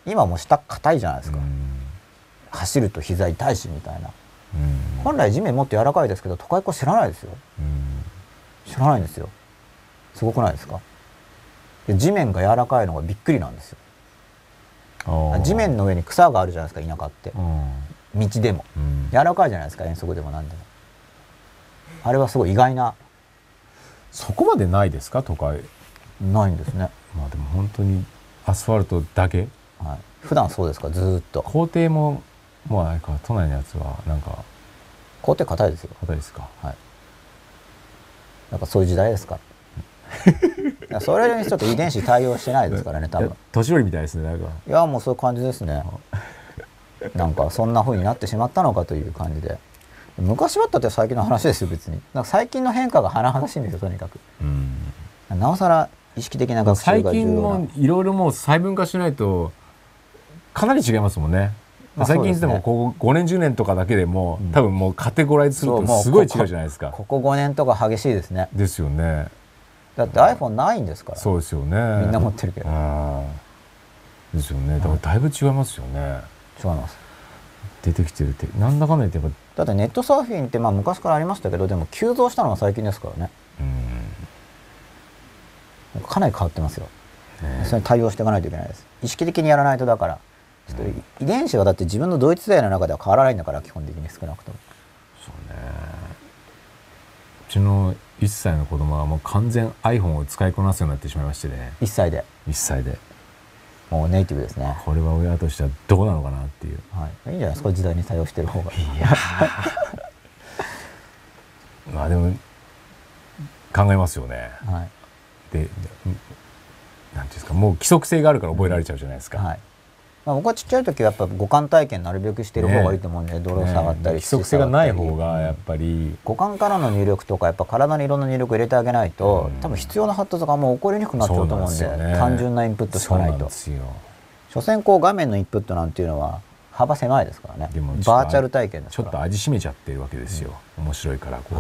今もう下硬いじゃないですか、走ると膝痛いしみたいな。本来地面もっと柔らかいですけど都会っ子知らないですよ。知らないんですよ。すごくないですか。で地面が柔らかいのがびっくりなんですよ。地面の上に草があるじゃないですか、田舎って。道でも、柔らかいじゃないですか、遠足でも何でも。あれはすごい意外な。 そこまでないですか、都会。 ないんですね。 まあでも本当にアスファルトだけ。 はい、普段そうですか、ずーっと。 校庭ももうあれか、都内のやつはなんか校庭硬いですよ。 硬いですか。 はい。やっぱそういう時代ですか。それにちょっと遺伝子対応してないですからね、多分。 年寄りみたいですね、なんか。 いやもうそういう感じですね。なんかそんな風になってしまったのかという感じで。昔はだって最近の話ですよ、別に。なんか最近の変化が甚だしいんですよ、とにかく。なおさら意識的な学習が重要な。 最近もいろいろもう細分化しないとかなり違いますもんね。最近でもここ5年10年とかだけでも、多分もうカテゴライズするとすごい違うじゃないですか。 ここ5年とか激しいですね。 ですよね。 だって iPhone ないんですから。 そうですよね。 みんな持ってるけど。 ですよね。だからだいぶ違いますよね。 違います。 出てきてるってなんだかんだ言ってやっぱ。だってネットサーフィンってまあ昔からありましたけど、でも急増したのは最近ですからね。かなり変わってますよ。それに対応していかないといけないです。意識的にやらないと。だからちょっと遺伝子はだって自分の同一世代の中では変わらないんだから、基本的に少なくとも。 そうね。うちの1歳の子供はもう完全 iPhone を使いこなすようになってしまいましてね。 1歳で。 1歳で。 もうネイティブですね。 これは親としてはどうなのかなっていう。 はい。いいんじゃないですか、時代に対応してる方が。 いや。まあでも考えますよね。 はい。 で、なんていうんですか、もう規則性があるから覚えられちゃうじゃないですか。 はい。まあ、僕はちっちゃい時はやっぱ五感体験なるべくしてる方がいいと思うんで、泥下がったり、 規則性がない方がやっぱり五感からの入力とかやっぱ体にいろんな入力入れてあげないと、多分必要な発達がもう起こりにくくなっちゃうと思うんで、単純なインプットしかないと。所詮こう画面のインプットなんていうのは幅狭いですからね。バーチャル体験ですから。 ちょっと味しめちゃってるわけですよ。面白いからこ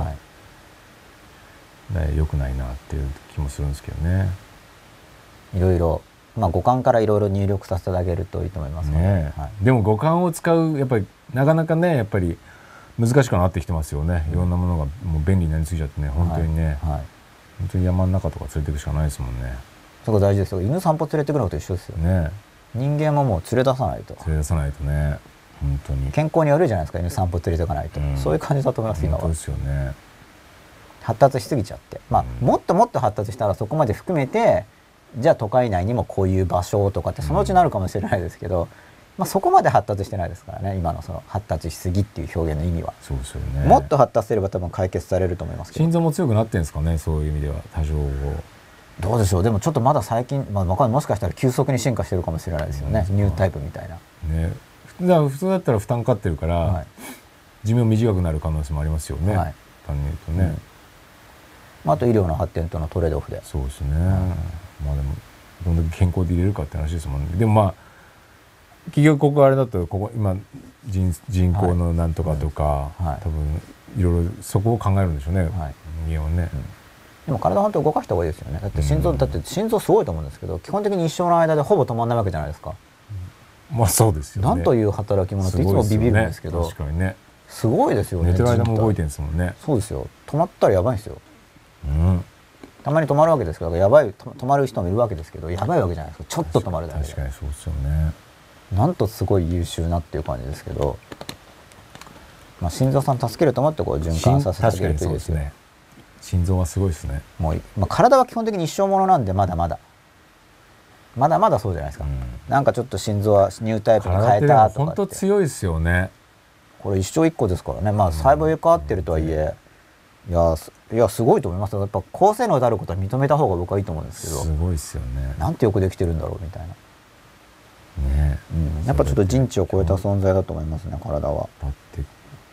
う、良くないなっていう気もするんですけどね。 いろいろ。まあ五感からいろいろ入力させてあげるといいと思いますね。 でも五感を使うやっぱりなかなかね、やっぱり難しくなってきてますよね。いろんなものがもう便利になりすぎちゃってね、本当にね、本当に山の中とか連れていくしかないですもんね。 そこ大事ですよ。犬散歩連れてくのと一緒ですよね。人間ももう連れ出さないと。 連れ出さないとね、本当に。 健康に悪いじゃないですか、犬散歩連れていかないと。そういう感じだと思います今は。 そうですよね。発達しすぎちゃって、まあもっともっと発達したらそこまで含めて。じゃあ都会内にもこういう場所とかってそのうちなるかもしれないですけど、まあそこまで発達してないですからね、今のその発達しすぎっていう表現の意味は。 そうですよね。 もっと発達すれば多分解決されると思いますけど。 心臓も強くなってるんですかね、そういう意味では多少。 どうでしょう。でもちょっとまだ最近、まあもしかしたら急速に進化してるかもしれないですよね、ニュータイプみたいな。 ね、普通だったら負担かかってるから、寿命短くなる可能性もありますよね。単に言うとね。 あと医療の発展とのトレードオフで。 そうですね。まあでもどんだけ健康でいれるかって話ですもんね。でもまあ結局ここあれだとここ今人口のなんとかとか、多分いろいろそこを考えるんでしょうね、人間はね。 でも体本当動かした方がいいですよね。だって心臓すごいと思うんですけど、基本的に一生の間でほぼ止まんないわけじゃないですか。 まあそうですよね。 なんという働き者っていつもビビるんですけど、 確かにね。 すごいですよね。 寝てる間も動いてるんですもんね。 そうですよ。止まったらやばいんですよ。たまに止まるわけですけど、やばい止まる人もいるわけですけど、やばいわけじゃないですか。ちょっと止まるだけで。 確かにそうですよね。 なんとすごい優秀なっていう感じですけど、まあ心臓さん助けると思ってこう循環させてあげるといいですよ。 心臓はすごいですね。 もうまあ体は基本的に一生ものなんで、まだまだそうじゃないですか。なんかちょっと心臓はニュータイプに変えたとかって。 本当強いですよね。 これ一生一個ですからね。まあ細胞入れ替わってるとはいえ。いやすごいと思いますよ。やっぱ高性能であることは認めた方が僕はいいと思うんですけど。 すごいですよね。 なんてよくできてるんだろうみたいな。 ね、 やっぱちょっと人知を超えた存在だと思いますね、体は。 だって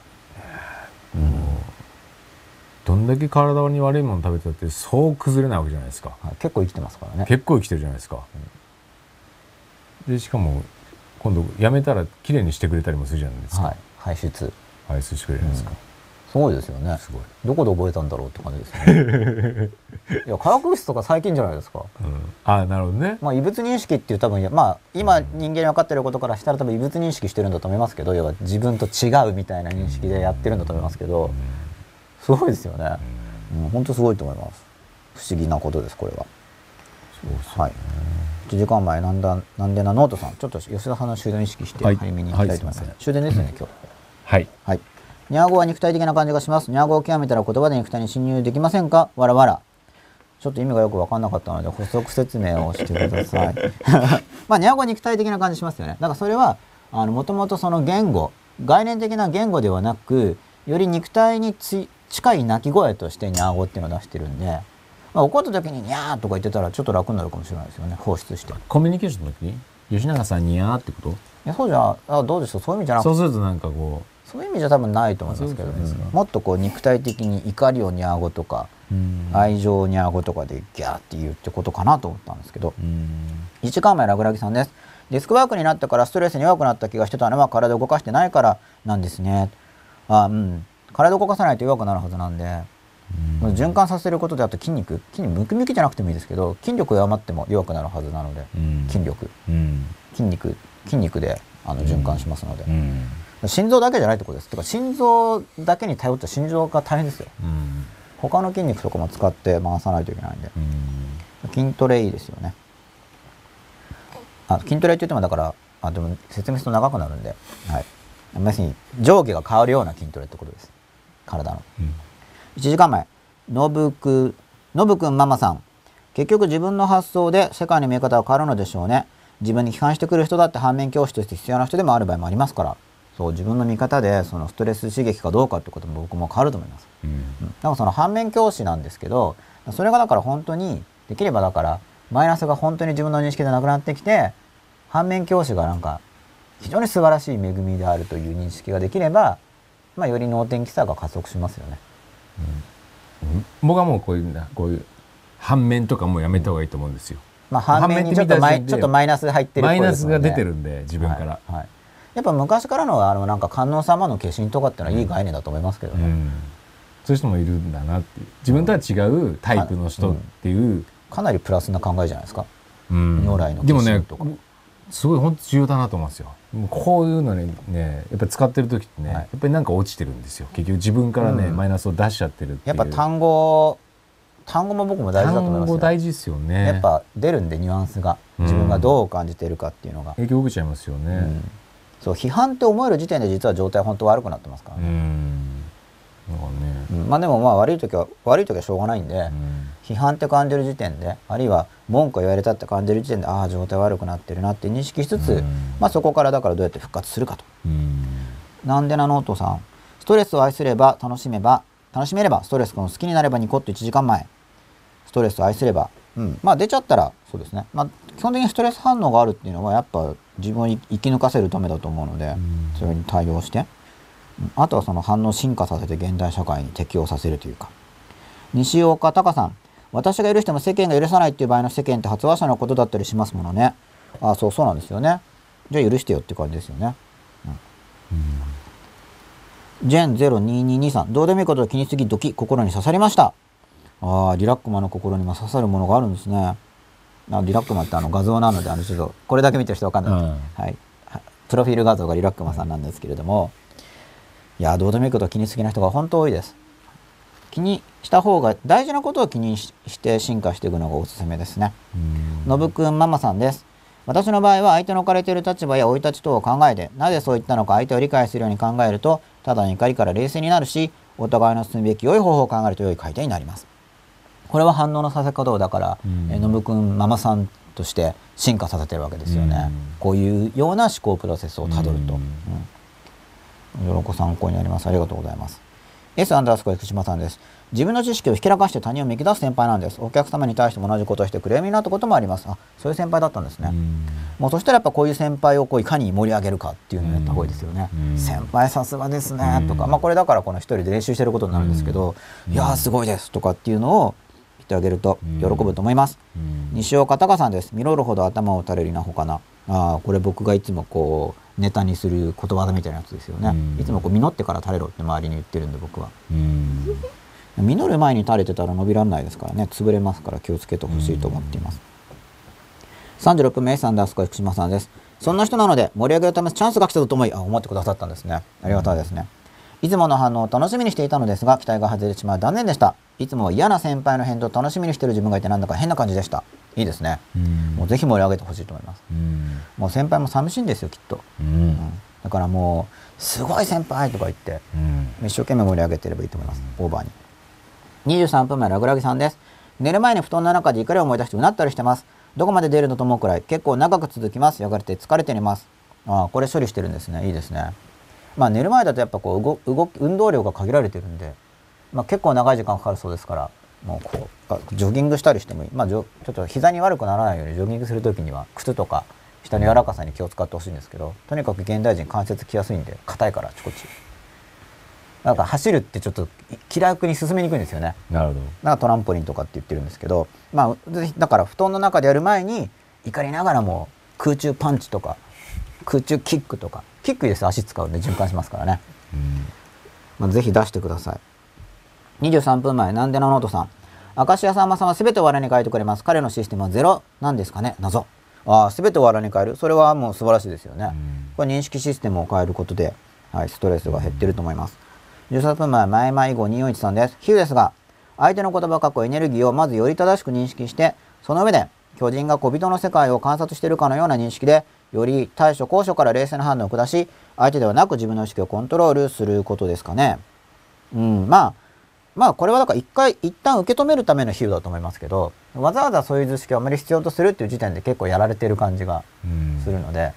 どんだけ体に悪いもの食べてたってそう崩れないわけじゃないですか。 結構生きてますからね。 結構生きてるじゃないですか。でしかも今度やめたらきれいにしてくれたりもするじゃないですか。 排出してくれるじゃないですか。 すごいですよね。 すごい。 どこで覚えたんだろうって感じですね。いや化学物質とか最近じゃないですか。 あ、なるほどね。 異物認識っていう多分今人間に分かってることからしたら多分異物認識してるんだと思いますけど、要は自分と違うみたいな認識でやってるんだと思いますけど、すごいですよね。本当すごいと思います。不思議なことですこれは。 そうですね。 はい。1時間前なんでなノートさん、ちょっと吉田さんの終電を意識して早めに行きたいと思います。終電ですよね今日。 はい。 はい。ニャーゴは肉体的な感じがします。ニャーゴを極めたら言葉で肉体に侵入できませんか？わらわら。ちょっと意味がよく分かんなかったので補足説明をしてください。ニャーゴは肉体的な感じしますよね。だからそれはもともとその言語、概念的な言語ではなく、より肉体に近い鳴き声としてニャーゴっていうのを出してるんで、怒った時にニャーとか言ってたらちょっと楽になるかもしれないですよね。放出して。 コミュニケーションの時に吉永さんニャーってこと？ いやそうじゃどうでしょう、そういう意味じゃなくて。 そうするとなんかこう。 そういう意味じゃ多分ないと思いますけど、もっとこう肉体的に怒りをニャーゴとか愛情をニャーゴとかでギャーって言うってことかなと思ったんですけど、1時間前ラグラギさんです。デスクワークになってからストレスに弱くなった気がしてたのは体を動かしてないからなんですね。体を動かさないと弱くなるはずなんで、循環させることであと筋肉ムキムキじゃなくてもいいですけど、筋力が余っても弱くなるはずなので、筋肉で循環しますので。心臓だけじゃないってことです。てか心臓だけに頼った心臓が大変ですよ。他の筋肉とかも使って回さないといけないんで、筋トレいいですよね。筋トレって言ってもだからでも説明すると長くなるんで、はい、要するに上下が変わるような筋トレってことです、体の。1時間前ノブくんママさん、結局自分の発想で世界の見え方が変わるのでしょうね。自分に批判してくる人だって反面教師として必要な人でもある場合もありますから。そう、自分の見方でそのストレス刺激かどうかってことも僕も変わると思います。だからその反面教師なんですけど、それがだから本当にできればだからマイナスが本当に自分の認識でなくなってきて、反面教師がなんか非常に素晴らしい恵みであるという認識ができれば、より能天気さが加速しますよね。 僕はもうこういう反面とかもやめた方がいいと思うんですよ。 反面にちょっとマイナス入ってるっぽいですもんね。 マイナスが出てるんで自分から。 やっぱ昔からのなんか観音様の化身とかっていうのはいい概念だと思いますけどね。 そういう人もいるんだなっていう、自分とは違うタイプの人っていう、 かなりプラスな考えじゃないですか。如来の化身とか。 でもね、すごい本当重要だなと思うんですよ。こういうのにね、やっぱり使ってる時ってね、やっぱりなんか落ちてるんですよ。結局自分からね、マイナスを出しちゃってるっていう。 やっぱ単語も僕も大事だと思いますよ。 単語大事ですよね。 やっぱ出るんでニュアンスが、自分がどう感じているかっていうのが影響を受けちゃいますよね。 そう、批判って思える時点で実は状態本当悪くなってますからね。でも悪い時はしょうがないんで、批判って感じる時点で、あるいは文句を言われたって感じる時点で、状態悪くなってるなって認識しつつ、そこからだからどうやって復活するかと。なんでなノートさん、ストレスを愛すれば楽しめればストレスが好きになればニコッと1時間前、ストレスを愛すれば、出ちゃったらそうですね、基本的にストレス反応があるっていうのはやっぱ自分を生き抜かせるためだと思うので、それに対応して、あとはその反応を進化させて現代社会に適応させるというか。西岡隆さん、私が許しても世間が許さないっていう場合の世間って発話者のことだったりしますものね。そうなんですよね。じゃあ許してよって感じですよね。ジェン022223、どうでもいいことを気にしすぎドキ心に刺さりました。リラックマの心にも刺さるものがあるんですね。リラックマって画像なのでちょっとこれだけ見てる人わかんない、プロフィール画像がリラックマさんなんですけれども、いやどうでもいいことを気にしすぎな人が本当多いです。気にした方が大事なことを気にして進化していくのがおすすめですね。のぶくんママさんです。私の場合は相手の置かれている立場や生い立ち等を考えて、なぜそういったのか相手を理解するように考えると、ただの怒りから冷静になるし、お互いの進むべき良い方法を考えると良い回転になります。これは反応のさせ方をだからのぶくんママさんとして進化させてるわけですよね。こういうような思考プロセスをたどると。参考になります。ありがとうございます。S_福島さんです。自分の知識をひけらかして他人を見下す先輩なんです。お客様に対しても同じことをしてクレームになったこともあります。そういう先輩だったんですね。もうそしたらやっぱこういう先輩をいかに盛り上げるかっていうのをやった方がいいですよね。先輩さすがですねとか、これだからこの一人で練習してることになるんですけど、いやーすごいですとかっていうのを言ってあげると喜ぶと思います。西岡隆さんです。見ろるほど頭を打たれるなほかな。これ僕がいつもこうネタにすることわざみたいなやつですよね。いつもこう実ってから垂れろって周りに言ってるんで僕は。実る前に垂れてたら伸びられないですからね、潰れますから気をつけてほしいと思っています。36分目 S さんで、あすこ福島さんです。そんな人なので盛り上げるためチャンスが来たと思い思ってくださったんですね。ありがたいですね。いつもの反応を楽しみにしていたのですが期待が外れてしまう残念でした。いつも嫌な先輩の返答を楽しみにしている自分がいてなんだか変な感じでした。いいですね。もうぜひ盛り上げてほしいと思います。もう先輩も寂しいんですよきっと。だからもうすごい先輩とか言って、一生懸命盛り上げてればいいと思います。オーバーに。23分前ラグラギさんです。寝る前に布団の中で怒りを思い出してうなったりしてます。どこまで出るのと思うくらい結構長く続きます。やがて疲れて寝ます。これ処理してるんですね。いいですね。寝る前だとやっぱこう運動量が限られてるんで、結構長い時間かかるそうですから、もうこうジョギングしたりしてもいい。ちょっと膝に悪くならないようにジョギングするときには靴とか下の柔らかさに気を使ってほしいんですけど、とにかく現代人関節きやすいんで硬いからあちこち。なんか走るってちょっと気楽に進めにくいんですよね。 なるほど。 だからトランポリンとかって言ってるんですけど、だから布団の中でやる前に怒りながらも空中パンチとか空中キックとか、キックです、足使うんで循環しますからね。ぜひ出してください。23分前なんでのノートさん、明石家さんまさんは全てを笑いに変えてくれます。彼のシステムはゼロなんですかね。謎。全てを笑いに変える、それはもう素晴らしいですよね。これ認識システムを変えることで、ストレスが減ってると思います。13分前前々後241さんです。比喩ですが、相手の言葉エネルギーをまずより正しく認識して、その上で巨人が小人の世界を観察しているかのような認識でより対処高所から冷静な判断を下し、相手ではなく自分の意識をコントロールすることですかね。これはだから一旦受け止めるための比喩だと思いますけど、わざわざそういう図式をあまり必要とするっていう時点で結構やられてる感じがするので、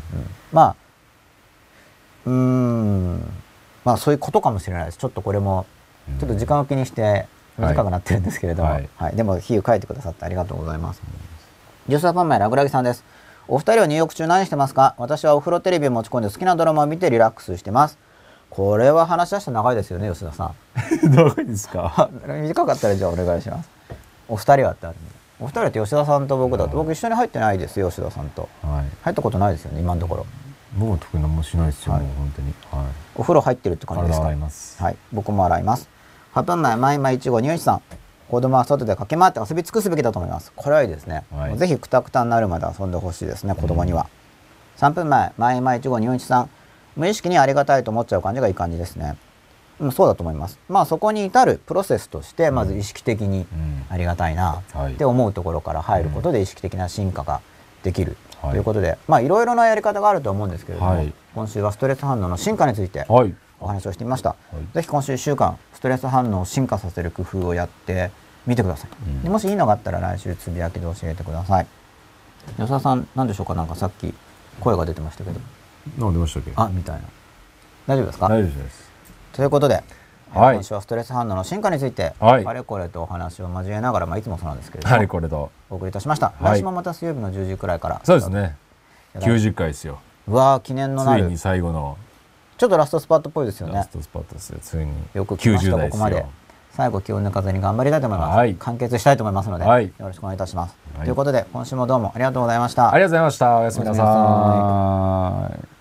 そういうことかもしれないです。ちょっとこれもちょっと時間を気にして短くなってるんですけれども、でも比喩書いてくださってありがとうございます。13番前ラグラギさんです。お二人は入浴中何してますか？私はお風呂テレビを持ち込んで好きなドラマを見てリラックスしてます。これは話し出して長いですよね、吉田さん。長いですか？ 短かったらじゃあお願いします。お二人はってあるんで。お二人って吉田さんと僕だと、僕一緒に入ってないですよ、吉田さんと。入ったことないですよね、今のところ。 僕は特に何もしないですよ、もう本当に。 お風呂入ってるって感じですか？ 洗います。 僕も洗います。8分前、マイマイ1号入一さん。子供は外で駆け回って遊び尽くすべきだと思います。これはいいですね。ぜひくたくたになるまで遊んでほしいですね、子供には。3分前、マイマイ1号入一さん。無意識にありがたいと思っちゃう感じがいい感じですね。そうだと思います。そこに至るプロセスとして、まず意識的にありがたいなって思うところから入ることで意識的な進化ができるということで、いろいろなやり方があると思うんですけれども、今週はストレス反応の進化についてお話をしてみました。ぜひ今週1週間ストレス反応を進化させる工夫をやってみてください。もしいいのがあったら来週つぶやきで教えてください。吉田さん何でしょうか？なんかさっき声が出てましたけど。 出ましたっけ？ みたいな。大丈夫ですか？ 大丈夫です。 ということで、今週はストレス反応の進化について、あれこれとお話を交えながら、いつもそうなんですけれども、 あれこれとお送りいたしました。来週もまた水曜日の10時くらいから。 そうですね。90回ですよ。 記念のなる。 ついに最後の。 ちょっとラストスパットっぽいですよね。 ラストスパットですよ。ついに。 よく来ました、ここまで。最後気を抜かずに頑張りたいと思います。完結したいと思いますので、よろしくお願いいたします。ということで、今週もどうもありがとうございました。 ありがとうございました。おやすみなさい。